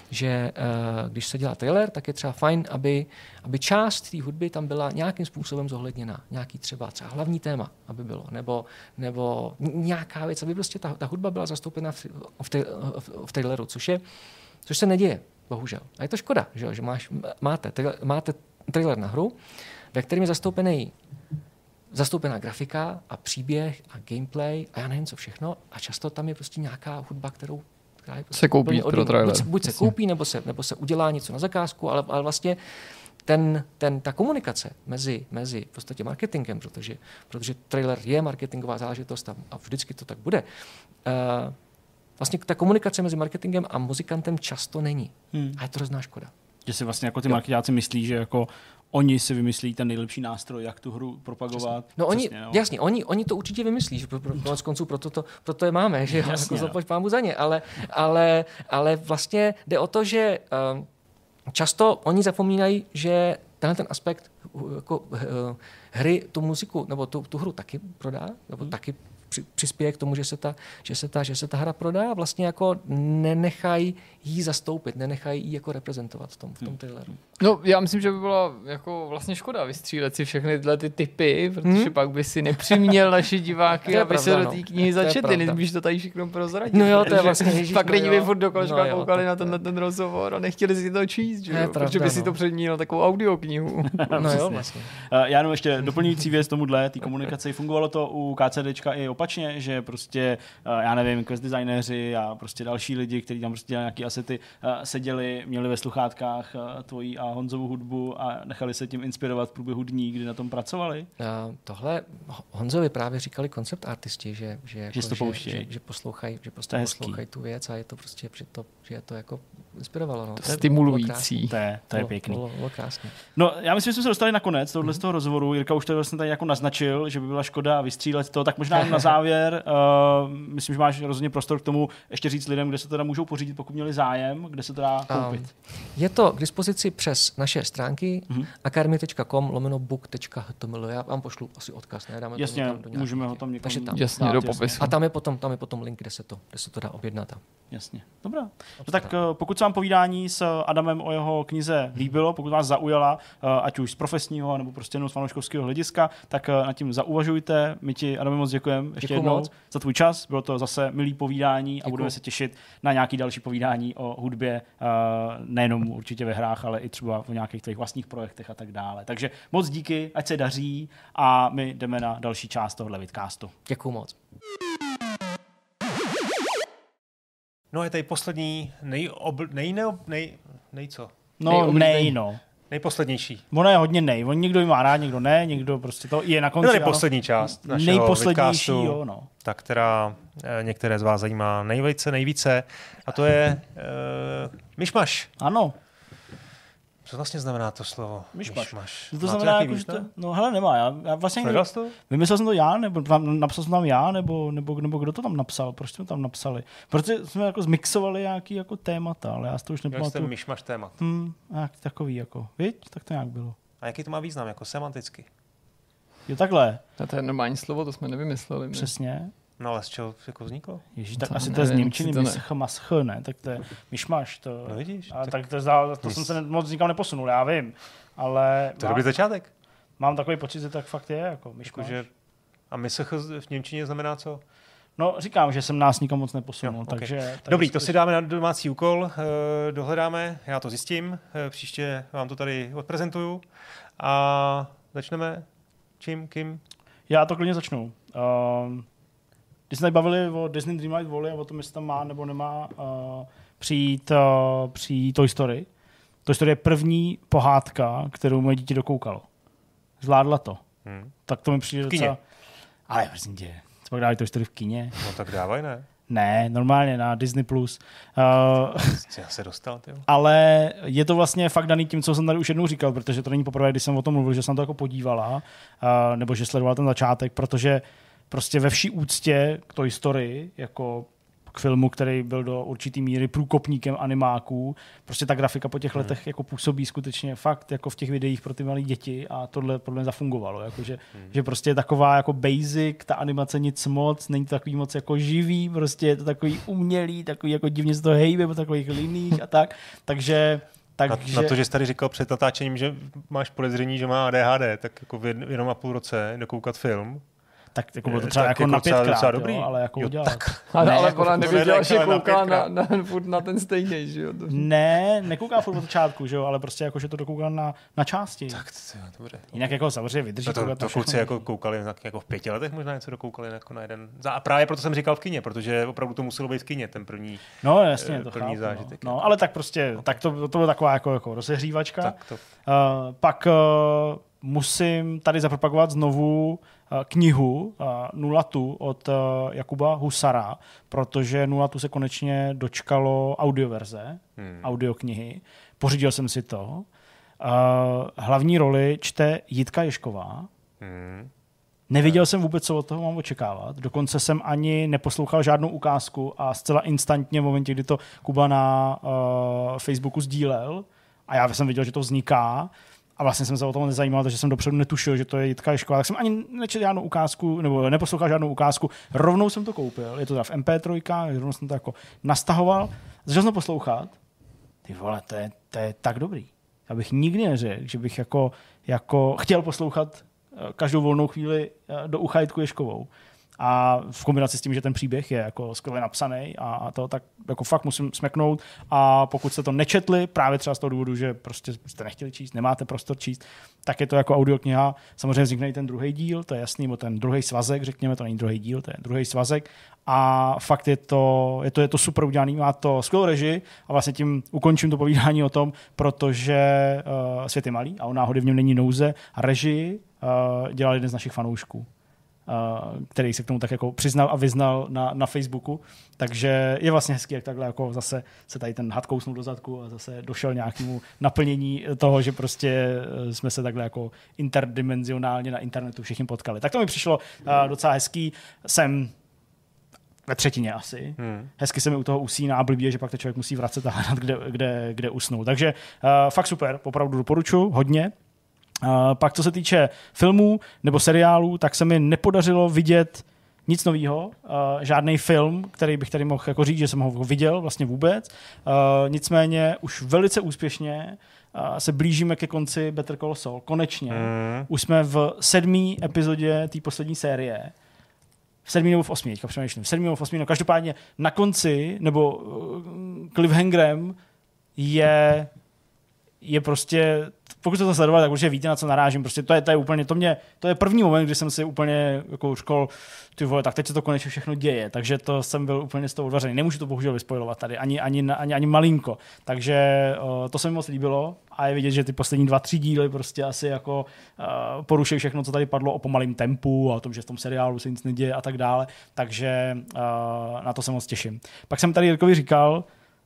že uh, když se dělá trailer, tak je třeba fajn, aby, aby část té hudby tam byla nějakým způsobem zohledněna. Nějaký třeba, třeba hlavní téma, aby bylo, nebo, nebo nějaká věc, aby prostě ta, ta hudba byla zastoupena v, v, v, v traileru, což, je, což se neděje, bohužel. A je to škoda, že, že máš, máte, máte trailer na hru, ve kterém je zastoupený zastoupená grafika a příběh a gameplay a já nevím co všechno a často tam je prostě nějaká hudba, kterou která je prostě se koupí pro trailer. Buď, buď se koupí, nebo se, nebo se udělá něco na zakázku, ale, ale vlastně ten, ten, ta komunikace mezi, mezi v podstatě marketingem, protože, protože trailer je marketingová záležitost a, a vždycky to tak bude, uh, vlastně ta komunikace mezi marketingem a muzikantem často není. Hmm. A je to hrozná škoda. Že si vlastně jako ty marketáci myslí, že jako oni si vymyslí ten nejlepší nástroj, jak tu hru propagovat. Přesně. No Přesně, oni, no. jasně, oni, oni to určitě vymyslí, že pro, pro, konec konců proto, to, proto je máme, že jasně, jako zaplať pámu za ně, ale, ale, ale vlastně jde o to, že um, často oni zapomínají, že tenhle ten aspekt jako, uh, hry, tu muziku, nebo tu, tu hru taky prodá, nebo hmm. taky při, přispěje k tomu, že se, ta, že, se ta, že se ta hra prodá a vlastně jako nenechají jí zastoupit, nenechají jí jako reprezentovat v tom, v tom traileru. No, já myslím, že by byla jako vlastně škoda vystřílet si všechny tyhle ty typy, protože hmm? pak by si nepřiměl naše diváky, aby pravda, se do té knihy no. začetli, než byš to tady všechno prozradit. No jo, to je vlastně ježiš, pak lidi no by furt do kolečka no koukali na ten, na ten rozhovor a nechtěli si to číst, že jo? Pravda, protože by si no. to předměnil takovou audioknihu. No jo, vlastně. Uh, já jenom ještě doplňující věc tomuhle, té komunikace, fungovalo to u KCDčka i opačně. opačně, že prostě, já nevím, quest designéři a prostě další lidi, kteří tam prostě dělali nějaký asety, seděli, měli ve sluchátkách tvojí a Honzovu hudbu a nechali se tím inspirovat v průběhu dní, kdy na tom pracovali? Uh, tohle Honzovi právě říkali koncept artisti, že, že, jako, že, to že, že, že poslouchají, že prostě poslouchají tu věc a je to prostě, že to, že je to jako inspirovalo. No. To stimulující. To je, to je pěkný. Bylo, bylo krásný. No, já myslím, že jsme se dostali na konec tohle z toho rozhovoru. Jirka už to vlastně tady jako naznačil, že by byla škoda vystřílet to, tak možná na závěr, uh, myslím, že máš rozhodně prostor k tomu ještě říct lidem, kde se teda můžou pořídit, pokud měli zájem, kde se to dá koupit. Um, je to k dispozici přes naše stránky mm-hmm. akademie tečka com lomeno book tečka h t m l. Já vám pošlu asi odkaz, ne? Dáme jasně, to do můžeme ho tam někam tam. Jasně, dát, do popisu. A tam je potom, tam je potom link, kde se to, kde se to dá objednat. Jasně. Dobrá. No tak pokud se vám povídání s Adamem o jeho knize líbilo, pokud vás zaujala, ať už z profesního nebo prostě jenom z fanouškovského hlediska, tak nad tím zauvažujte. My ti, Adame, moc děkujeme ještě jednou moc. za tvůj čas. Bylo to zase milý povídání. Děkuju. A budeme se těšit na nějaký další povídání o hudbě, nejenom určitě ve hrách, ale i třeba o nějakých tvých vlastních projektech a tak dále. Takže moc díky, ať se daří a my jdeme na další část tohohle vidcastu. Děkuju moc. No je tady poslední, nejobl, nej, nej, nej, nej co? No, nej, no. Nejposlednější. Ono je hodně nej. On někdo ji má rád, někdo ne, někdo prostě to je na konci. To je poslední část našeho nejposlednější, vidcastu, jo, no. Ta, která e, některé z vás zajímá nejvíce, nejvíce. A to je e, myšmaš. Ano. Co vlastně znamená to slovo? Myšmaš. myšmaš. To znamená, jako, že to, no hele, nemá. Já, já vlastně někdo, to? Vymyslel jsem to já, nebo tam, napsal jsem tam já, nebo, nebo, nebo kdo to tam napsal? Proč jsme tam napsali? Protože jsme jako zmixovali nějaký jako témata, ale já si to už nepamatuju. Měl jste myšmaš témat. Hmm, nějak takový jako, viď? Tak to nějak bylo. A jaký to má význam, jako semanticky? Jo, takhle. A to je normální slovo, to jsme nevymysleli. Přesně. No ale z čeho jako vzniklo? Ježíš, tak to asi nevím, to je z němčiny, mysch, masch, ne? Tak to je myšmaš. To, no vidíš. A tak, tak to, je za, to jsem se moc nikam neposunul, já vím. Ale to je dobrý začátek. Mám takový pocit, že tak fakt je, jako myšmaš. Jako, že, a mysch v němčině znamená co? No, říkám, že jsem nás nikam moc neposunul, jo, takže... Okay. takže dobrý, to si dáme na domácí úkol, dohledáme, já to zjistím, příště vám to tady odprezentuju a začneme čím, kým? Já to klidně začnu. Um, Když jsme tady bavili o Disney Dreamlight Valley a o tom, jestli tam má nebo nemá uh, přijít, uh, přijít Toy Story. Toy Story je první pohádka, kterou moje dítě dokoukalo. Zvládla to. Hmm. Tak to mi přijde docela... Ale prosím tě, co pak dávají Toy Story v kině? No tak dávaj, ne? Ne, normálně na Disney plus. Uh, Já se dostal, tyjo. Ale je to vlastně fakt daný tím, co jsem tady už jednou říkal, protože to není poprvé, když jsem o tom mluvil, že jsem to jako podívala, uh, nebo že sledoval ten začátek, protože prostě ve vší úctě k Toy Story, jako k filmu, který byl do určitý míry průkopníkem animáků, prostě ta grafika po těch hmm. letech jako působí skutečně fakt jako v těch videích pro ty malé děti a tohle podle mě zafungovalo. Jako že, hmm. že prostě je taková jako basic, ta animace nic moc, není to takový moc jako živý, prostě je to takový umělý, takový jako divně se to hejbe po takových liních a tak. Takže Takže... Na, na to, že jsi tady říkal před natáčením, že máš podezření, že má A D H D, tak jako v jednom a půl roce dokoukat film. Tak jako bylo to třeba jako na pětkrát, dobrý. Jo, ale jako udělal. Ale, ne, ale jako ona nevěděla, že kouká na, na, na ten stejný, že jo? Ne, nekouká furt od začátku, že jo, ale prostě jako, že to dokouká na, na části. Tak to je dobré. Jinak jako samozřejmě vydrží. No to, to kluci jako koukali jako v pěti letech možná něco dokoukali jako na jeden. A právě proto jsem říkal v kině, protože opravdu to muselo být v kině, ten první, no, jasně, to první chápu, zážitek. No. no, ale tak prostě, no. tak to, to byla taková jako, jako rozehřívačka. Tak to... Uh, pak uh, musím tady zapropagovat znovu uh, knihu uh, Nulatu od uh, Jakuba Husara, protože Nulatu se konečně dočkalo audioverze, hmm. audioknihy. Pořídil jsem si to. Uh, hlavní roli čte Jitka Ježková. Hmm. Nevěděl jsem vůbec, co od toho mám očekávat. Dokonce jsem ani neposlouchal žádnou ukázku a zcela instantně v momentě, kdy to Kuba na uh, Facebooku sdílel a já jsem viděl, že to vzniká, a vlastně jsem se o tom nezajímal, takže jsem dopředu netušil, že to je Jitka Ježková. Tak jsem ani nečetl žádnou ukázku, nebo neposlouchal žádnou ukázku. Rovnou jsem to koupil. Je to teda v em pé tři, rovnou jsem to jako nastahoval. Začal jsem to poslouchat. Ty vole, to je, to je tak dobrý. Já bych nikdy neřekl, že bych jako, jako chtěl poslouchat každou volnou chvíli do ucha Jitku Ježkovou. a v kombinaci s tím, že ten příběh je jako skvěle napsaný a, a to tak jako fakt musím smeknout a pokud jste to nečetli, právě třeba z toho důvodu, že prostě jste nechtěli číst, nemáte prostor číst, tak je to jako audiokniha. Samozřejmě vznikne i ten druhý díl, to je jasný, nebo ten druhý svazek, řekněme, to není druhý díl, to je druhý svazek a fakt je to, je to, je to super udělaný, má to skvělou režii a vlastně tím ukončím to povídání o tom, protože uh, svět je malý a o náhody v něm není nouze a režii uh, dělal jeden z našich fanoušků, uh, který se k tomu tak jako přiznal a vyznal na, na Facebooku, takže je vlastně hezký, jak takhle jako zase se tady ten had kousnul do zadku a zase došel nějakému naplnění toho, že prostě jsme se takhle jako interdimenzionálně na internetu všichni potkali. Tak to mi přišlo uh, docela hezký. Jsem ve třetině asi. Hmm. Hezky se mi u toho usíná a blbě, že pak to člověk musí vracet a hledat, kde, kde, kde usnout. Takže uh, fakt super, opravdu doporučuji, hodně. Uh, pak co se týče filmů nebo seriálů, tak se mi nepodařilo vidět nic novýho, uh, žádný film, který bych tady mohl jako říct, že jsem ho viděl vlastně vůbec. Uh, nicméně už velice úspěšně uh, se blížíme ke konci Better Call Saul. Konečně. Hmm. Už jsme v sedmé epizodě té poslední série. V sedmý nebo v osmý, teďka přemýšlím. V sedmý nebo v osmý, no každopádně na konci, nebo uh, cliffhangerem je, je prostě, pokud jste to sledovali, tak určitě víte, na co narážím. Prostě to je, to je úplně, to mě, to je první moment, kdy jsem si úplně jako řekl, ty vole, tak teď se to konečně všechno děje. Takže to jsem byl úplně z toho odvařený. Nemůžu to bohužel vyspoilovat tady, ani, ani, ani, ani malinko. Takže uh, to se mi moc líbilo a je vidět, že ty poslední dva, tři díly prostě asi jako uh, porušují všechno, co tady padlo o pomalém tempu a o tom, že v tom seriálu se nic neděje a tak dále. Takže uh, na to se moc těším. Pak jsem tady Jirkovi říkal,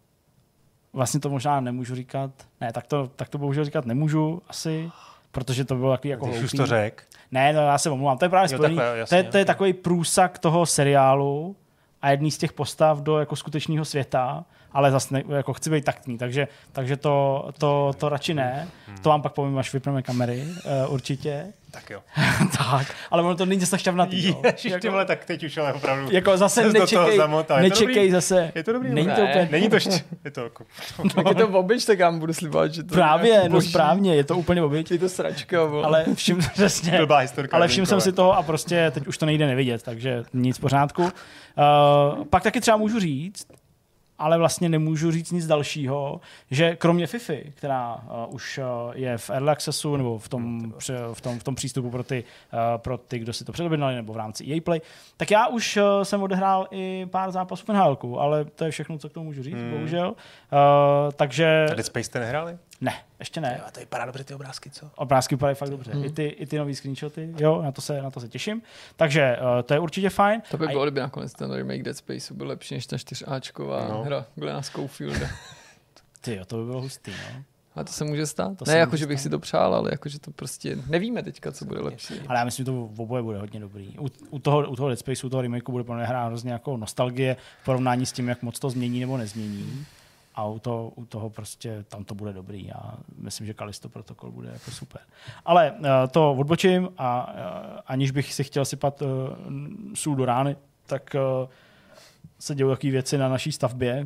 vlastně to možná nemůžu říkat, ne, tak to, tak to bohužel říkat nemůžu asi, protože to bylo takový jako hloupý. Když už to řek. Ne, no, já se omlouvám, to je právě spojený, jo, takhle, jasně, to je, to je takový průsak toho seriálu a jedný z těch postav do jako skutečného světa, ale zase ne, jako chci být taktní, takže, takže to, to, to radši ne. Hmm. To vám pak povím, až vypneme kamery, uh, určitě. Tak jo. Tak, ale ono to není zase šťavnatý. Ježiš, jako, tyhle, tak teď už ale opravdu jako zase nečekej, nečekej je zase. Je to dobrý? Není ne, to úplně... Není to šť... Je to jako... Tak je to v obyč, tak já mu budu slibovat, že to... Právě, no správně, je to úplně v obyč. Je to sračka, bo. Ale všim, přesně, ale všim jsem si toho a prostě teď už to nejde nevidět, takže nic v pořádku. Uh, pak taky třeba můžu říct, ale vlastně nemůžu říct nic dalšího, že kromě Fifi, která uh, už uh, je v Early Accessu nebo v tom, v tom, v tom přístupu pro ty, uh, pro ty, kdo si to předobjednali, nebo v rámci E A Play, tak já už uh, jsem odehrál i pár zápasů v N H L ku, ale to je všechno, co k tomu můžu říct, hmm. bohužel. Uh, takže... A Dead Space jste nehráli? Ne, ještě ne. Jo, to vypadá dobře ty obrázky, co? Obrázky vypadají fakt dobře. Hmm. I ty, i ty nový screenshoty, jo, na to se, na to se těším. Takže uh, to je určitě fajn. To by bylo, kdyby nakonec ten remake Dead Space byl lepší než ta čtyřáčková no. hra Glena Schofielda. Ty jo, to by bylo hustý, no. A to se může stát? To ne, jako že bych si to přál, ale jako že to prostě nevíme teďka, co bude lepší. Ale já myslím, že to v oboje bude hodně dobrý. U, u, toho, u toho Dead Space, u toho remakeu bude pro mě hrát hrozně jako nostalgie v porovnání s tím, jak moc to změní nebo nezmění. A u toho, u toho prostě tam to bude dobrý. Já myslím, že Callisto Protocol bude jako super. Ale uh, to odbočím a uh, aniž bych si chtěl sypat uh, sůl do rány, tak uh, se dějí takové věci na naší stavbě.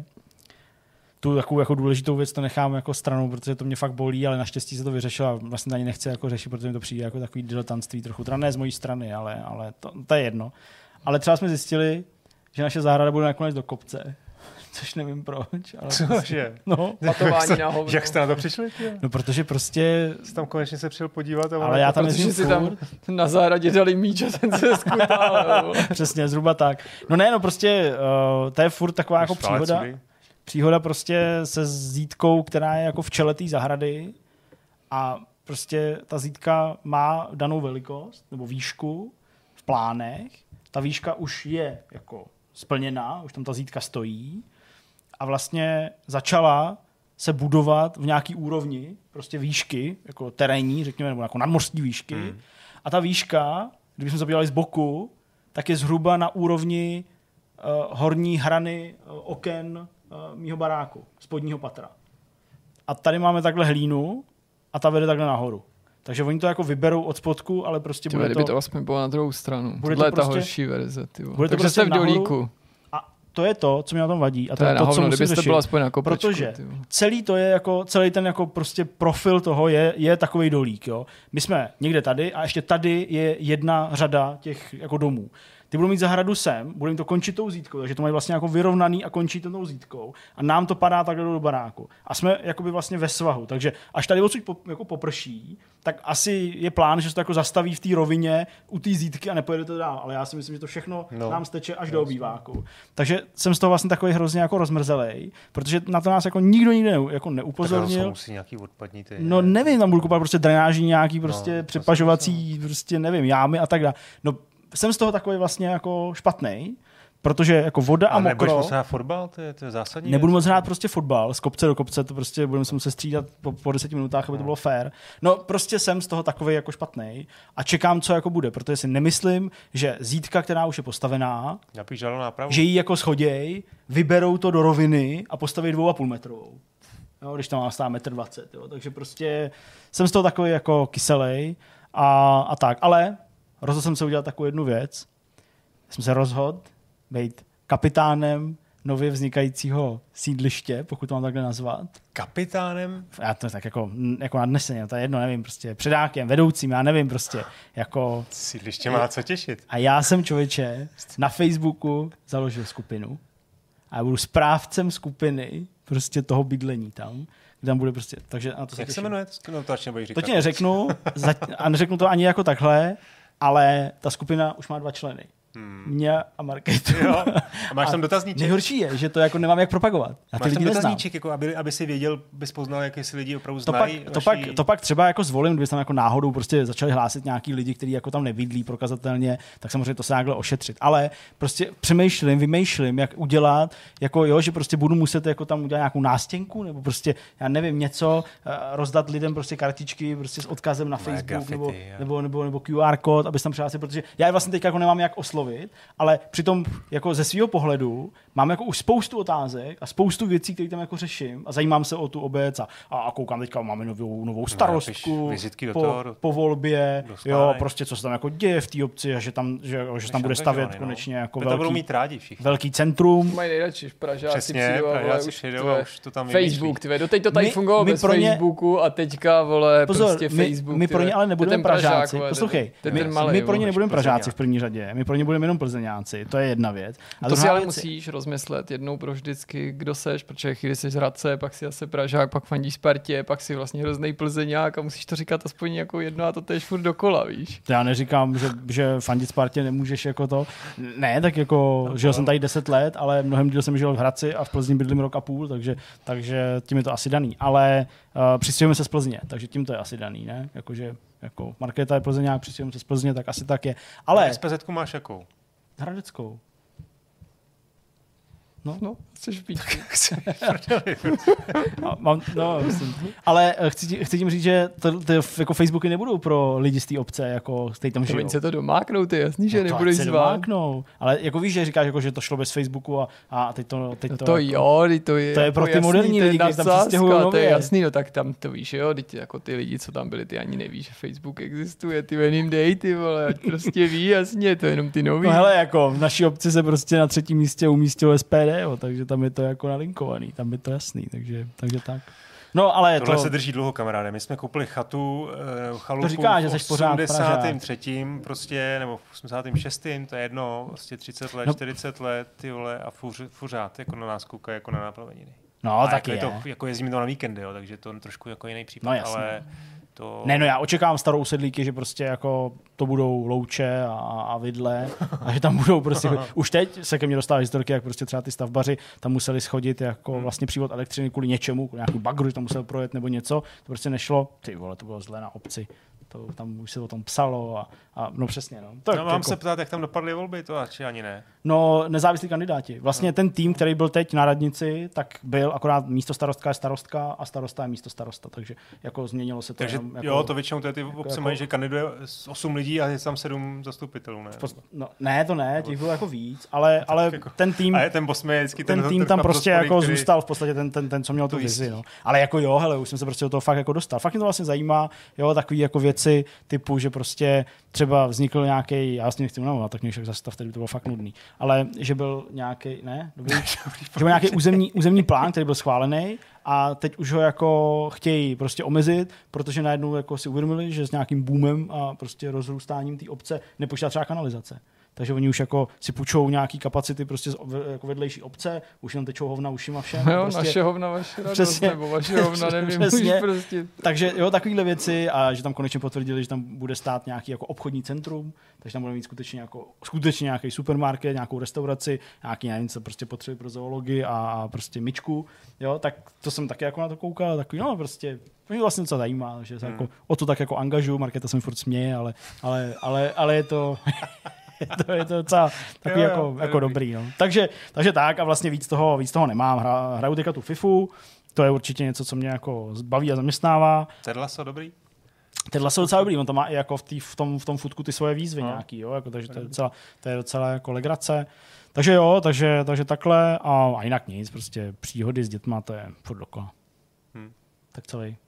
Tu takovou jako důležitou věc to nechám jako stranou, protože to mě fakt bolí, ale naštěstí se to vyřešilo a vlastně ani nechci jako řešit, protože mi to přijde jako takový diletantství trochu. Teda ne z mojí strany, ale, ale to, to je jedno. Ale třeba jsme zjistili, že naše zahrada bude nakonec do kopce. Což nevím proč. Ale Cože? No, patování na hovno. Jak jste na to přišli? Tě? No, protože prostě... Jsi tam konečně se přijel podívat. A ale já tam protože si tam na zahradě dali míč a ten se skutal. Přesně, zhruba tak. No ne, no prostě uh, to je furt taková jako příhoda. Příhoda prostě se zítkou, která je jako v čele té zahrady a prostě ta zítka má danou velikost nebo výšku v plánech. Ta výška už je jako splněná, už tam ta zítka stojí a vlastně začala se budovat v nějaký úrovni, prostě výšky, jako terénní, řekněme, nebo jako nadmořské výšky. Hmm. A ta výška, kdybychom se podívali z boku, tak je zhruba na úrovni uh, horní hrany uh, oken uh, mýho baráku, spodního patra. A tady máme takhle hlínu a ta vede takhle nahoru. Takže oni to jako vyberou od spodku, ale prostě ty bude to... Kdyby to aspoň bylo na druhou stranu. Bude Tohle to je ta prostě, horší verze. Bude to takže prostě jste v dolíku. A to je to, co mě na tom vadí. A to, to je to, na co hovno, musím kdybyste byl aspoň na kopečku. Protože celý to je jako, celý ten jako prostě profil toho je, je takovej dolík. Jo. My jsme někde tady a ještě tady je jedna řada těch jako domů. ty budou mít zahradu sem, budou jim to končit tou zítkou, takže to mají vlastně jako vyrovnaný a končí to tou zítkou a nám to padá takhle do baráku. A jsme jakoby vlastně ve svahu, takže až tady odsud po, jako poprší, tak asi je plán, že se to jako zastaví v té rovině u té zítky a nepojede to dál, ale já si myslím, že to všechno no. nám steče až do obýváku. Takže jsem z toho vlastně takový hrozně jako rozmrzelej, protože na to nás jako nikdo nikdy ne, jako neupozornil. Tak musí nějaký odpadní ty. No nevím, tam budu kupovat prostě drenáží nějaký prostě no, přepažovací, prostě nevím, jámy a tak dále. No jsem z toho takový vlastně jako špatnej, protože jako voda a, a mokro... nebudeš moc hrát fotbal? To je, to je zásadní Nebudu věc. moc hrát prostě fotbal, z kopce do kopce, to prostě budeme se muset střídat po, po deseti minutách, aby to bylo fair. No prostě jsem z toho takový jako špatnej a čekám, co jako bude, protože si nemyslím, že zítka, která už je postavená, že ji jako schoděj, vyberou to do roviny a postaví dvou a půl metrovou. Jo, když tam má stát metr dvacet, jo. Takže prostě jsem z toho takový jako kyselej a, a tak. Ale rozhodl jsem se udělat takovou jednu věc. Jsem se rozhodl být kapitánem nově vznikajícího sídliště, pokud to mám takhle nazvat. Kapitánem? Já to tak jako, jako nadneseně, to je jedno, nevím, prostě předákem, vedoucím, já nevím, prostě jako... Sídliště má co těšit. A já jsem, člověče, na Facebooku založil skupinu a já budu správcem skupiny prostě toho bydlení tam, kde tam bude prostě, takže na to se Jak těším. se jmenuje? No, to, to ti neřeknu a neřeknu to ani jako takhle, ale ta skupina už má dva členy. Hmm. Mě a Marketu. Jo. A máš tam dotazníček? Nejhorší je, že to jako nemám jak propagovat. Já máš tam dotazníček, jako aby, aby si věděl, bys poznal, jak si lidi opravdu znají. To pak, to, pak, to pak třeba jako zvolím, kdyby tam jako náhodou prostě začali hlásit nějaký lidi, kteří jako tam nebydlí prokazatelně, tak samozřejmě to se takhle ošetřit. Ale prostě přemýšlím, vymýšlím, jak udělat, jako jo, že prostě budu muset jako tam udělat nějakou nástěnku, nebo prostě, já nevím, něco, rozdat lidem prostě kartičky prostě s odkazem na Facebook, grafity, nebo, nebo, nebo, nebo Q R kód, aby tam přihlásil, protože já vlastně teď jako nemám jak oslovit. Ale přitom jako ze svého pohledu mám jako už spoustu otázek a spoustu věcí, které tam jako řeším a zajímám se o tu obec a, a koukám teďka, máme novou, novou starostku no, po, toho, po volbě, jo, prostě co se tam jako děje v té obci a že tam, že, že tam bude stavět no. konečně jako velký, budou mít rádi všichni. Velký centrum. Mají nejradši Pražáci Přesně, přijdou, Pražáci už, přijdou tve, už to tam Facebook, tve, doteď to tady my, fungovalo my bez pro ně, Facebooku a teďka, vole, pozor, prostě my, Facebook. My pro ně ale nebudeme Pražáci, poslouchej, my, my pro ně nebudeme Pražáci v první řadě, my pro ně budeme jenom Plzeňáci. To je jedna věc. A to si ale musíš rozmyslet jednou pro vždycky, kdo seš, protože chvíli jsi z Hradce, pak si zase Pražák, pak fandíš Spartě, pak si vlastně hroznej Plzeňák a musíš to říkat aspoň jako jedno a to tež furt dokola, víš. Já neříkám, že, že fandit Spartě nemůžeš jako to. Ne, tak jako, no, žil jsem tady deset let, ale mnohem díl jsem žil v Hradci a v Plzni bydlím rok a půl, takže, takže tím je to asi daný. Ale uh, přistěhujeme se z Plzně, takže tím to je asi daný, ne? Jakože jako Markéta je Plzeňák, přistěhujeme se z Plzně, tak asi tak je. Ale S P Z máš jakou? Hradeckou. No, no, chceš být. Mám, no, ale chci, chci tím říct, že to, to, jako Facebooky nebudou pro lidi z té obce, jako z té tam žijou. Oni se to domáknou, ty jasný, že no nebudeš zvát. Ale jako víš, že říkáš, jako, že to šlo bez Facebooku a, a teď to... Teď no to, to jako, jo, to je, to je pro ty moderní lidi, kteří tam přistěhují nově. To je jasný, no tak tam to víš, jo, teď jako ty lidi, co tam byli, ty ani neví, že Facebook existuje, ty jenom dej, ty vole, ať prostě ví, jasně, to je jenom ty nový. No hele, jako v naší obci se prostě na třetím místě umístilo S P D, jo, takže tam je to jako nalinkovaný, tam je to jasný, takže, takže tak. No, ale tohle to... se drží dlouho, kamaráde. My jsme koupili chatu, chalupu to říká, že v osmdesátém třetím prostě, nebo v osmdesátém šestém to je jedno, prostě třicet let, no. čtyřicet let, ty vole, a fůř, fůřád jako na nás kouká jako na náplaveniny. No, a taky jako je. je to, jako jezdíme to na víkendy, jo, takže to je trošku jako jiný případ, no, ale... To... Ne, no já očekávám starou sedlíky, že prostě jako to budou louče a, a vidle a že tam budou prostě, už teď se ke mně dostávají historky, jak prostě třeba ty stavbaři tam museli schodit jako vlastně přívod elektřiny kvůli něčemu, kvůli nějaký bagru, že tam musel projet nebo něco, to prostě nešlo, ty vole, to bylo zlé na obci. To, tam už se o tom psalo a, a no přesně. No, to, no mám jako... se ptát, jak tam dopadly volby, to či ani ne? No nezávislí kandidáti. Vlastně no. ten tým, který byl teď na radnici, tak byl akorát místo starostka je starostka a starosta je místo starosta, takže jako změnilo se to. Takže jenom, jako, jo, to většinou ty obce jako, mají, že kandiduje osm lidí a je tam sedm zastupitelů, ne? No, ne, to ne, těch bylo jako víc, ale, ale jako, ten tým, a je ten, vždycky ten, ten tým tam prostě hospody, jako který... zůstal v podstatě ten, ten, ten co měl tu vizi. No. Ale jako jo, hele, už jsem se prostě do toho fakt jako dostal. Fakt mě to vlastně zajímá, jo, takový jako věci typu, že prostě třeba vznikl nějaký, já vlastně nechci mluvit, tak mě však zastav, tedy to bylo fakt nudný, ale že byl nějaký, ne, dobrý, že byl nějaký územní, územní plán, který byl schválený a teď už ho jako chtějí prostě omezit, protože najednou jako si uvědomili, že s nějakým boomem a prostě rozrůstáním té obce nepočítá třeba kanalizace. takže oni už jako si půjčou nějaký kapacity prostě z jako vedlejší obce, už jenom tečou hovna ušima všem. Jo, prostě, naše hovna, vaše radost, přesně, nebo vaše hovna, nevím, přesně, už prostě. Takže jo, takovýhle věci a že tam konečně potvrdili, že tam bude stát nějaký jako obchodní centrum, takže tam bude mít skutečně, jako, skutečně nějaký supermarket, nějakou restauraci, nějaký nevím, co prostě potřebuje pro zoologii a, a prostě myčku, jo, tak to jsem taky jako na to koukal, takový, no prostě mě vlastně docela zajímá, že se hmm. jako, o to tak jako angažuju, Markéta se mi furt směje, ale, ale, ale, ale je to... je, to, je to docela takový jo, jo, jako, jako dobrý. No. Takže, takže tak a vlastně víc toho, víc toho nemám. Hra, hraju teďka tu FIFU, to je určitě něco, co mě jako baví a zaměstnává. Ted Lasso dobrý? Ted Lasso docela dobrý, on to má i jako v, tý, v, tom, v tom futku ty svoje výzvy no. nějaký, jo, jako, takže to je docela, to je docela jako legrace. Takže jo, takže, takže takhle a, a jinak nic, prostě příhody s dětma, to je furt dokola. Hmm. Tak celý.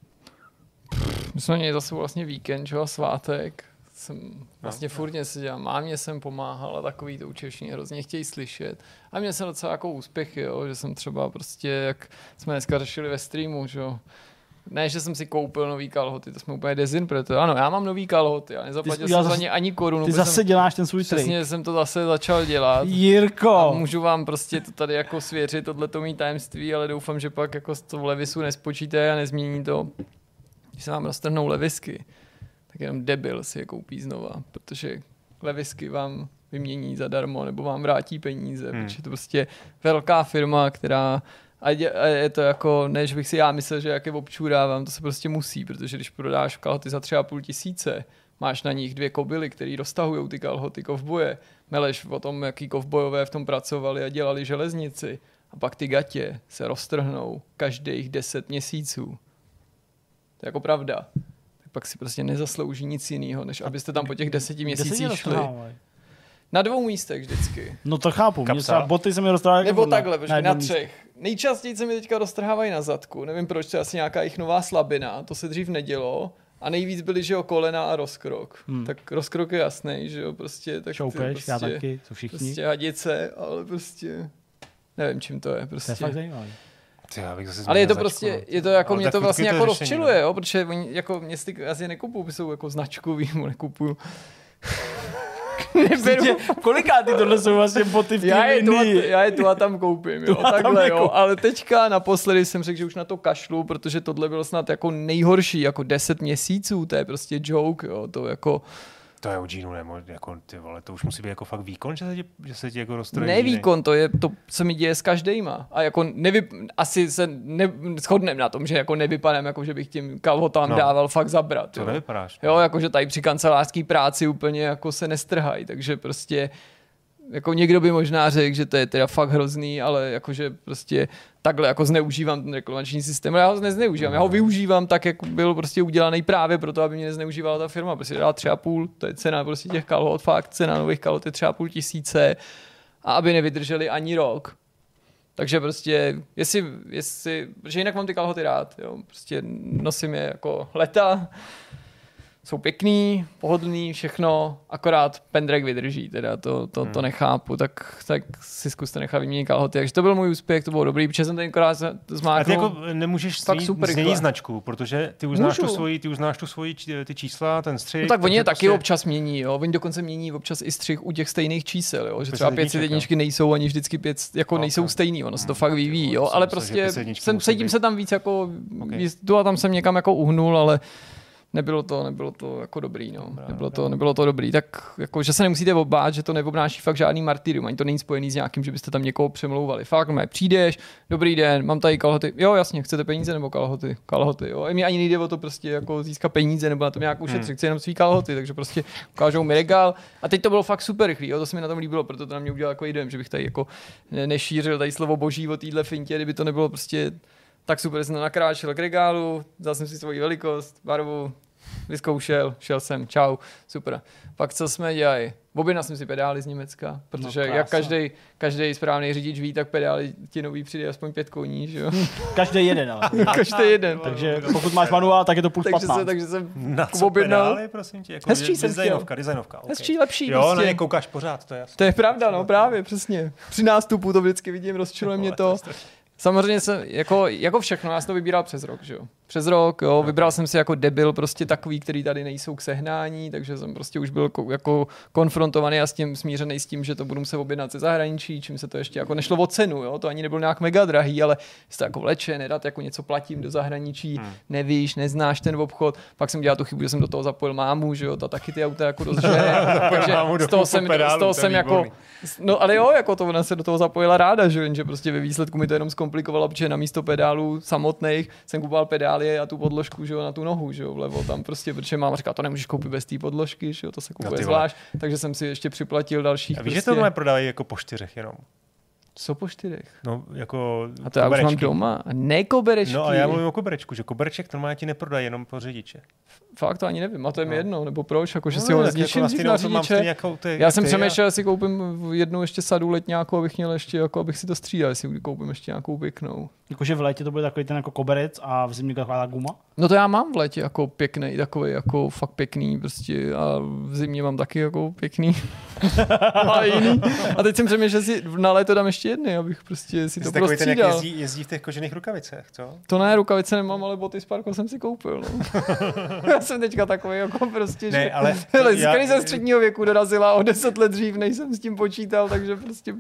My jsme měli zase vlastně víkend, že a svátek. Jsem vlastně no, furt něco dělal. Mámě jsem pomáhal a takový to učešní hrozně chtějí slyšet. A měl jsem docela jako úspěchy, jo, že jsem třeba prostě, jak jsme dneska řešili ve streamu, že jo. Ne, že jsem si koupil nový kalhoty, to jsme úplně dezinterpretovali. Ano, já mám nový kalhoty, já nezaplatil jsem za ně ani korunu. Ty zase jsem, děláš ten svůj trik. Přesně jsem to zase začal dělat. Jirko! A můžu vám prostě to tady jako svěřit, tohleto mý tajemství, ale doufám, že pak jako to v levisu nespočíte a nezmění to. Když se vám roztrhnou levisky, tak jenom debil si je koupí znova, protože levisky vám vymění zadarmo nebo vám vrátí peníze, hmm. protože to prostě velká firma, která a je, a je to jako, ne, že bych si já myslel, že jak je občurávám, to se prostě musí, protože když prodáš kalhoty za tři a půl tisíce, máš na nich dvě kobily, které roztahujou ty kalhoty kovboje, meleš o tom, jaký kovbojové v tom pracovali a dělali železnici a pak ty gatě se roztrhnou každých deset měsíců. To je jako pravda. Pak si prostě nezaslouží nic jiného, než abyste tam po těch deseti měsících šli. Na dvou místech vždycky. No to chápu. Mě třeba boty se mi roztrhávají. Nebo takhle, protože na třech. Nejčastěji se mi teďka roztrhávají na zadku. Nevím proč, to je asi nějaká jich nová slabina. To se dřív nedělo. A nejvíc byly, že jo, kolena a rozkrok. Hmm. Tak rozkrok je jasný, že jo, prostě. Tak šoupeš, prostě, já taky, to všichni. Prostě hadice, ale prostě nevím, čím to je. Prostě. To je fakt zajímavý. Ale je to prostě, je to jako, ale mě to vlastně to jako rozčiluje, jo, protože oni jako mě asi nekupují, jsou jako značkový, mu nekupuju. Neberu. Kolikátý tohle jsou vlastně boty v já je, tu a, já je tu a tam koupím, jo, takhle, jo, ale teďka naposledy jsem řekl, že už na to kašlu, protože tohle bylo snad jako nejhorší, jako deset měsíců, to je prostě joke, jo, to jako... To je od džínu, nebo jako ty vole, to už musí být jako fakt výkon, že se ti, že se ti jako roztrojí. Ne výkon, to je, to se mi děje s každejma. A jako nevy, asi se ne, shodneme na tom, že jako nevypadám, jako že bych tím kalhotám no, dával fakt zabrat. To jo. nevypadáš. Jo, jako že tady při kancelářský práci úplně jako se nestrhají, takže prostě jako někdo by možná řekl, že to je teda fakt hrozný, ale jakože prostě takhle jako zneužívám ten reklamační systém, ale já ho nezneužívám, já ho využívám tak, jak byl prostě udělaný právě proto, aby mě nezneužívala ta firma, prostě dá tři a půl, to je cena prostě těch kalhot, fakt cena nových kalhot je tři a půl tisíce a aby nevydrželi ani rok. Takže prostě, jestli, jestli, protože jinak mám ty kalhoty rád, jo, prostě nosím je jako leta, jsou pěkný, pohodlný, všechno, akorát pendrek vydrží, teda to, to, to nechápu, tak, tak si zkuste nechat vyměnit kalhoty. Takže to byl můj úspěch, to bylo dobrý, protože jsem tenkrát zmáknul. A ty jako nemůžeš změnit značku, protože ty už znáš tu svoji, ty už znáš tu svoji ty čísla, ten střih. No tak oni je taky prostě... občas mění, jo. Oni dokonce mění občas i střih u těch stejných čísel, jo. Že třeba pět set jedničky nejsou ani vždycky pět, jako okay. nejsou stejný, ono se to fakt vyvíjí, jo. Ale prostě jsem, sedím se tam víc jako, tu a tam jsem někam jako uhnul, ale Nebylo to, nebylo to jako dobrý, no. Dobrá, nebylo, to, nebylo to dobrý. Tak jako, že se nemusíte obát, že to neobnáší fakt žádný martyrium. Ani to není spojený s nějakým, že byste tam někoho přemlouvali. Fakt, no, přijdeš, dobrý den, mám tady kalhoty. Jo, jasně, chcete peníze nebo kalhoty? Kalhoty, jo. A mě ani nejde o to prostě jako získat peníze nebo na tom nějakou šetřit, hmm. chci jenom svý kalhoty, takže prostě ukážou mi regál. A teď to bylo fakt super rychlý, jo, to se mi na tom líbilo, proto to na mě udělal jako dojem, že bych tady jako nešířil tady slovo boží o téhle fintě, kdyby to nebylo prostě tak super, jsem nakráčel k regálu, vzal jsem si svoji velikost, barvu, vyzkoušel, šel jsem, čau, super. Pak co jsme dělali? Objednal jsem si pedály z Německa, protože no, jak každý, každý správný řidič ví, tak pedály ti nový přijde aspoň pět koní, že jo? Každý jeden, ale. Každý jeden. Takže pokud máš manuál, tak je to půl patnáct. Takže jsem na co objednal. pedály, prosím tě? Jako hezčí jsem designovka, designovka. Okay. Hezčí, lepší. Jo, prostě. na ně koukáš pořád, to je jasné. To je pravda, no právě, přesně. Při nástupu to vždycky vidím, rozčiluje mě to. Samozřejmě jsem, jako, jako všechno, já jsem to vybíral přes rok, že jo. Přes rok, jo, vybral jsem si jako debil prostě takový, který tady nejsou k sehnání, takže jsem prostě už byl jako, jako konfrontovaný a s tím smířený s tím, že to budu muset objednat ze zahraničí, čím se to ještě jako nešlo o cenu, jo, to ani nebylo nějak mega drahý, ale se to jako vleče, nedat jako něco platím do zahraničí, hmm. nevíš, neznáš ten obchod, pak jsem dělal tu chybu, že jsem do toho zapojil mámu, že jo, ta taky ty auta jako dost žere, takže z toho jsem, pedálu, z toho jsem jako, no ale jo, jako to ona se do toho zapojila ráda, že, že prostě ve výsledku mi to jenom zkomplikovalo, protože na místo pedálů samotných jsem kupoval pedály a tu podložku, že jo, na tu nohu, že jo, vlevo tam prostě, protože máma říká, to nemůžeš koupit bez té podložky, že jo, to se kupuje no zvlášť, takže jsem si ještě připlatil dalších. A víš, prostě... že tohle prodávají jako po čtyřech jenom? Co po čtyřech? No, jako a to koberečky. Já už mám doma. Ne koberečky. No a já mluvím o koberečku, že kobereček normálně ti neprodají jenom po řidiče. Fakt to ani nevím, a to je mi no. jedno, nebo proč, jako, že no, si ho zničím jako na řidiče. Jako ty, já jsem ty přemýšlel, a... jestli koupím jednu ještě sadu letňáku, abych měl ještě, jako abych si to střídal, jestli koupím ještě nějakou pěknou. Jakože v létě to bude takový ten jako koberec a v zimě taková guma? No to já mám v létě jako pěkný, takový jako fakt pěkný prostě a v zimě mám taky jako pěkný. A jiný. A teď jsem přemýšlel, že si na léto dám ještě jedny, abych prostě si to prostřídal. Takový ten, jak jezdí, jezdí v těch kožených rukavicích, co? To ne, rukavice nemám, ale boty z Parko jsem si koupil. No. Já jsem teďka takový jako prostě, ne, že ale hele, já... skvělý ze středního věku dorazila o deset let dřív, než jsem s tím počítal, takže prostě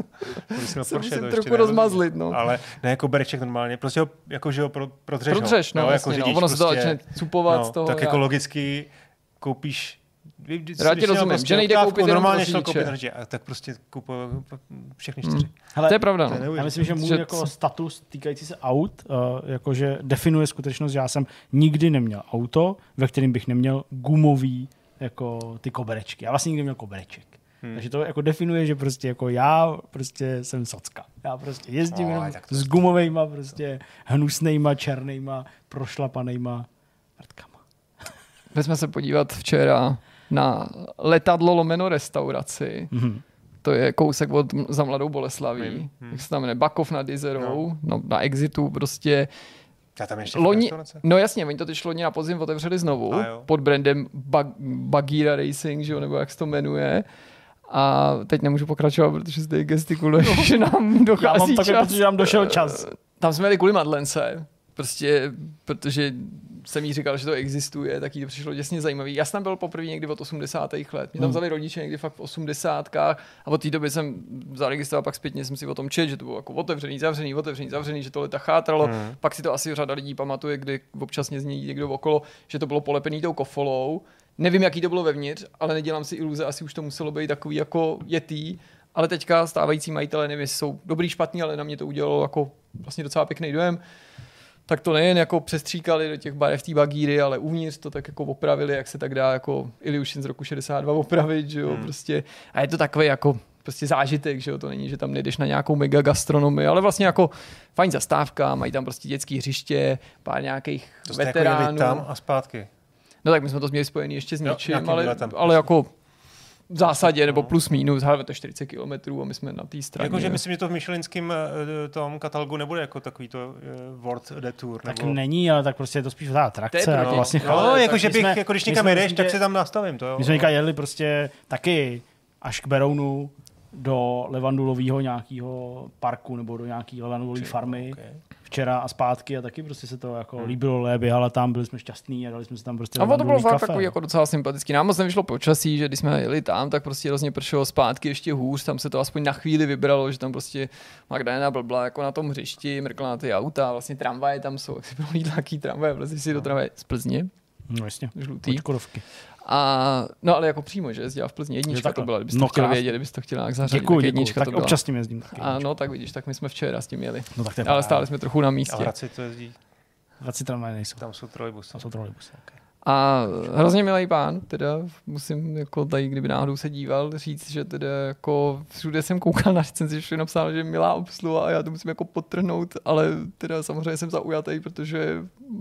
se musím trochu rozmazlit. No. Ale ne, jako bereček normálně, prostě ho, jako, že ho pro, prodřeš. Prodřeš, no, no, jasně, jako řidič, no. Ono se to prostě, začne cupovat no, z toho. Tak já... jako logicky koupíš Já ti rozumím, prostě že nejde koupit normálně šel koupit řidiče, a tak prostě kupuji všechny čtyři. Hmm. Hele, to je pravda. To je já myslím, že můj že jako status týkající se aut, uh, jakože definuje skutečnost, že já jsem nikdy neměl auto, ve kterém bych neměl gumový jako ty koberečky. Já vlastně nikdy neměl kobereček. Hmm. Takže to jako definuje, že prostě jako já prostě jsem socka. Já prostě jezdím oh, jenom s gumovejma, prostě hnusnejma, černejma, prošlapanejma vrtkama. Pojďme se podívat včera na letadlo lomeno restauraci. Mm-hmm. To je kousek od za Mladou Boleslaví. Mm-hmm. Jak se tam jmenuje, Bakov nad Jizerou, no. No, na Exitu prostě. A tam ještě loni, no jasně, oni to teď loni na podzim otevřeli znovu pod brandem Bag, Bagheera Racing, že jo, nebo jak se to jmenuje. A teď nemůžu pokračovat, protože zde gestikuluje, no. Že nám dochází Já mám čas. takové, protože nám došel čas. Tam jsme jeli kvůli Madlence, prostě, protože jsem jí říkal, že to existuje, tak jí to přišlo děsně zajímavý. Já jsem tam byl poprvé někdy od osmdesátých let. Mě tam vzali rodiče někdy fakt v osmdesátkách a od té doby jsem zaregistroval, pak zpětně jsem si o tom čet, že to bylo jako otevřený, zavřený, otevřený, zavřený, že to leta chátralo. Hmm. Pak si to asi řada lidí pamatuje, kdy občas mě zní někdo okolo, že to bylo polepený tou kofolou. Nevím, jaký to bylo vevnitř, ale nedělám si iluze, asi už to muselo být takový jako jetý. Ale teďka stávající majitelé, nevím, jestli jsou dobrý, špatný, ale na mě to udělalo jako vlastně docela pěkný dojem. Tak to nejen jako přestříkali do těch barev té bagíry, ale uvnitř to tak jako opravili, jak se tak dá jako Ilyushin z roku šedesát dva opravit, že jo, hmm. prostě. A je to takový jako prostě zážitek, že jo, to není, že tam nejdeš na nějakou mega gastronomii, ale vlastně jako fajn zastávka, mají tam prostě dětské hřiště, pár nějakých to veteránů. Jako tam a zpátky. No tak my jsme to měli spojený ještě s něčím, jo, ale, tam, ale jako v zásadě, nebo plus minus, hele, to čtyřicet kilometrů a my jsme na té straně. Jakože myslím, že to v michelinském tom katalogu nebude jako takový to uh, World Detour. Tak nebo... není, ale tak prostě je to spíš ta atrakce. No, vlastně no, no jakože bych, jsme, jako když někam jedeš, tak si tam nastavím to. Jo. My jsme někam jeli prostě taky až k Berounu do levandulového nějakého parku nebo do nějaké levandulové farmy. Okay. Včera a zpátky a taky prostě se to jako hmm. líbilo, le, běhala tam, byli jsme šťastní a dali jsme se tam prostě a to bylo fakt takový jako docela sympatický. Nám moc nevyšlo počasí, že když jsme jeli tam, tak prostě hrozně pršelo zpátky ještě hůř, tam se to aspoň na chvíli vybralo, že tam prostě Magdalena blbla jako na tom hřišti, mrkla na ty auta, vlastně tramvaje tam jsou, jak si bylo jít taký tramvaje, vlezli si do tramvaje z Plzně. No jasně, žlutý. Očkodovky. A, no ale jako přímo, že jezdila v Plzni jednička to byla, kdybyste to chtěli vědět, kdybyste to chtěli nějak zařadit, děkuju, tak děkuju. jednička tak to byla. občas tím jezdím taky. A no tak vidíš, tak my jsme včera s tím jeli, no, tak ale stáli jsme trochu na místě. A v Hradci to jezdí? V Hradci tramvaje nejsou. Tam jsou trolejbusy. Tam jsou trolejbusy, okay. A hrozně milý pán, teda musím jako tady, kdyby náhodou se díval, říct, že teda jako všude jsem koukal na recenzi, že je napsáno, že je milá obsluha a já to musím jako podtrhnout, ale teda samozřejmě jsem zaujatý, protože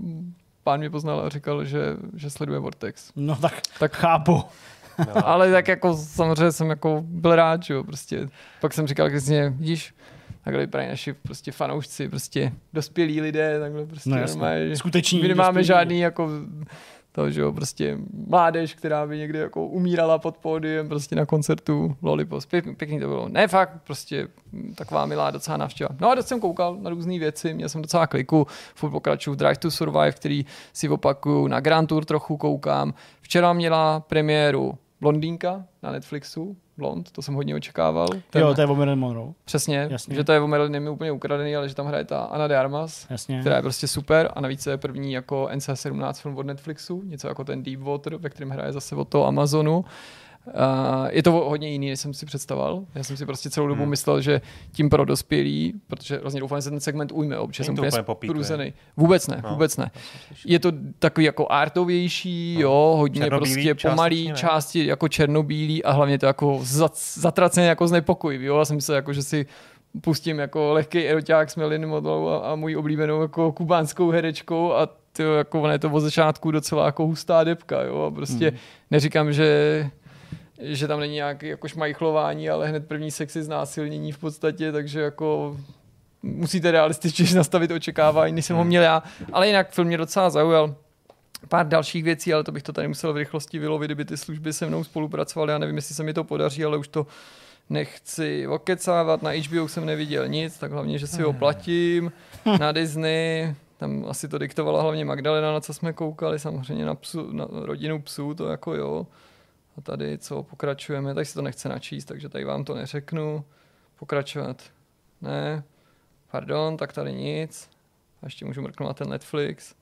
pán mě poznal a říkal, že, že sleduje Vortex. No tak, tak chápu. No. Ale tak jako samozřejmě jsem jako byl rád, že jo, prostě. Pak jsem říkal, když mě, vidíš, takhle vypadají naši prostě fanoušci, prostě dospělí lidé, takhle prostě no, normálně. Skuteční. My nemáme žádný jako To, že jo, prostě mládež, která by někdy jako umírala pod pódiem prostě na koncertu Lollipop. Pěk, pěkný to bylo. Ne fakt, prostě taková milá docela návštěva. No a dost jsem koukal na různé věci, měl jsem docela kliku, furt pokračuju v Drive to Survive, který si opakuju, na Grand Tour trochu koukám. Včera měla premiéru Blondýnka na Netflixu, Blond, to jsem hodně očekával. Ten... Jo, to je o Marilyn Monroe. Přesně, Jasně. Že to je o Marilyn mi úplně ukradený, ale že tam hraje ta Ana de Armas, Jasně. která je prostě super a navíc je první jako N C sedmnáct film od Netflixu, něco jako ten Deepwater, ve kterém hraje zase od toho Amazonu. Uh, je to hodně jiný, než jsem si představoval. Já jsem si prostě celou dobu hmm. myslel, že tím pro dospělí, protože hrozně doufám, že se ten segment ujme, občas jsem úplně spruzený. Vůbec ne, no, vůbec ne. Je to takový jako artovější, no. jo, hodně prostě pomalý části, části jako černobílý a hlavně to jako zatracené jako znepokojivý. Jo? Já jsem myslel, jako, že si pustím jako lehký eroťák s Marilyn Monroe a, a můj oblíbenou jako kubánskou herečkou a tyjo, jako ona je to od začátku docela jako hustá debka, jo, a prostě hmm. neříkám, že že tam není nějaké jako šmajchlování, ale hned první sexy znásilnění v podstatě, takže jako musíte realističně nastavit očekávání, než jsem ho měl já. Ale jinak film mě docela zaujal. Pár dalších věcí, ale to bych to tady musel v rychlosti vylovit, kdyby ty služby se mnou spolupracovaly. Já nevím, jestli se mi to podaří, ale už to nechci okecávat. Na H B O jsem neviděl nic, tak hlavně, že si ho platím. Na Disney, tam asi to diktovala hlavně Magdalena, na co jsme koukali, samozřejmě na, psu, na rodinu psů, to jako jo. A tady, co pokračujeme, tak si to nechce načíst, takže tady vám to neřeknu. Pokračovat. Ne. Pardon, tak tady nic. A ještě můžu mrknout na ten Netflix.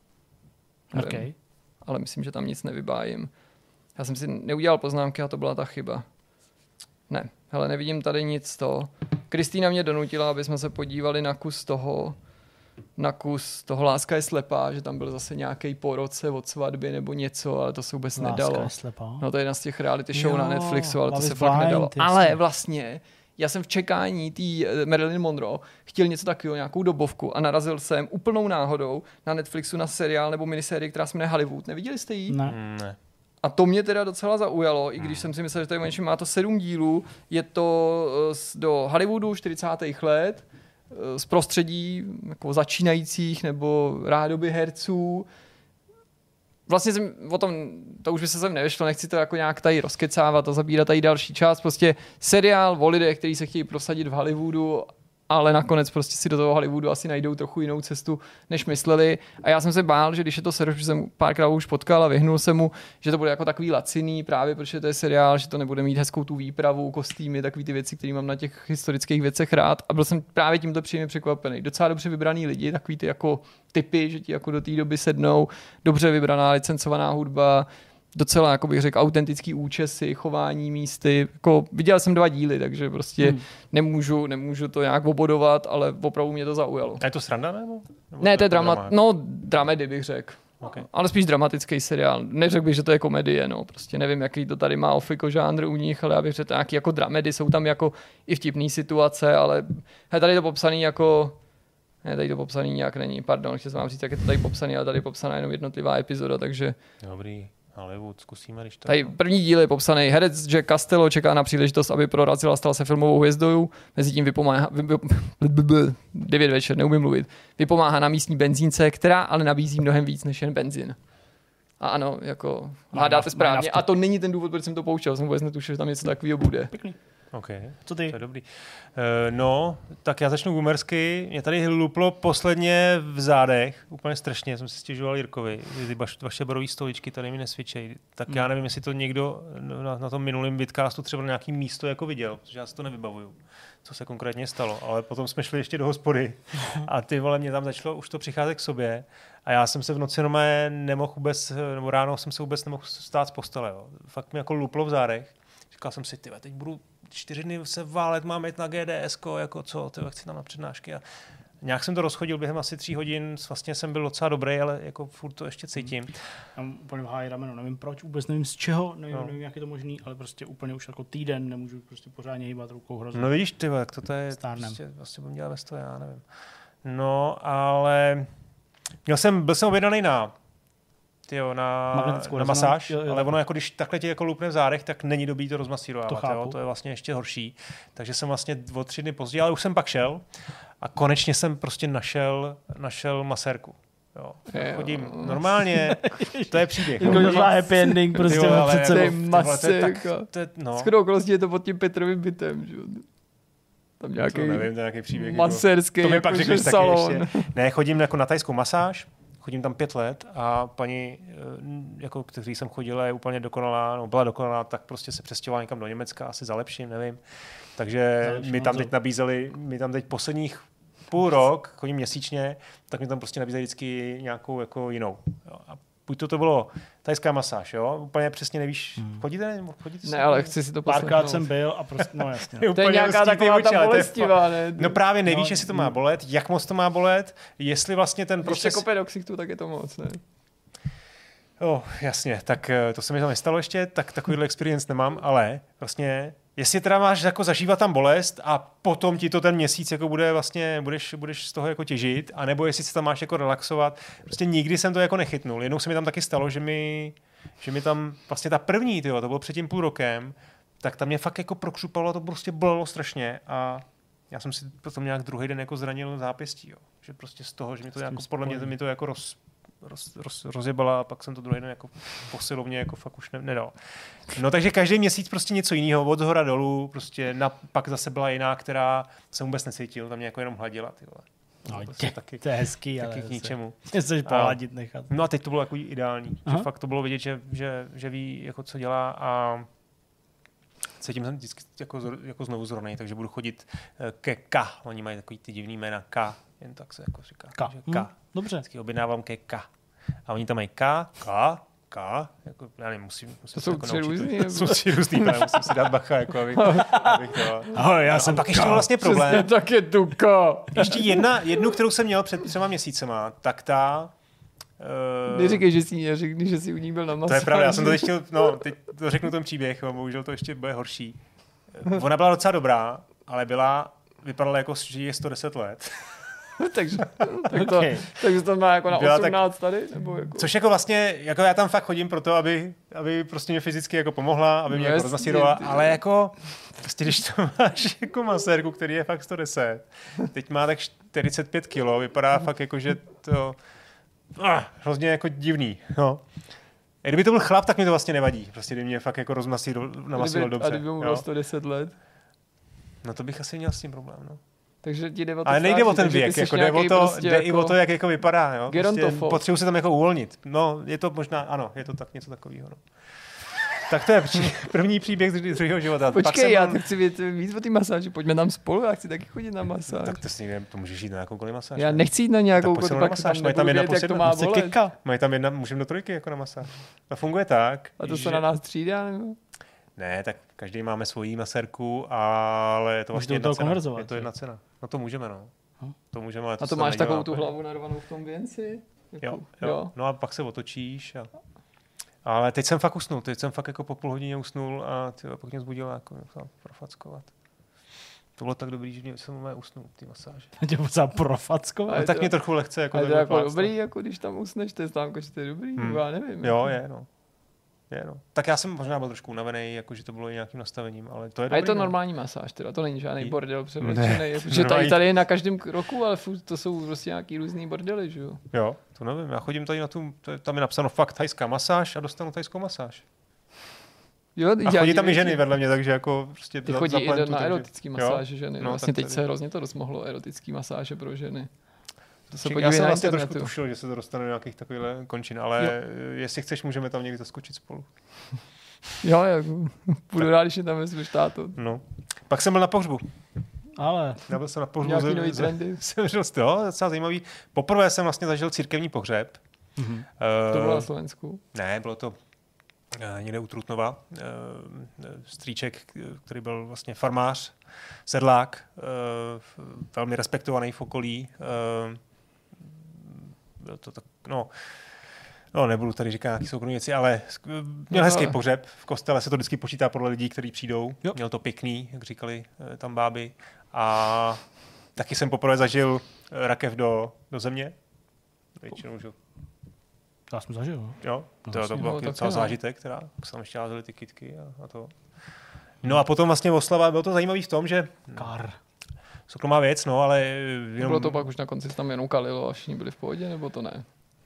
Okay. Ale myslím, že tam nic nevybájím. Já jsem si neudělal poznámky a to byla ta chyba. Ne, hele, nevidím tady nic to. Kristýna mě donutila, aby jsme se podívali na kus toho, na kus toho Láska je slepá, že tam byl zase nějaký po roce od svatby nebo něco, ale to se vůbec Láska nedalo. Je slepá. No to je jedna z těch reality show jo, na Netflixu, ale to se blind, fakt nedalo. Ale vlastně já jsem v čekání té Marilyn Monroe chtěl něco takového, nějakou dobovku a narazil jsem úplnou náhodou na Netflixu na seriál nebo minisérii, která se jmenuje Hollywood. Neviděli jste ji? Ne. ne. A to mě teda docela zaujalo, i když jsem si myslel, že tady má to sedm dílů. Je to do Hollywoodu čtyřicátých let, z prostředí jako začínajících nebo rádoby herců. Vlastně jsem o tom, to už by se sem nevešlo, nechci to jako nějak tady rozkecávat a zabírat tady další část. Prostě seriál o lidech, kteří se chtějí prosadit v Hollywoodu, ale nakonec prostě si do toho Hollywoodu asi najdou trochu jinou cestu, než mysleli. A já jsem se bál, že když je to seriál, že jsem párkrát už potkal a vyhnul jsem mu, že to bude jako takový laciný, právě protože to je seriál, že to nebude mít hezkou tu výpravu, kostýmy, takový ty věci, které mám na těch historických věcech rád. A byl jsem právě tímto příjemně překvapený. Docela dobře vybraný lidi, takový ty jako typy, že ti jako do té doby sednou, dobře vybraná licencovaná hudba, docela, jako bych řekl, autentický účesy, chování místy. Jako, viděl jsem dva díly, takže prostě hmm. nemůžu, nemůžu to nějak obodovat, ale opravdu mě to zaujalo. A je to sranda, nebo? nebo ne, to je drama, drama, no dramedy bych řekl. Okay. Ale spíš dramatický seriál. Neřekl bych, že to je komedie, no. Prostě nevím, jaký to tady má ofiko žánr u nich, ale já bych řekl, nějaký jako dramedy, jsou tam jako i vtipný situace, ale he, tady je to popsaný jako ne, tady to popsaný nějak není, pardon, chtěl jsem vám říct, jak je to tady popsaný, ale tady je popsaná jenom jednotlivá epizoda, takže dobrý. Hollywood, zkusíme, když to... Tady první díl je popsaný. Herec Jack Castello čeká na příležitost, aby prorazil a stal se filmovou hvězdou. Mezitím vypomáhá... devět večer, neumím mluvit. Vypomáhá na místní benzínce, která ale nabízí mnohem víc než jen benzín. A ano, jako hádáte správně. A to není ten důvod, proč jsem to pouštěl. Jsem vůbec netušil, že tam něco takového bude. Pěkný. OK, co ty? To je dobrý. Uh, no, tak já začnu gumersky. Mě tady luplo posledně v zádech, úplně strašně, jsem si stěžoval Jirkovi, ty vaše borový stoličky tady mi nesvědčejí. Tak hmm. já nevím, jestli to někdo na, na tom minulém vidcastu třeba nějaký místo jako viděl, protože já si to nevybavuju, co se konkrétně stalo, ale potom jsme šli ještě do hospody a ty vole, mě tam začalo už to přicházet k sobě a já jsem se v noci normálně nemohl vůbec, nebo ráno jsem se vůbec nemohl stát z postele. Jo. Fakt mi jako luplo v zádech. Říkal jsem si, ty teď budu čtyři dny se válet, mám jít na G D S ko, jako co, ty chci tam na přednášky. A nějak jsem to rozchodil během asi tří hodin, vlastně jsem byl docela dobrý, ale jako furt to ještě cítím. Já mám úplně v háji rameno, nevím proč, vůbec nevím z čeho, nevím, no. nevím jak je to možný, ale prostě úplně už jako týden nemůžu prostě pořádně hýbat rukou hrozně. No vidíš ty, jak to, to je, stárnem. Prostě, vlastně budu dělat bez toho, já nevím. No, ale měl jsem, byl jsem objednaný na Tyjo, na, na masáž, jo, jo, ale ono jako když takhle tě jako lupne v zádech, tak není dobrý to rozmasírovávat, to, jo, to je vlastně ještě horší. Takže jsem vlastně o tři dny později, ale už jsem pak šel a konečně jsem prostě našel, našel masérku. Jo. Já chodím normálně, to je příběh. Jako to happy ending prostě Jo, ale před sebou. To je to je masek. tak- to je- no. Shodou okolností je to pod tím Petrovým bytem, že jo. Tam nějaký To nevím, to je nějaký příběh. maserský, Jako, to mi pak jakože řekneš taky salon. ještě. Ne, chodím jako na tajskou masáž, chodím tam pět let a paní, eh, jako, který jsem chodila, je úplně dokonalá, no, byla dokonalá, tak prostě se přestěhovala někam do Německa, asi za lepším, nevím. Takže Zalepším, mi tam no, teď nabízeli, mi tam teď posledních půl rok, chodím měsíčně, tak mi tam prostě nabízeli vždycky nějakou jako jinou. Jo. A buď to, to bylo tajská masáž, jo, úplně přesně nevíš, hmm. chodíte? Nebo chodíte Ne, ale chci si to Párkrát poslechnout. jsem byl a prostě, no jasně. To je Úplně nějaká hustý ty taková oči, ta ale to je bolestivá, fakt- ne? No právě nevíš, No, jestli to má bolet, jak moc to má bolet, jestli vlastně ten Když se proces... kope do ksichtu, tak je to moc, ne? Oh, jasně, tak eh, to se mi tam nestalo ještě, tak takovýhle experience nemám, ale vlastně, jestli teda máš jako zažívat tam bolest a potom ti to ten měsíc jako bude vlastně, budeš, budeš z toho jako těžit, anebo jestli se tam máš jako relaxovat, prostě nikdy jsem to jako nechytnul. Jednou se mi tam taky stalo, že mi, že mi tam vlastně ta první, tyjo, to bylo před tím půl rokem, tak tam mě fakt jako prokřupalo, to prostě bolelo strašně a já jsem si potom nějak druhý den jako zranil zápěstí, jo. Že prostě z toho, že mi to jako, podle mě to, mi to jako roz, roz, roz, rozjebala a pak jsem to druhý den jako posilovně jako fakt už ne, nedal. No takže každý měsíc prostě něco jiného, od zhora dolů, prostě na, pak zase byla jiná, která jsem vůbec necítil, tam mě jako jenom hladila, ty vole. No, prostě tě, taky, to je hezký, ale taky k ničemu. Chceš pohladit nechat. No a teď to bylo jako ideální, Aha. že fakt to bylo vidět, že, že, že ví, jako co dělá a cítím jsem vždycky jako, zro, jako znovu zrovnej, takže budu chodit eh, ke K. Oni mají takový ty divný jména K, jen tak se jako říká. K. Že Hm, K. dobře. Vždycky objednávám ke K. A oni tam mají K, K, K, jako, já nevím, musím, musím To se jsou jako tři naučit. různý, To nebo? jsou tři různý, ale musím si dát bacha, jako abych, abych to... Ahoj, já A jsem pak ještě byl vlastně Přesně problém. tak je tuka. Ještě jedna, jednu, kterou jsem měl před třema měsícema, tak ta... Uh, Neříkej, že jsi ní neřekni, že jsi u ní byl na To masáži. je pravda, já jsem to ještě, no, teď to řeknu ten příběh, jo, bohužel to ještě bude horší. Ona byla docela dobrá, ale byla, vypadala jako, že je sto deset let. takže, tak to, Okay. takže to má jako na Byla tak- osmnáct tady? Nebo jako... Což jako vlastně, jako já tam fakt chodím proto, aby, aby prostě mě fyzicky jako pomohla, aby mě No jako jasně, rozmasírovala, ty- ale jako, prostě když to máš jako masérku, který je fakt sto deset, teď má tak čtyřicet pět kilo, vypadá fakt jako, že to, ah, hrozně jako divný, no. A kdyby to byl chlap, tak mi to vlastně nevadí. Prostě kdyby mě fakt jako rozmasíroval, namasíroval dobře. A kdyby mu bylo jo. sto deset let? No to bych asi měl s tím problém, no. Takže ti jde o to Ale nejde o starší, ten takže ty věk, jsi jako jde, o nějaký to, prostě jde jako... i o to, jak jako vypadá. Jo? Prostě Gerontofоб. potřebuji se tam jako uvolnit. No, je to možná, ano, je to tak něco takového. No. Tak to je pří, první příběh z druhého života. Pak Počkej, jsem já byl- tak chci vědět víc o té masáži, pojďme tam spolu, já chci taky chodit na masáž. Tak to si někde, to můžeš jít na jakoukoliv masáž. Já ne? nechci jít na nějakou, Tak pojď se pak na tam masáž, mají tam nebudu jedna vědět, plus jak to jedna. má Se bolet. kika. Mají tam jedna, můžeme do trojky jako na masáž. To funguje tak, A to že... se na nás třídá, nebo? Ne, tak každý máme svoji masérku, ale je to vlastně Můžete u jedna toho cena. konverzovat, Je to že? jedna cena. No to můžeme, no. Hm. To můžeme, ale to A se to tam máš nedělá takovou tu úplně. hlavu narvanou v tom věnci? Jako- Jo, jo. No a pak se otočíš. A... Ale teď jsem fakt usnul, teď jsem fakt jako po půl hodině usnul a ty, pak mě zbudila jako profackovat. To bylo tak dobrý, že mě jsem mé usnul, ty masáže. Tě potřeba profackovat. A No, je tak to- mě trochu lehce jako A je to takhle jako pláclo. dobrý, jako když tam usneš, to je stánko, že to je dobrý, Hmm. hmm. já nevím. Jo, jako. je, no. Je, no. Tak já jsem možná byl trošku unavený, jako že to bylo i nějakým nastavením, ale to je A dobrý. je to no. normální masáž, teda to není žádný I- bordel převlečený, Ne, protože tady, normální- tady je na každém kroku, ale furt to jsou prostě nějaký různý bordely, že jo. Jo, to nevím, já chodím tady na tu, to je, tam je napsáno fakt thajská masáž a dostanu thajskou masáž. Jo, A chodí tam i ženy vedle mě, takže jako prostě Ty za- chodí i zapletu, do- na takže- erotický Jo. masáže ženy. No, Vlastně tak teď to se je- hrozně to rozmohlo, erotický masáže pro ženy. To se Já podívej jsem na vlastně internetu. trošku tušil, že se to dostane do nějakých takovýchhle končin, ale Jo. jestli chceš, můžeme tam někdy zaskočit spolu. Jo, jako, budu rád, když je tam vezmeš tátu. No. Pak jsem byl na pohřbu. Ale Já byl jsem na pohřbu. Nějaký ze- nový ze- trendy. Jsem žil, jo, docela zajímavý. Poprvé jsem vlastně zažil církevní pohřeb. Mhm. Eh, To bylo na Slovensku. Ne, bylo to eh, někde u Trutnova. Eh, strýček, který byl vlastně farmář, sedlák, eh, velmi respektovaný v okolí. Eh, byl to tak, no, no nebudu tady říkat nějaké soukromé věci, ale sk- měl No, hezký ale- pohřeb. V kostele se to vždycky počítá podle lidí, kteří přijdou. Jo. Měl to pěkný, jak říkali eh, tam báby. A taky jsem poprvé zažil eh, rakev do, do země. Většinou, že já jsem zažil. no. jo, to, to vlastně, byl no, no, taky docela no. zážitek, teda, jak se tam ještě házeli ty kytky a, a to. No a potom vlastně oslava, bylo to zajímavý v tom, že Kar. soukromá věc, no, ale jenom... Bylo to pak už na konci, se tam jenom kalilo a všichni byli v pohodě, nebo to ne?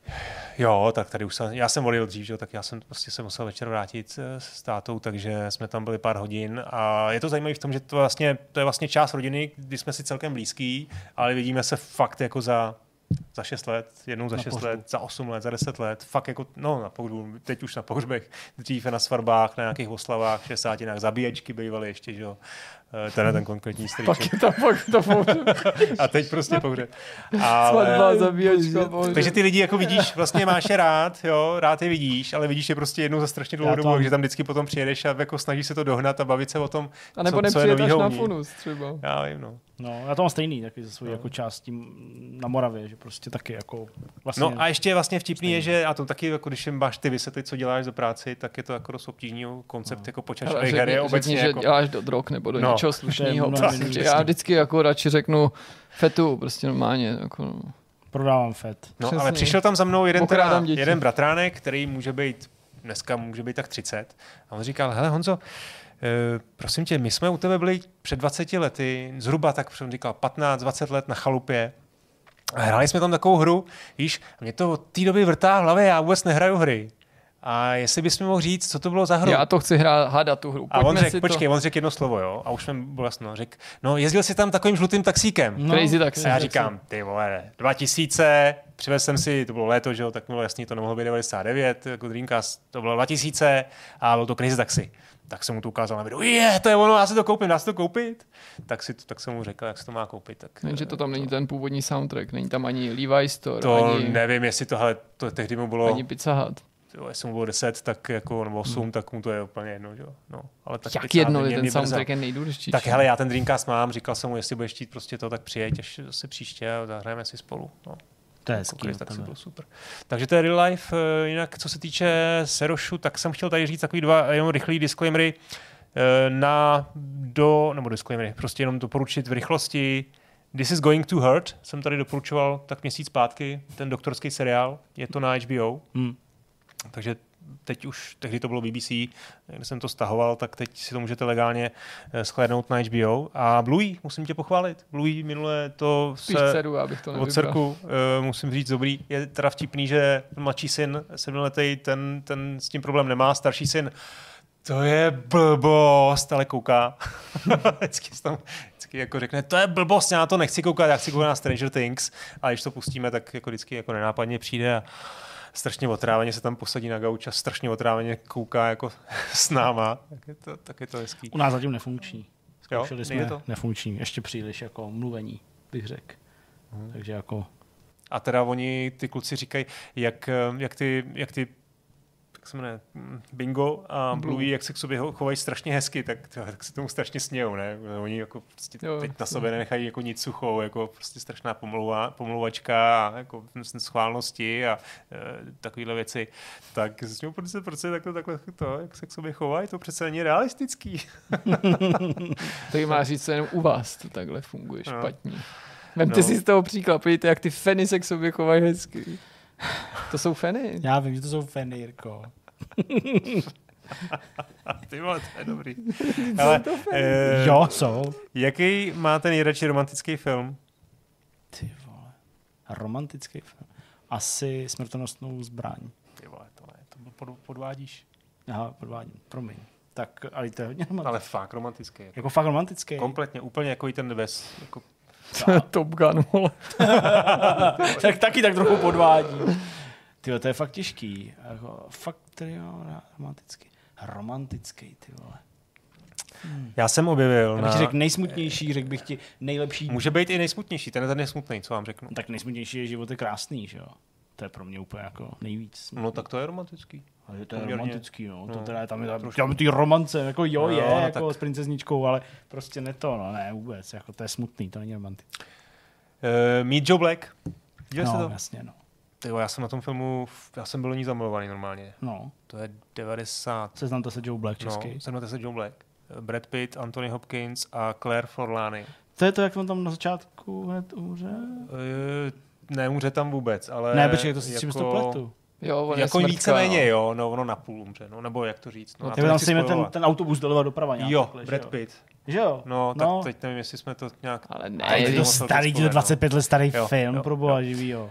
Jo, tak tady už jsem, já jsem volil dřív, že? Tak já jsem prostě se musel večer vrátit s tátou, takže jsme tam byli pár hodin a je to zajímavé v tom, že to, vlastně, to je vlastně část rodiny, kdy jsme si celkem blízký, ale vidíme se fakt jako za za šest let, jednou za šest let, za osm let, za deset let, fakt jako, no na pohřbu, teď už na pohřbech, dříve na svatbách, na nějakých oslavách, šedesátinách, zabíječky bývaly ještě, že jo, ten ten konkrétní strýček. Pak je tam pak to pohřeb. A teď prostě pohřeb. Svatba, zabíječka, pohřeb. Takže ty lidi jako vidíš, vlastně máš je rád, jo, rád je vidíš, ale vidíš je prostě jednou za strašně dlouhou dobu, takže tam vždycky potom přijedeš a jako snažíš se to dohnat a bavit se o tom, a nebo co, co je nepřijedeš novýho na u ní. Funus třeba. Já vím, no. No, já to mám stejný, taky ze svou no. jako část tím na Moravě, že prostě taky jako vlastně... No a ještě vlastně vtipný je, že a to taky, jako když jim máš ty vysvětlit, co děláš do práci, tak je to jako dost obtížný koncept no. jako počáčových her je obecně řekni, jako... že děláš do drog nebo do no. něčeho slušného. Prostě. Já vždycky jako radši řeknu fetu, prostě normálně. Jako, no. Prodávám fet. No, Přesně. Ale přišel tam za mnou jeden, teda, Pokrádám děti. jeden bratránek, který může být, dneska může být tak třicet. A on říkal, hele Honzo, Uh, prosím tě, my jsme u tebe byli před dvaceti lety, zhruba tak, jsem říkal, patnáct dvacet let na chalupě. A hráli jsme tam takovou hru, víš, a mě to od té doby vrtá v hlavě, já vůbec nehraju hry. A jestli bys mi mohl říct, co to bylo za hru? Já to chci hrát, hádat tu hru. A on řekl, počkej, on řekl jedno slovo, jo, a už mi bylo jasno, řekl, no jezdil jsi tam takovým žlutým taxíkem. No, Crazy taxi. A já říkám, ty vole, dva tisíce, přivez jsem si, to bylo léto, že jo, tak mi bylo jasný, to nemohlo být devadesát devět, jako Dreamcast, to bylo dva tisíce a bylo to Crazy taxi. Tak jsem mu to ukázal na videu, je, to je ono, já si to koupím, dá se to koupit? Tak, si to, tak jsem mu řekl, jak se to má koupit. Tak, Jenže to tam není ten původní soundtrack, není tam ani Levi's Store, to ani, nevím, jestli to, hele, to tehdy mu bylo... ani Pizza Hut. Jo, jestli mu bylo deset, tak jako, nebo osm, hmm. tak mu to je úplně jedno, že jo. No, ale tak jak jedno, je ten soundtrack je nejdůležitější. Tak hele, já ten Dreamcast mám, říkal jsem mu, jestli budeš chtít prostě to, tak přijeď až zase příště a zahrajeme si spolu. No. To je hezký. Tak si bylo super. Takže to je real life. Jinak, co se týče Seroshu, tak jsem chtěl tady říct takový dva jenom rychlý disclaimery na do, nebo disclaimery, prostě jenom doporučit v rychlosti. This is going to hurt, jsem tady doporučoval tak měsíc zpátky, ten doktorský seriál, je to na H B O. Hmm. Takže teď už, tehdy to bylo B B C, když jsem to stahoval, tak teď si to můžete legálně shlédnout na H B O. A Bluey, musím tě pochválit. Bluey minule to Spíš se... dceru, abych to nevybral. Od dcerku, uh, musím říct dobrý. Je teda vtipný, že mladší syn, sedmiletý, ten, ten s tím problém nemá, starší syn, to je blbost, ale kouká. vždycky, tam, vždycky jako řekne, to je blbost, já na to nechci koukat, já chci koukat na Stranger Things. A když to pustíme, tak jako vždycky jako nenápadně přijde a strašně otráveně se tam posadí na gauč a strašně otráveně kouká jako s náma. Tak je to, tak je to hezký. U nás zatím nefunkční. Zkoušeli jo, jsme to? nefunkční, ještě příliš jako mluvení, bych řekl. Hmm. Takže jako... A teda oni, ty kluci říkají, jak, jak ty, jak ty jak se jmenuje, Bingo a Bluey, jak se k sobě chovají strašně hezky, tak, tak se tomu strašně smějou, ne? Oni jako prostě jo, teď na sobě nenechají jako nic suchou, jako prostě strašná pomluva, pomluvačka a jako schválnosti a e, takovéhle věci. Tak s tím proč, proč takhle, takhle to, jak se k sobě chovají, to přece není realistický. To má říct, jenom u vás to takhle funguje no. špatně. Vemte no. si z toho příklad, podívejte, jak ty feny se k sobě chovají hezky. To jsou feny. Já vím, že to jsou feny, Jirko. Ty vole, to je dobrý. Ale, eh, jo, jsou. Jaký máte nejradši romantický film? Ty vole. Romantický film? Asi Smrtonosnou zbraň. Ty vole, to ne, to pod, podvádíš. Aha, podvádím, promiň. Tak, ale to je hodně romantický. Ale fakt romantický. Jako, jako fakt romantický? Kompletně, úplně jako i ten nebes. Jako... Top Gun, vole. Tak taky tak trochu podvádí. Tyjo, to je fakt těžký. Jako, fakt jo, romantický. Romantický, ty vole. Hmm. Já jsem objevil. Já bych na... řekl nejsmutnější, řekl bych ti nejlepší. Může být i nejsmutnější, ten je ten nejsmutný, co vám řeknu. Tak nejsmutnější je Život je krásný, že jo. To je pro mě úplně jako nejvíc. Smutný. No tak to je romantický. Ale to je Poměrně. romantický, no. To teda je tam, je tam, tam ty romance, jako jo, no, je, no, jako tak... s princezničkou, ale prostě ne to, no, ne, vůbec, jako to je smutný, to není romantický. Uh, Meet Joe Black. Viděl no, jsi to? jasně, no. Tyjo, já jsem na tom filmu, já jsem byl do ní zamilovaný normálně. No. To je devadesát. Seznamte se Joe Black český. No, seznamte se Joe Black. Brad Pitt, Anthony Hopkins a Claire Forlani. To je to, jak on tam na začátku hned umře? Uh, ne, umře tam vůbec, ale... Ne, počkej, to si jako... to pletu. Jo, on jako víceméně, jo, no, ono napůl umře, no, nebo jak to říct. No, no, tam si ten, ten autobus doleva doprava nějak. Jo, takhle, Brad Pitt. Že jo? No, tak no. teď nevím, jestli jsme to nějak... Ale ne, je to starý, to dvacet pět let starý jo, film, pro boha živýho.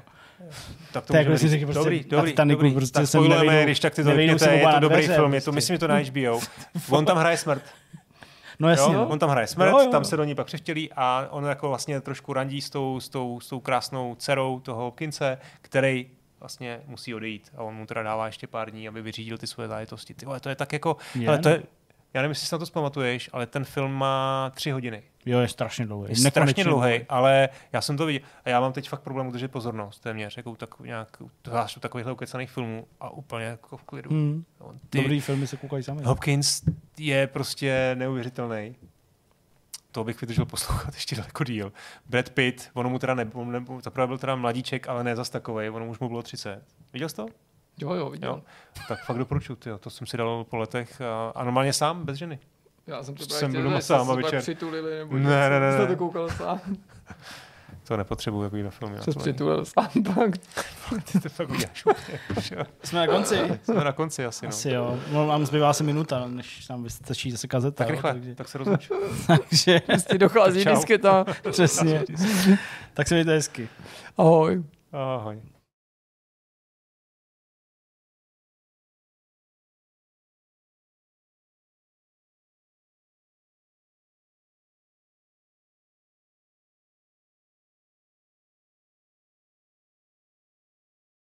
Tak to Tak můžeme si říct. řekl prostě Dobrý, na dobrý, Titanicu dobrý. prostě Tak se spojujeme, nevejdou- když tak ty to nevejdou se řekněte, je oba to na dobrý dveře, film, je to, prostě. myslím, že to na H B O. On tam hraje smrt. No jasně. Jo? No. On tam hraje smrt, Jo, jo. tam se do ní pak převtělí a on jako vlastně trošku randí s tou, s tou, s tou krásnou dcerou toho Hopkinse, který vlastně musí odejít a on mu teda dává ještě pár dní, aby vyřídil ty svoje záležitosti. Ty vole, to je tak jako, Je, hele, to no. je, já nevím, jestli si na to vzpamatuješ, ale ten film má tři hodiny. Jo, je strašně dlouhý. Je strašně dlouhý, ale já jsem to viděl. A já mám teď fakt problém udržet pozornost téměř, jako tak, nějak, zvlášť u takovýchhle ukecaných filmů a úplně jako v klidu. Hmm. Ty, Dobrý filmy se koukají sami. Hopkins je prostě neuvěřitelný. To bych vydržel poslouchat ještě daleko díl. Brad Pitt, ono mu teda ne, on ne, zaprvé byl teda mladíček, ale ne zas takovej, ono už mu bylo třicet. Viděl jsi to? Jo, jo, viděl. Jo. Tak fakt doporučuji, tyjo. To jsem si dal po letech a, a normálně sám, bez ženy. Já jsem to Jsem právě byl doma chtěl, sám a se pak večer. přitulili, nebo Ne, něco, ne, ne, jsem ne. to koukal sám. To nepotřebuji jako na film. Přes přitulil sám pak. Ty to fakt uděláš úplně. Jsme na konci. Jsme na konci asi, no. Asi jo. No, nám zbývá asi minuta, než nám vystačí zase kazeta. Tak jo, rychle, Takže, tak se rozluč. takže Prostě dochází Čau. disketa. přesně. Tak se mějte hezky. Ahoj. Ahoj.